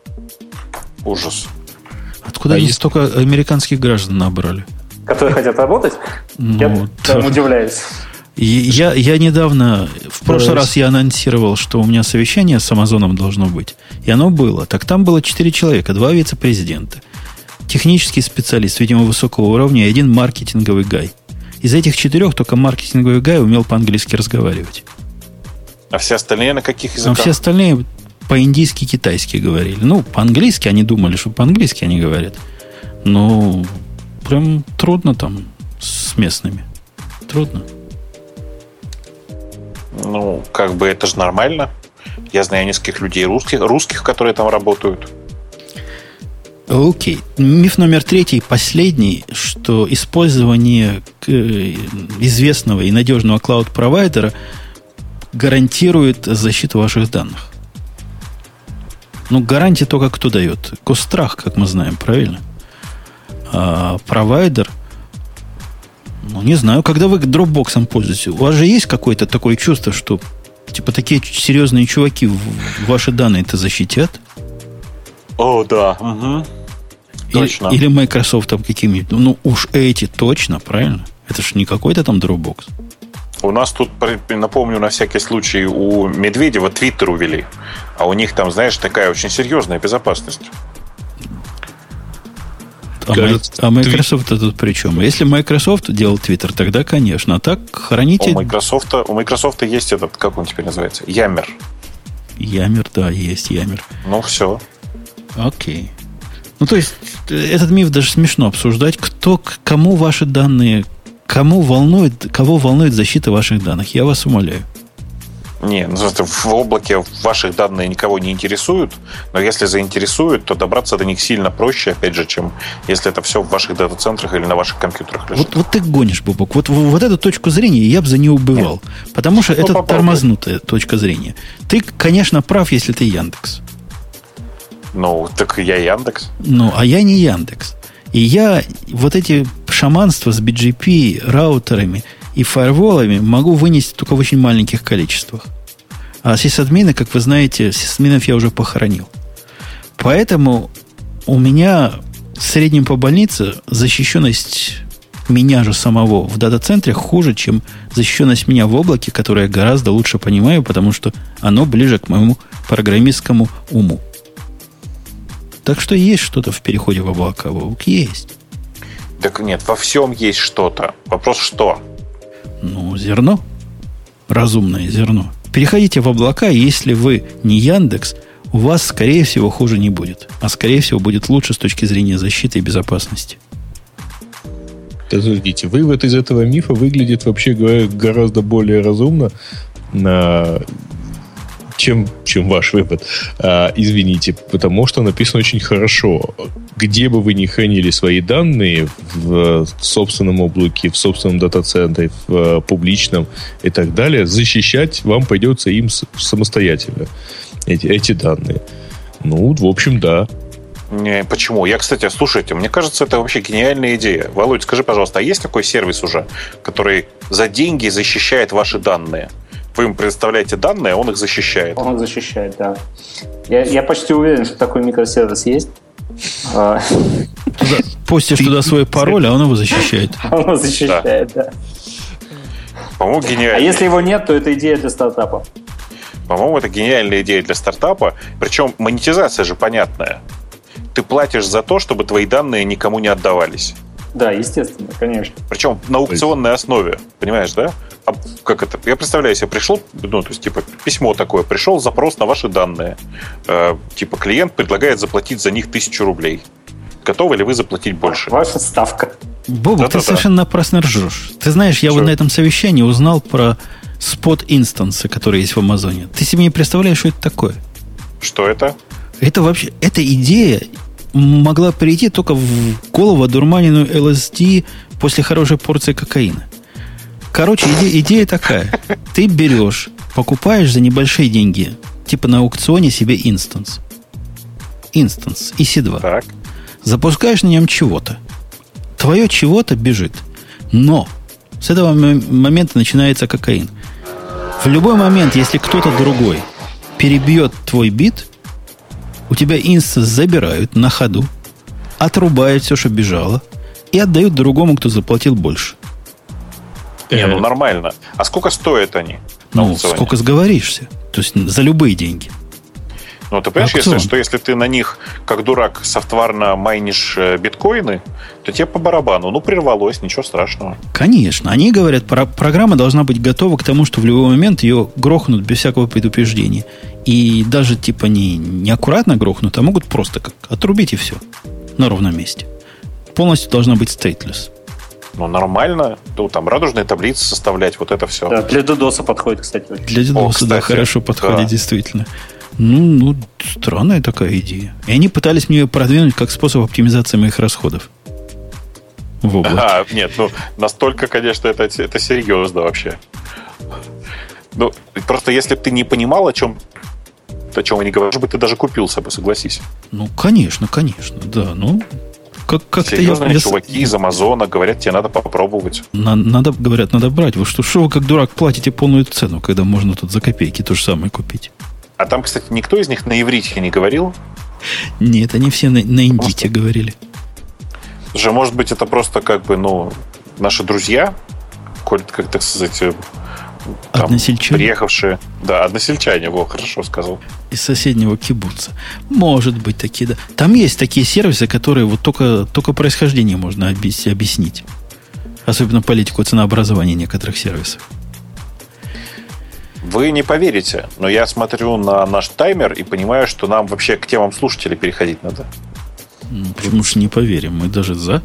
Ужас. Откуда а они есть... столько американских граждан набрали? Которые хотят работать? Ну, я там удивляюсь. Я, я недавно, в прошлый раз я анонсировал, что у меня совещание с Амазоном должно быть. И оно было. Так там было четыре человека, два вице-президента, технический специалист, видимо, высокого уровня, и один маркетинговый гай. Из этих четырех только маркетинговый гай умел по-английски разговаривать. А все остальные на каких языках? А все остальные по-индийски, китайски говорили. Ну, по-английски они думали, что по-английски они говорят. Но прям трудно там с местными. Трудно. Ну, как бы это же нормально. Я знаю нескольких людей русских, русских, которые там работают. Окей. Миф номер третий, последний, что использование известного и надежного клауд-провайдера гарантирует защиту ваших данных. Ну, гарантии только кто дает? Госстрах, как мы знаем, правильно? А провайдер, ну, не знаю, когда вы Dropbox пользуетесь, у вас же есть какое-то такое чувство, что типа такие серьезные чуваки ваши данные-то защитят? О, да. Угу. Точно. Или, или Microsoft там какими-нибудь. Ну, уж эти точно, правильно? Это ж не какой-то там Dropbox. У нас тут, напомню, на всякий случай, у Медведева Твиттер увели. А у них там, знаешь, такая очень серьезная безопасность. А, Кажется, а Microsoft тут при чем? Если Microsoft делал Twitter, тогда, конечно. А так храните... У Microsoft, у Microsoft есть этот, как он теперь называется? Яммер. Яммер, да, есть Яммер. Ну, все. Окей. Ну, то есть, этот миф даже смешно обсуждать. Кто, кому ваши данные, кому волнует, кого волнует защита ваших данных? Я вас умоляю. Не, ну, в облаке ваших данные никого не интересуют, но если заинтересуют, то добраться до них сильно проще, опять же, чем если это все в ваших дата-центрах или на ваших компьютерах лежит. Вот, вот ты гонишь, Бубок. Вот, вот эту точку зрения я бы за нее убивал. Нет. Потому что ну, это попробуй. Тормознутая точка зрения. Ты, конечно, прав, если ты Яндекс. Ну, так я Яндекс. Ну, а я не Яндекс. И я вот эти шаманства с би джи пи, раутерами и фаерволами могу вынести только в очень маленьких количествах. А сисадмины, как вы знаете, сисадминов я уже похоронил. Поэтому у меня в среднем по больнице защищенность меня же самого в дата-центре хуже, чем защищенность меня в облаке, которое я гораздо лучше понимаю, потому что оно ближе к моему программистскому уму. Так что есть что-то в переходе в облака, Вовк, есть. Так нет, во всем есть что-то. Вопрос что? Ну, зерно. Разумное зерно. Переходите в облака, и если вы не Яндекс, у вас, скорее всего, хуже не будет. А, скорее всего, будет лучше с точки зрения защиты и безопасности. Подождите, вывод из этого мифа выглядит, вообще говоря, гораздо более разумно, чем, чем ваш вывод. А, извините, потому что написано очень хорошо. Где бы вы ни хранили свои данные, в собственном облаке, в собственном дата-центре, в публичном и так далее, защищать вам придется им самостоятельно эти, эти данные. Ну, в общем, да. Не, почему? Я, кстати, слушайте, мне кажется, это вообще гениальная идея. Володь, скажи, пожалуйста, а есть такой сервис уже, который за деньги защищает ваши данные? Вы им предоставляете данные, а он их защищает. Он их защищает, да. Я, я почти уверен, что такой микросервис есть. Постишь туда свой пароль, а он его защищает. Он его защищает, да. По-моему, гениально. А если его нет, то это идея для стартапа. По-моему, это гениальная идея для стартапа. Причем монетизация же понятная. Ты платишь за то, чтобы твои данные никому не отдавались. Да, естественно, конечно. Причем на аукционной основе, понимаешь, да? А как это? Я представляю себе, пришел, ну, то есть, типа, письмо такое, пришел запрос на ваши данные. Э, типа, клиент предлагает заплатить за них тысячу рублей. Готовы ли вы заплатить больше? Ваша ставка. Бобок, да, ты да, совершенно да. напрасно ржешь. Ты знаешь, я Что? вот на этом совещании узнал про спот-инстансы, которые есть в Амазоне. Ты себе не представляешь, что это такое? Что это? Это вообще, эта идея могла прийти только в голову одурманенную эл эс ди после хорошей порции кокаина. Короче, идея, идея такая. Ты берешь, покупаешь за небольшие деньги, типа на аукционе себе инстанс. Инстанс, и си два. Так. Запускаешь на нем чего-то. Твое чего-то бежит. Но с этого момента начинается кокаин. В любой момент, если кто-то другой перебьет твой бит, у тебя инстанс забирают на ходу, отрубают все, что бежало, и отдают другому, кто заплатил больше. Не, ну нормально. А сколько стоят они? Ну, сколько сговоришься. То есть за любые деньги. Ну, ты понимаешь, если, что если ты на них, как дурак, софтварно майнишь биткоины, то тебе по барабану. Ну, прервалось, ничего страшного. Конечно. Они говорят, про- программа должна быть готова к тому, что в любой момент ее грохнут без всякого предупреждения. И даже, типа, не, не аккуратно грохнут, а могут просто как отрубить и все. На ровном месте. Полностью должна быть stateless. Ну, нормально. Ну, там радужные таблицы составлять, вот это все. Да, для DDoS подходит, кстати. Для DDoS, да, хорошо подходит, да. Действительно. Ну, ну, Странная такая идея. И они пытались мне ее продвинуть как способ оптимизации моих расходов. В облаке. А, нет, ну, настолько, конечно, это, это серьезно вообще. Ну, просто если бы ты не понимал, о чем, о чем они говорят, может быть, ты даже купился бы, согласись. Ну, конечно, конечно, да. Ну, как, как-то серьезные я... чуваки из Амазона говорят, тебе надо попробовать. На, надо, говорят, надо брать. Вы что, что вы как дурак платите полную цену, когда можно тут за копейки то же самое купить? А там, кстати, никто из них на иврите не говорил? Нет, они все на, на индите говорили. Же, может быть, это просто как бы, ну, наши друзья, коль, как так сказать, там, односельчане? Приехавшие. Да, односельчане, во, хорошо сказал. Из соседнего кибуца. Может быть, такие, да. Там есть такие сервисы, которые вот только, только происхождение можно объяснить. Особенно политику ценообразования некоторых сервисов. Вы не поверите, но я смотрю на наш таймер и понимаю, что нам вообще к темам слушателей переходить надо. Ну, почему же не поверим? Мы даже за.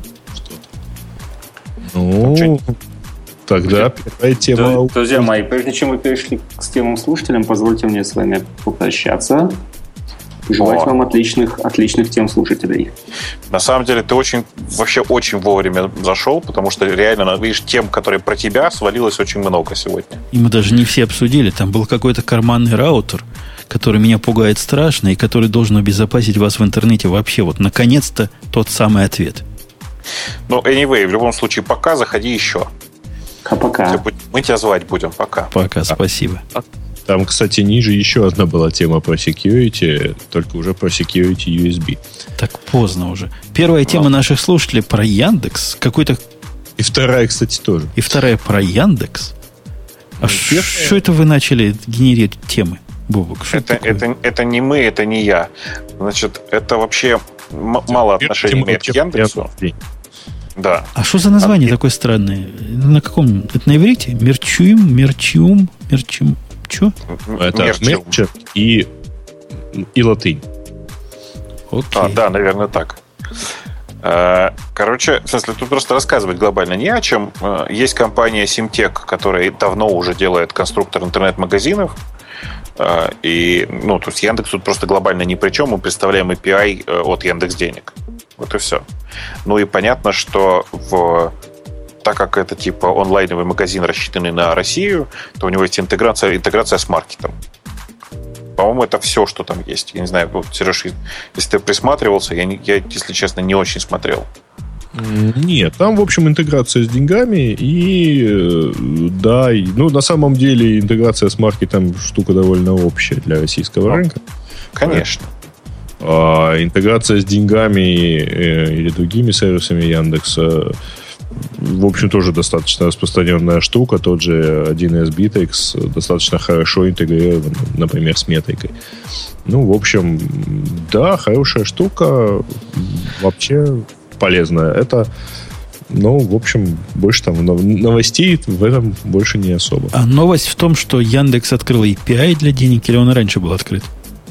Ну, тогда первая тема... Друзья мои, прежде чем вы перешли к темам слушателям, позвольте мне с вами попрощаться. Желать О. вам отличных, отличных тем слушателей. На самом деле, ты очень, вообще очень вовремя зашел, потому что реально, видишь, тем, которые про тебя, свалилось очень много сегодня. И мы даже не все обсудили. Там был какой-то карманный раутер, который меня пугает страшно и который должен обезопасить вас в интернете вообще. Вот, наконец-то, тот самый ответ. Ну, anyway, в любом случае, пока, заходи еще. А пока. Мы тебя звать будем, пока. Пока, а. Спасибо. Там, кстати, ниже еще одна была тема про security, только уже про security ю эс би. Так поздно уже. Первая тема Но. наших слушателей про Яндекс. Какой-то... И вторая, кстати, тоже. И вторая про Яндекс. А что ну, это вы начали генерировать темы, Бобок? Это, это, это, это не мы, это не я. Значит, это вообще м- мало отношения имеет к Яндексу. Да. А что за название а, такое странное? На каком? Это на иврите? Мерчуем, мерчиум, мерчим. Что? Это мерчер и, и латынь. Окей. А, да, наверное, так. Короче, в смысле, тут просто рассказывать глобально не о чем. Есть компания Symantec, которая давно уже делает конструктор интернет-магазинов. И, ну, то есть Яндекс тут просто глобально ни при чем. Мы представляем эй пи ай от Яндекс.Денег. Вот и все. Ну и понятно, что в... так как это типа онлайновый магазин, рассчитанный на Россию, то у него есть интеграция, интеграция с маркетом. По-моему, это все, что там есть. Я не знаю, вот, Сереж, если ты присматривался, я, я, если честно, не очень смотрел. Нет, там, в общем, интеграция с деньгами и, да, и, ну, на самом деле интеграция с маркетом штука довольно общая для российского ну, рынка. Конечно. А интеграция с деньгами э, или другими сервисами Яндекса, в общем, тоже достаточно распространенная штука. Тот же один эс Bittrex достаточно хорошо интегрирован, например, с метрикой. Ну, в общем, да, хорошая штука, вообще полезная. Это, ну, в общем, больше там новостей в этом больше не особо. А новость в том, что Яндекс открыл эй пи ай для денег, или он раньше был открыт?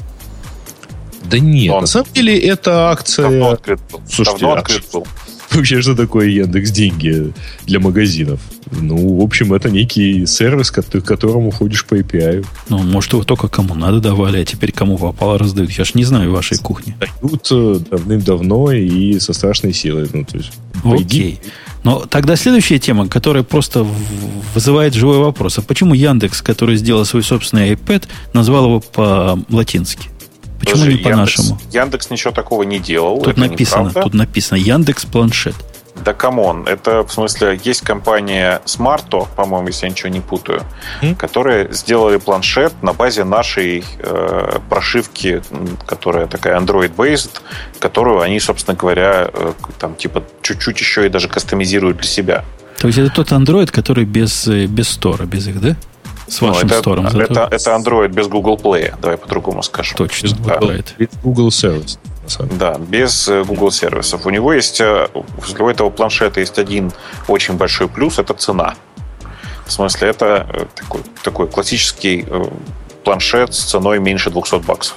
Да нет, он... на самом деле это акция... Давно открыт был. Слушайте, Давно а открыт был. Вообще, что такое Яндекс Деньги для магазинов? Ну, в общем, это некий сервис, к которому ходишь по эй пи ай. Ну, может, его только кому надо давали, а теперь кому попало раздают. Я ж не знаю вашей кухни. Дают давным-давно и со страшной силой. Ну, то есть, окей. Но тогда следующая тема, которая просто вызывает живой вопрос. А почему Яндекс, который сделал свой собственный iPad, назвал его по-латински? Почему Подожди, не по-нашему? Яндекс, Яндекс ничего такого не делал. Тут написано, тут написано Яндекс Планшет. Да камон, это в смысле есть компания Smarto, по-моему, если я ничего не путаю, mm? которые сделали планшет на базе нашей э, прошивки, которая такая Android-based, которую они, собственно говоря, э, там типа чуть-чуть еще и даже кастомизируют для себя. То есть это тот Android, который без, без стора, без их, да? С вашим ну, это, стором. Это, это Android без Google Play, давай по-другому скажем. Точно. Да. Без Google Service. Да, без Google сервисов. У него есть, у этого планшета есть один очень большой плюс, это цена. В смысле, это такой, такой классический планшет с ценой меньше двести баксов.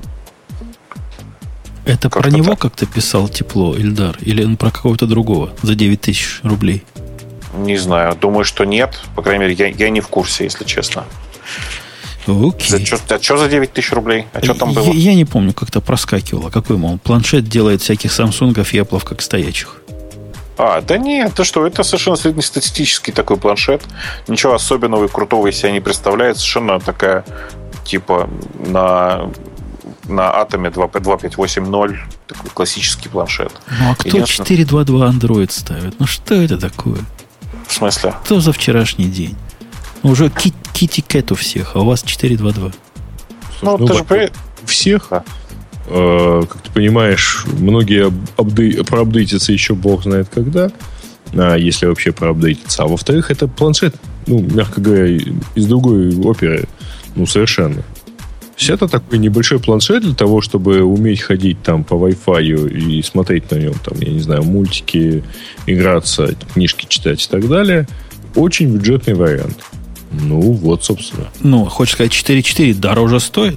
Это как про него так? Как-то писал тепло Ильдар? Или он про какого-то другого за девять тысяч рублей? Не знаю, думаю, что нет. По крайней мере, я, я не в курсе, если честно. Окей. За, а что за девять тысяч рублей? А что там было? Я, я не помню, как-то проскакивало. Какой, мол, планшет делает всяких Самсунгов и Эпплов как стоячих. А, да нет, ты что, это совершенно среднестатистический такой планшет. Ничего особенного и крутого из себя не представляет. Совершенно такая, типа, на, на Атоме два пять восемь ноль, такой классический планшет. Ну, а кто четыре два два Android ставит? Ну, что это такое? В смысле? Что за вчерашний день? Уже кити-кэт у всех, а у вас четыре два два. Ну, ну, ты же при... всех... Да. Uh, как ты понимаешь, многие апдей- проапдейтятся еще бог знает когда, а, если вообще проапдейтятся. А во-вторых, это планшет, ну, мягко говоря, из другой оперы. Ну, совершенно. Все это такой небольшой планшет для того, чтобы уметь ходить там по Wi-Fi и смотреть на нем, там, я не знаю, мультики, играться, книжки читать и так далее. Очень бюджетный вариант. Ну, вот, собственно. Ну, хочешь сказать, четыре четыре дороже стоит?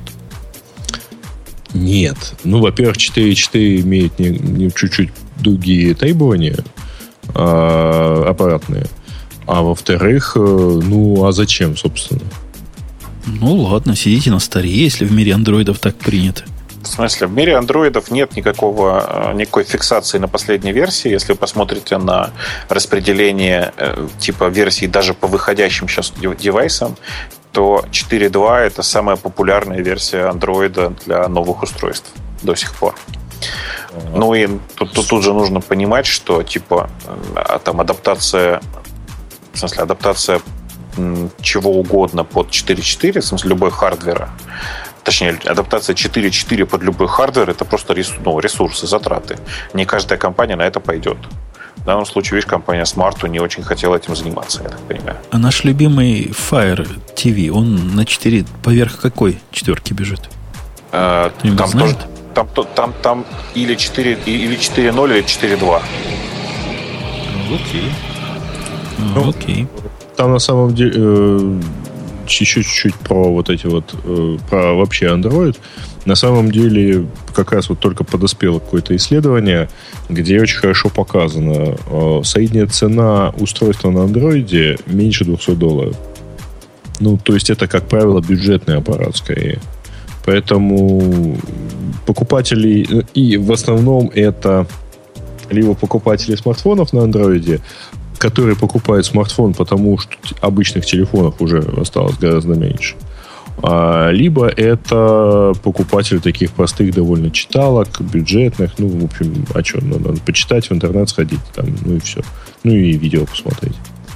Нет. Ну, во-первых, четыре четыре имеет не, не чуть-чуть другие требования а, аппаратные. А во-вторых, ну, а зачем, собственно? Ну, ладно, сидите на старе, если в мире андроидов так принято. В смысле, в мире андроидов нет никакого, никакой фиксации на последней версии. Если вы посмотрите на распределение типа версий даже по выходящим сейчас девайсам, то четыре два это самая популярная версия андроида для новых устройств до сих пор. Uh-huh. Ну и тут, тут, тут же нужно понимать, что типа там адаптация, в смысле адаптация чего угодно под четыре четыре, в смысле любой хардвера, точнее, адаптация четыре четыре под любой хардвер, это просто ресурсы, ну, ресурсы, затраты. Не каждая компания на это пойдет. В данном случае, видишь, компания Smart не очень хотела этим заниматься, я так понимаю. А наш любимый Fire ти ви, он на четыре поверх какой четверки бежит? А, там, тоже, там, там, там или четыре, или четыре ноль, или четыре два. Окей. Ну, окей. Там на самом деле э, еще чуть-чуть про вот эти вот, э, про вообще Android. На самом деле, как раз вот только подоспело какое-то исследование, где очень хорошо показано, э, средняя цена устройства на андроиде меньше двести долларов. Ну, то есть это, как правило, бюджетный аппарат скорее. Поэтому покупатели, и в основном это либо покупатели смартфонов на андроиде, которые покупают смартфон, потому что обычных телефонов уже осталось гораздо меньше. А, либо это покупатели таких простых довольно читалок, бюджетных. Ну, в общем, а что, надо, надо почитать, в интернет сходить, там, ну и все. Ну и видео посмотреть.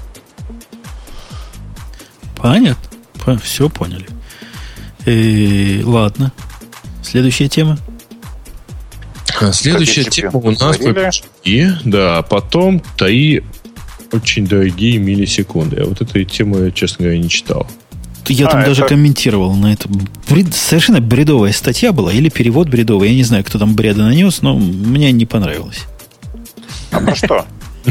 Понятно. Все поняли. И, ладно. Следующая тема. Следующая тема у нас и, да, потом три очень дорогие миллисекунды. А вот эту тему я, честно говоря, не читал. Я а, там это... даже комментировал на это. Бред... Совершенно бредовая статья была, или перевод бредовый. Я не знаю, кто там бреда нанес, но мне не понравилось. А про что?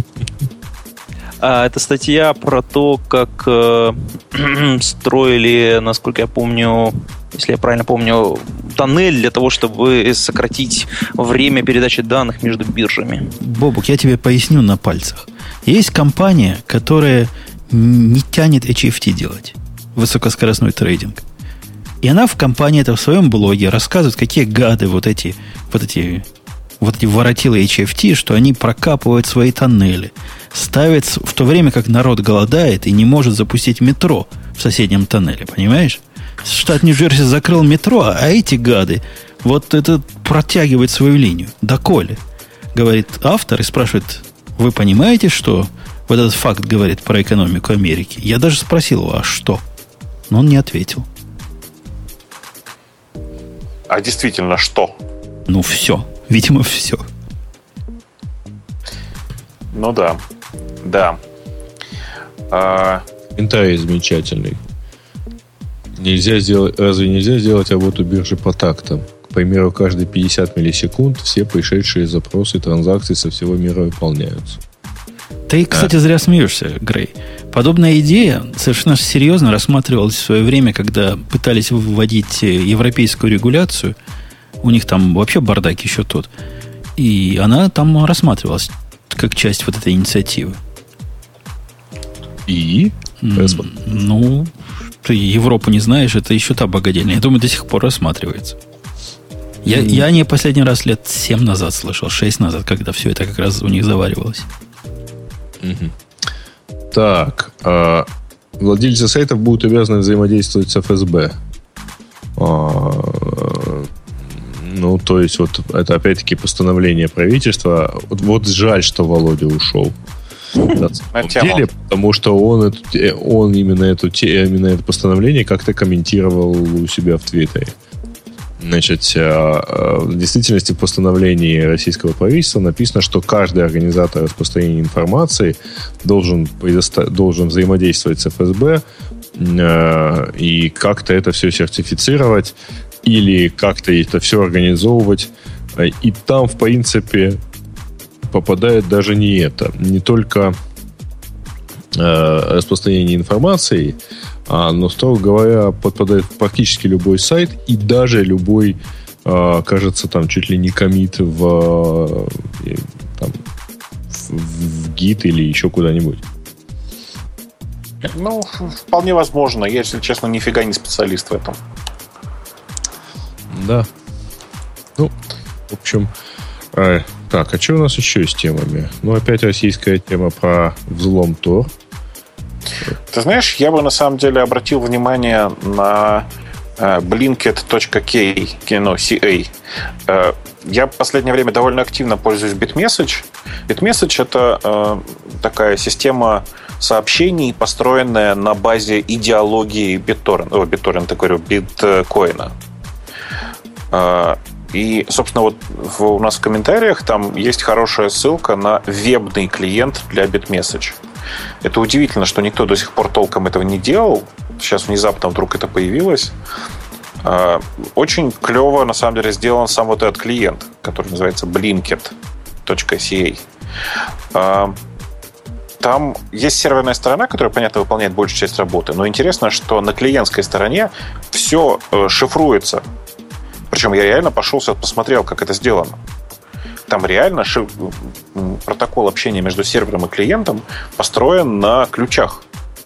Это статья про то, как э, строили, насколько я помню, если я правильно помню, тоннель для того, чтобы сократить время передачи данных между биржами. Бобук, я тебе поясню на пальцах. Есть компания, которая не тянет эйч эф ти делать. Высокоскоростной трейдинг. И она в компании, это в своем блоге рассказывает, какие гады вот эти, вот эти, вот эти воротилы эйч эф ти, что они прокапывают свои тоннели. Ставят в то время, как народ голодает и не может запустить метро в соседнем тоннеле. Понимаешь? Штат Нью-Джерси закрыл метро, а эти гады вот это протягивают свою линию. Доколе? Говорит автор и спрашивает, вы понимаете, что вот этот факт говорит про экономику Америки? Я даже спросил его, а что? Но он не ответил. А действительно, что? Ну, все. Видимо, все. Ну да. Да. А... Комментарий замечательный. Нельзя сделать, разве нельзя сделать работу биржи по тактам? К примеру, каждые пятьдесят миллисекунд все пришедшие запросы и транзакции со всего мира выполняются. Ты, кстати, а. зря смеешься, Грей. Подобная идея совершенно серьезно рассматривалась в свое время, когда пытались вводить европейскую регуляцию. У них там вообще бардак еще тот. И она там рассматривалась как часть вот этой инициативы. И? Mm, ну, ты Европу не знаешь, это еще та богадельня. Я думаю, до сих пор рассматривается. Я, mm-hmm. я о ней последний раз лет семь назад слышал, шесть назад, когда все это как раз у них заваривалось. Mm-hmm. Так, а владельцы сайтов будут обязаны взаимодействовать с эф эс бэ. А, ну, то есть, вот это опять-таки постановление правительства. Вот, вот жаль, что Володя ушел. На самом деле, потому что он, эту, он именно, эту, именно это постановление как-то комментировал у себя в Твиттере. Значит, в действительности в постановлении российского правительства написано, что каждый организатор распространения информации должен, предоста- должен взаимодействовать с эф эс бэ и как-то это все сертифицировать или как-то это все организовывать. И там, в принципе, попадает даже не это. Не только распространение информации, но, строго говоря, попадает практически любой сайт и даже любой, кажется, там чуть ли не коммит в, там, в гит или еще куда-нибудь. Ну, вполне возможно. Я, если честно, нифига не специалист в этом. Да. Ну, в общем... Э, так, а что у нас еще с темами? Ну, опять российская тема про взлом Тор. Ты знаешь, я бы на самом деле обратил внимание на э, Blinkit точка кей, ну, си эй. Э, я в последнее время довольно активно пользуюсь BitMessage. BitMessage — это э, такая система сообщений, построенная на базе идеологии BitTorrent, о, BitTorrent, я говорю, биткоина. Э, и, собственно, вот в, у нас в комментариях там есть хорошая ссылка на вебный клиент для BitMessage. Это удивительно, что никто до сих пор толком этого не делал. Сейчас внезапно вдруг это появилось. Очень клево, на самом деле, сделан сам вот этот клиент, который называется Blinkit точка си эй. Там есть серверная сторона, которая, понятно, выполняет большую часть работы. Но интересно, что на клиентской стороне все шифруется. Причем я реально пошел, посмотрел, как это сделано. Там реально шиф... протокол общения между сервером и клиентом построен на ключах.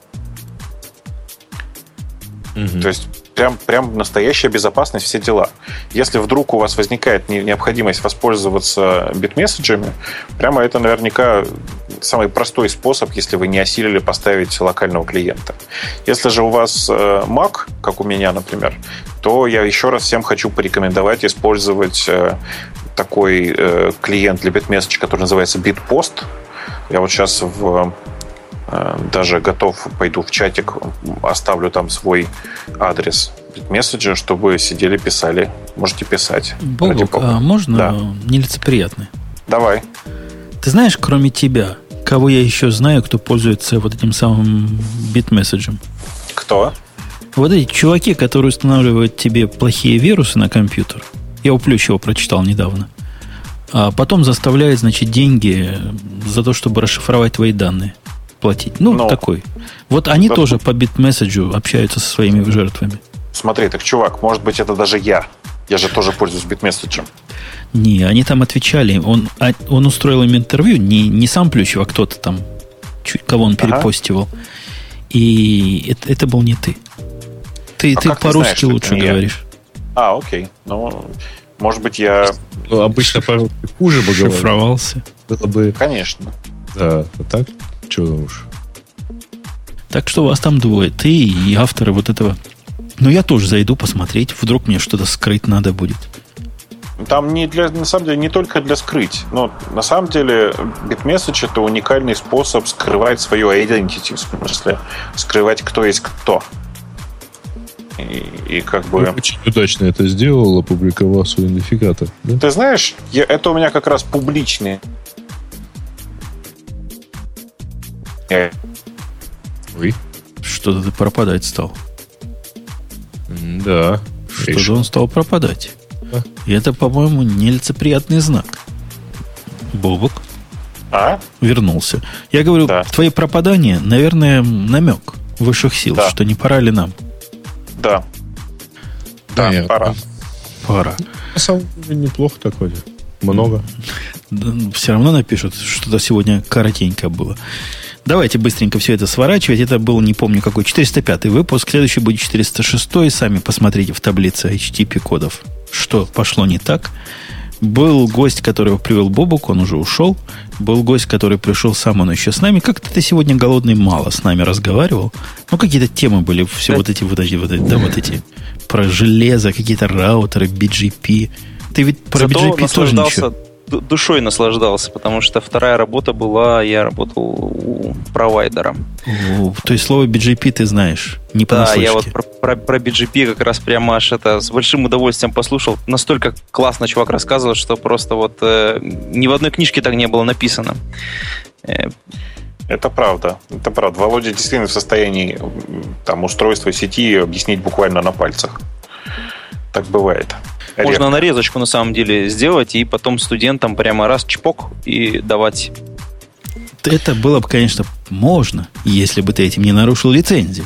Mm-hmm. То есть прям, прям настоящая безопасность, все дела. Если вдруг у вас возникает необходимость воспользоваться битмесседжами, прямо это наверняка самый простой способ, если вы не осилили поставить локального клиента. Если же у вас Mac, как у меня, например, то я еще раз всем хочу порекомендовать использовать такой э, клиент для BitMessage, который называется BitPost. Я вот сейчас в, э, даже готов, пойду в чатик, оставлю там свой адрес BitMessage, чтобы сидели, писали. Можете писать. Бобок, а можно да. нелицеприятное? Давай. Ты знаешь, кроме тебя, кого я еще знаю, кто пользуется вот этим самым BitMessage? Кто? Вот эти чуваки, которые устанавливают тебе плохие вирусы на компьютер. Я у Плющева прочитал недавно. А потом заставляет, значит, деньги за то, чтобы расшифровать твои данные. Платить. Ну, Но, такой. Вот они да, тоже по BitMessage общаются со своими жертвами. Смотри, так, чувак, может быть, это даже я. Я же тоже пользуюсь BitMessage. Не, они там отвечали. Он, он устроил им интервью. Не, не сам Плющев, а кто-то там, кого он перепостивал. Ага. И это, это был не ты. Ты, а ты по-русски ты знаешь, лучше говоришь. А, окей. Ну, может быть, я... Ну, обычно по-русски хуже бы говорил. Шифровался. Было бы... Конечно. Да, а так? Чего уж. Так что у вас там двое. Ты и авторы вот этого. Ну, я тоже зайду посмотреть. Вдруг мне что-то скрыть надо будет. Там не для, на самом деле не только для скрыть. Но на самом деле BitMessage — это уникальный способ скрывать свою identity. В смысле, скрывать, кто есть кто. И, и как бы... Очень удачно это сделал, опубликовал свой идентификатор. Да? Ты знаешь, я, это у меня как раз публичный. Ой. Что-то ты пропадать стал. Да. Что-то он стал пропадать. Да. И это, по-моему, нелицеприятный знак. Бобок. А? Вернулся. Я говорю, да. Твои пропадания, наверное, намек высших сил, да. Что не пора ли нам? Да. Да, Нет, пора. Пора. На самом деле неплохо такое. Много. Да, все равно напишут, что-то сегодня коротенько было. Давайте быстренько все это сворачивать. Это был, не помню какой, четыреста пятый выпуск. Следующий будет четыреста шестой. Сами посмотрите в таблице эйч ти ти пи кодов, что пошло не так. Был гость, которого привел Бобук, он уже ушел. Был гость, который пришел сам, он еще с нами. Как-то ты сегодня голодный мало с нами разговаривал. Ну, какие-то темы были, все вот эти, вот эти, вот эти, да, вот эти, про железо, какие-то раутеры, би джи пи. Ты ведь про би джи пи тоже ничего. Душой наслаждался, потому что вторая работа была, я работал у провайдера. О, то есть слово би джи пи ты знаешь, не понаслышке. Да, я вот про, про, про би джи пи как раз прямо аж это с большим удовольствием послушал. Настолько классно чувак рассказывал, что просто вот э, ни в одной книжке так не было написано. Э, Это правда. Это правда. Володя действительно в состоянии там устройство сети объяснить буквально на пальцах. Так бывает. Можно Редко. нарезочку на самом деле сделать и потом студентам прямо раз чпок и давать. Это было бы, конечно, можно, если бы ты этим не нарушил лицензию.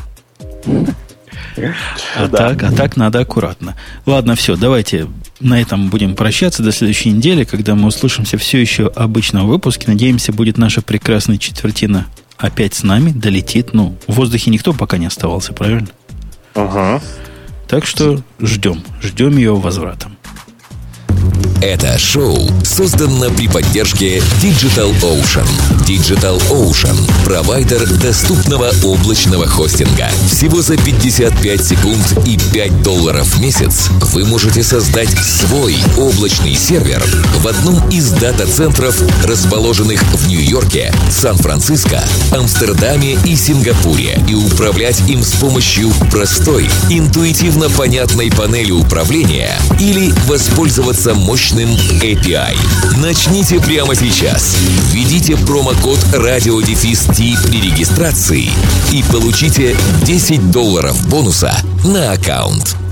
А так, а так надо аккуратно. Ладно, все, давайте на этом будем прощаться до следующей недели, когда мы услышимся все еще в обычном выпуске. Надеемся, будет наша прекрасная четвертина опять с нами, долетит. Ну, в воздухе никто пока не оставался, правильно? Угу. Так что ждем, ждем ее возвратом. Это шоу создано при поддержке DigitalOcean. DigitalOcean – провайдер доступного облачного хостинга. Всего за пятьдесят пять секунд и пять долларов в месяц вы можете создать свой облачный сервер в одном из дата-центров, расположенных в Нью-Йорке, Сан-Франциско, Амстердаме и Сингапуре, и управлять им с помощью простой, интуитивно понятной панели управления или воспользоваться мощным эй пи ай. Начните прямо сейчас. Введите промокод радиодефис-ти при регистрации и получите десять долларов бонуса на аккаунт.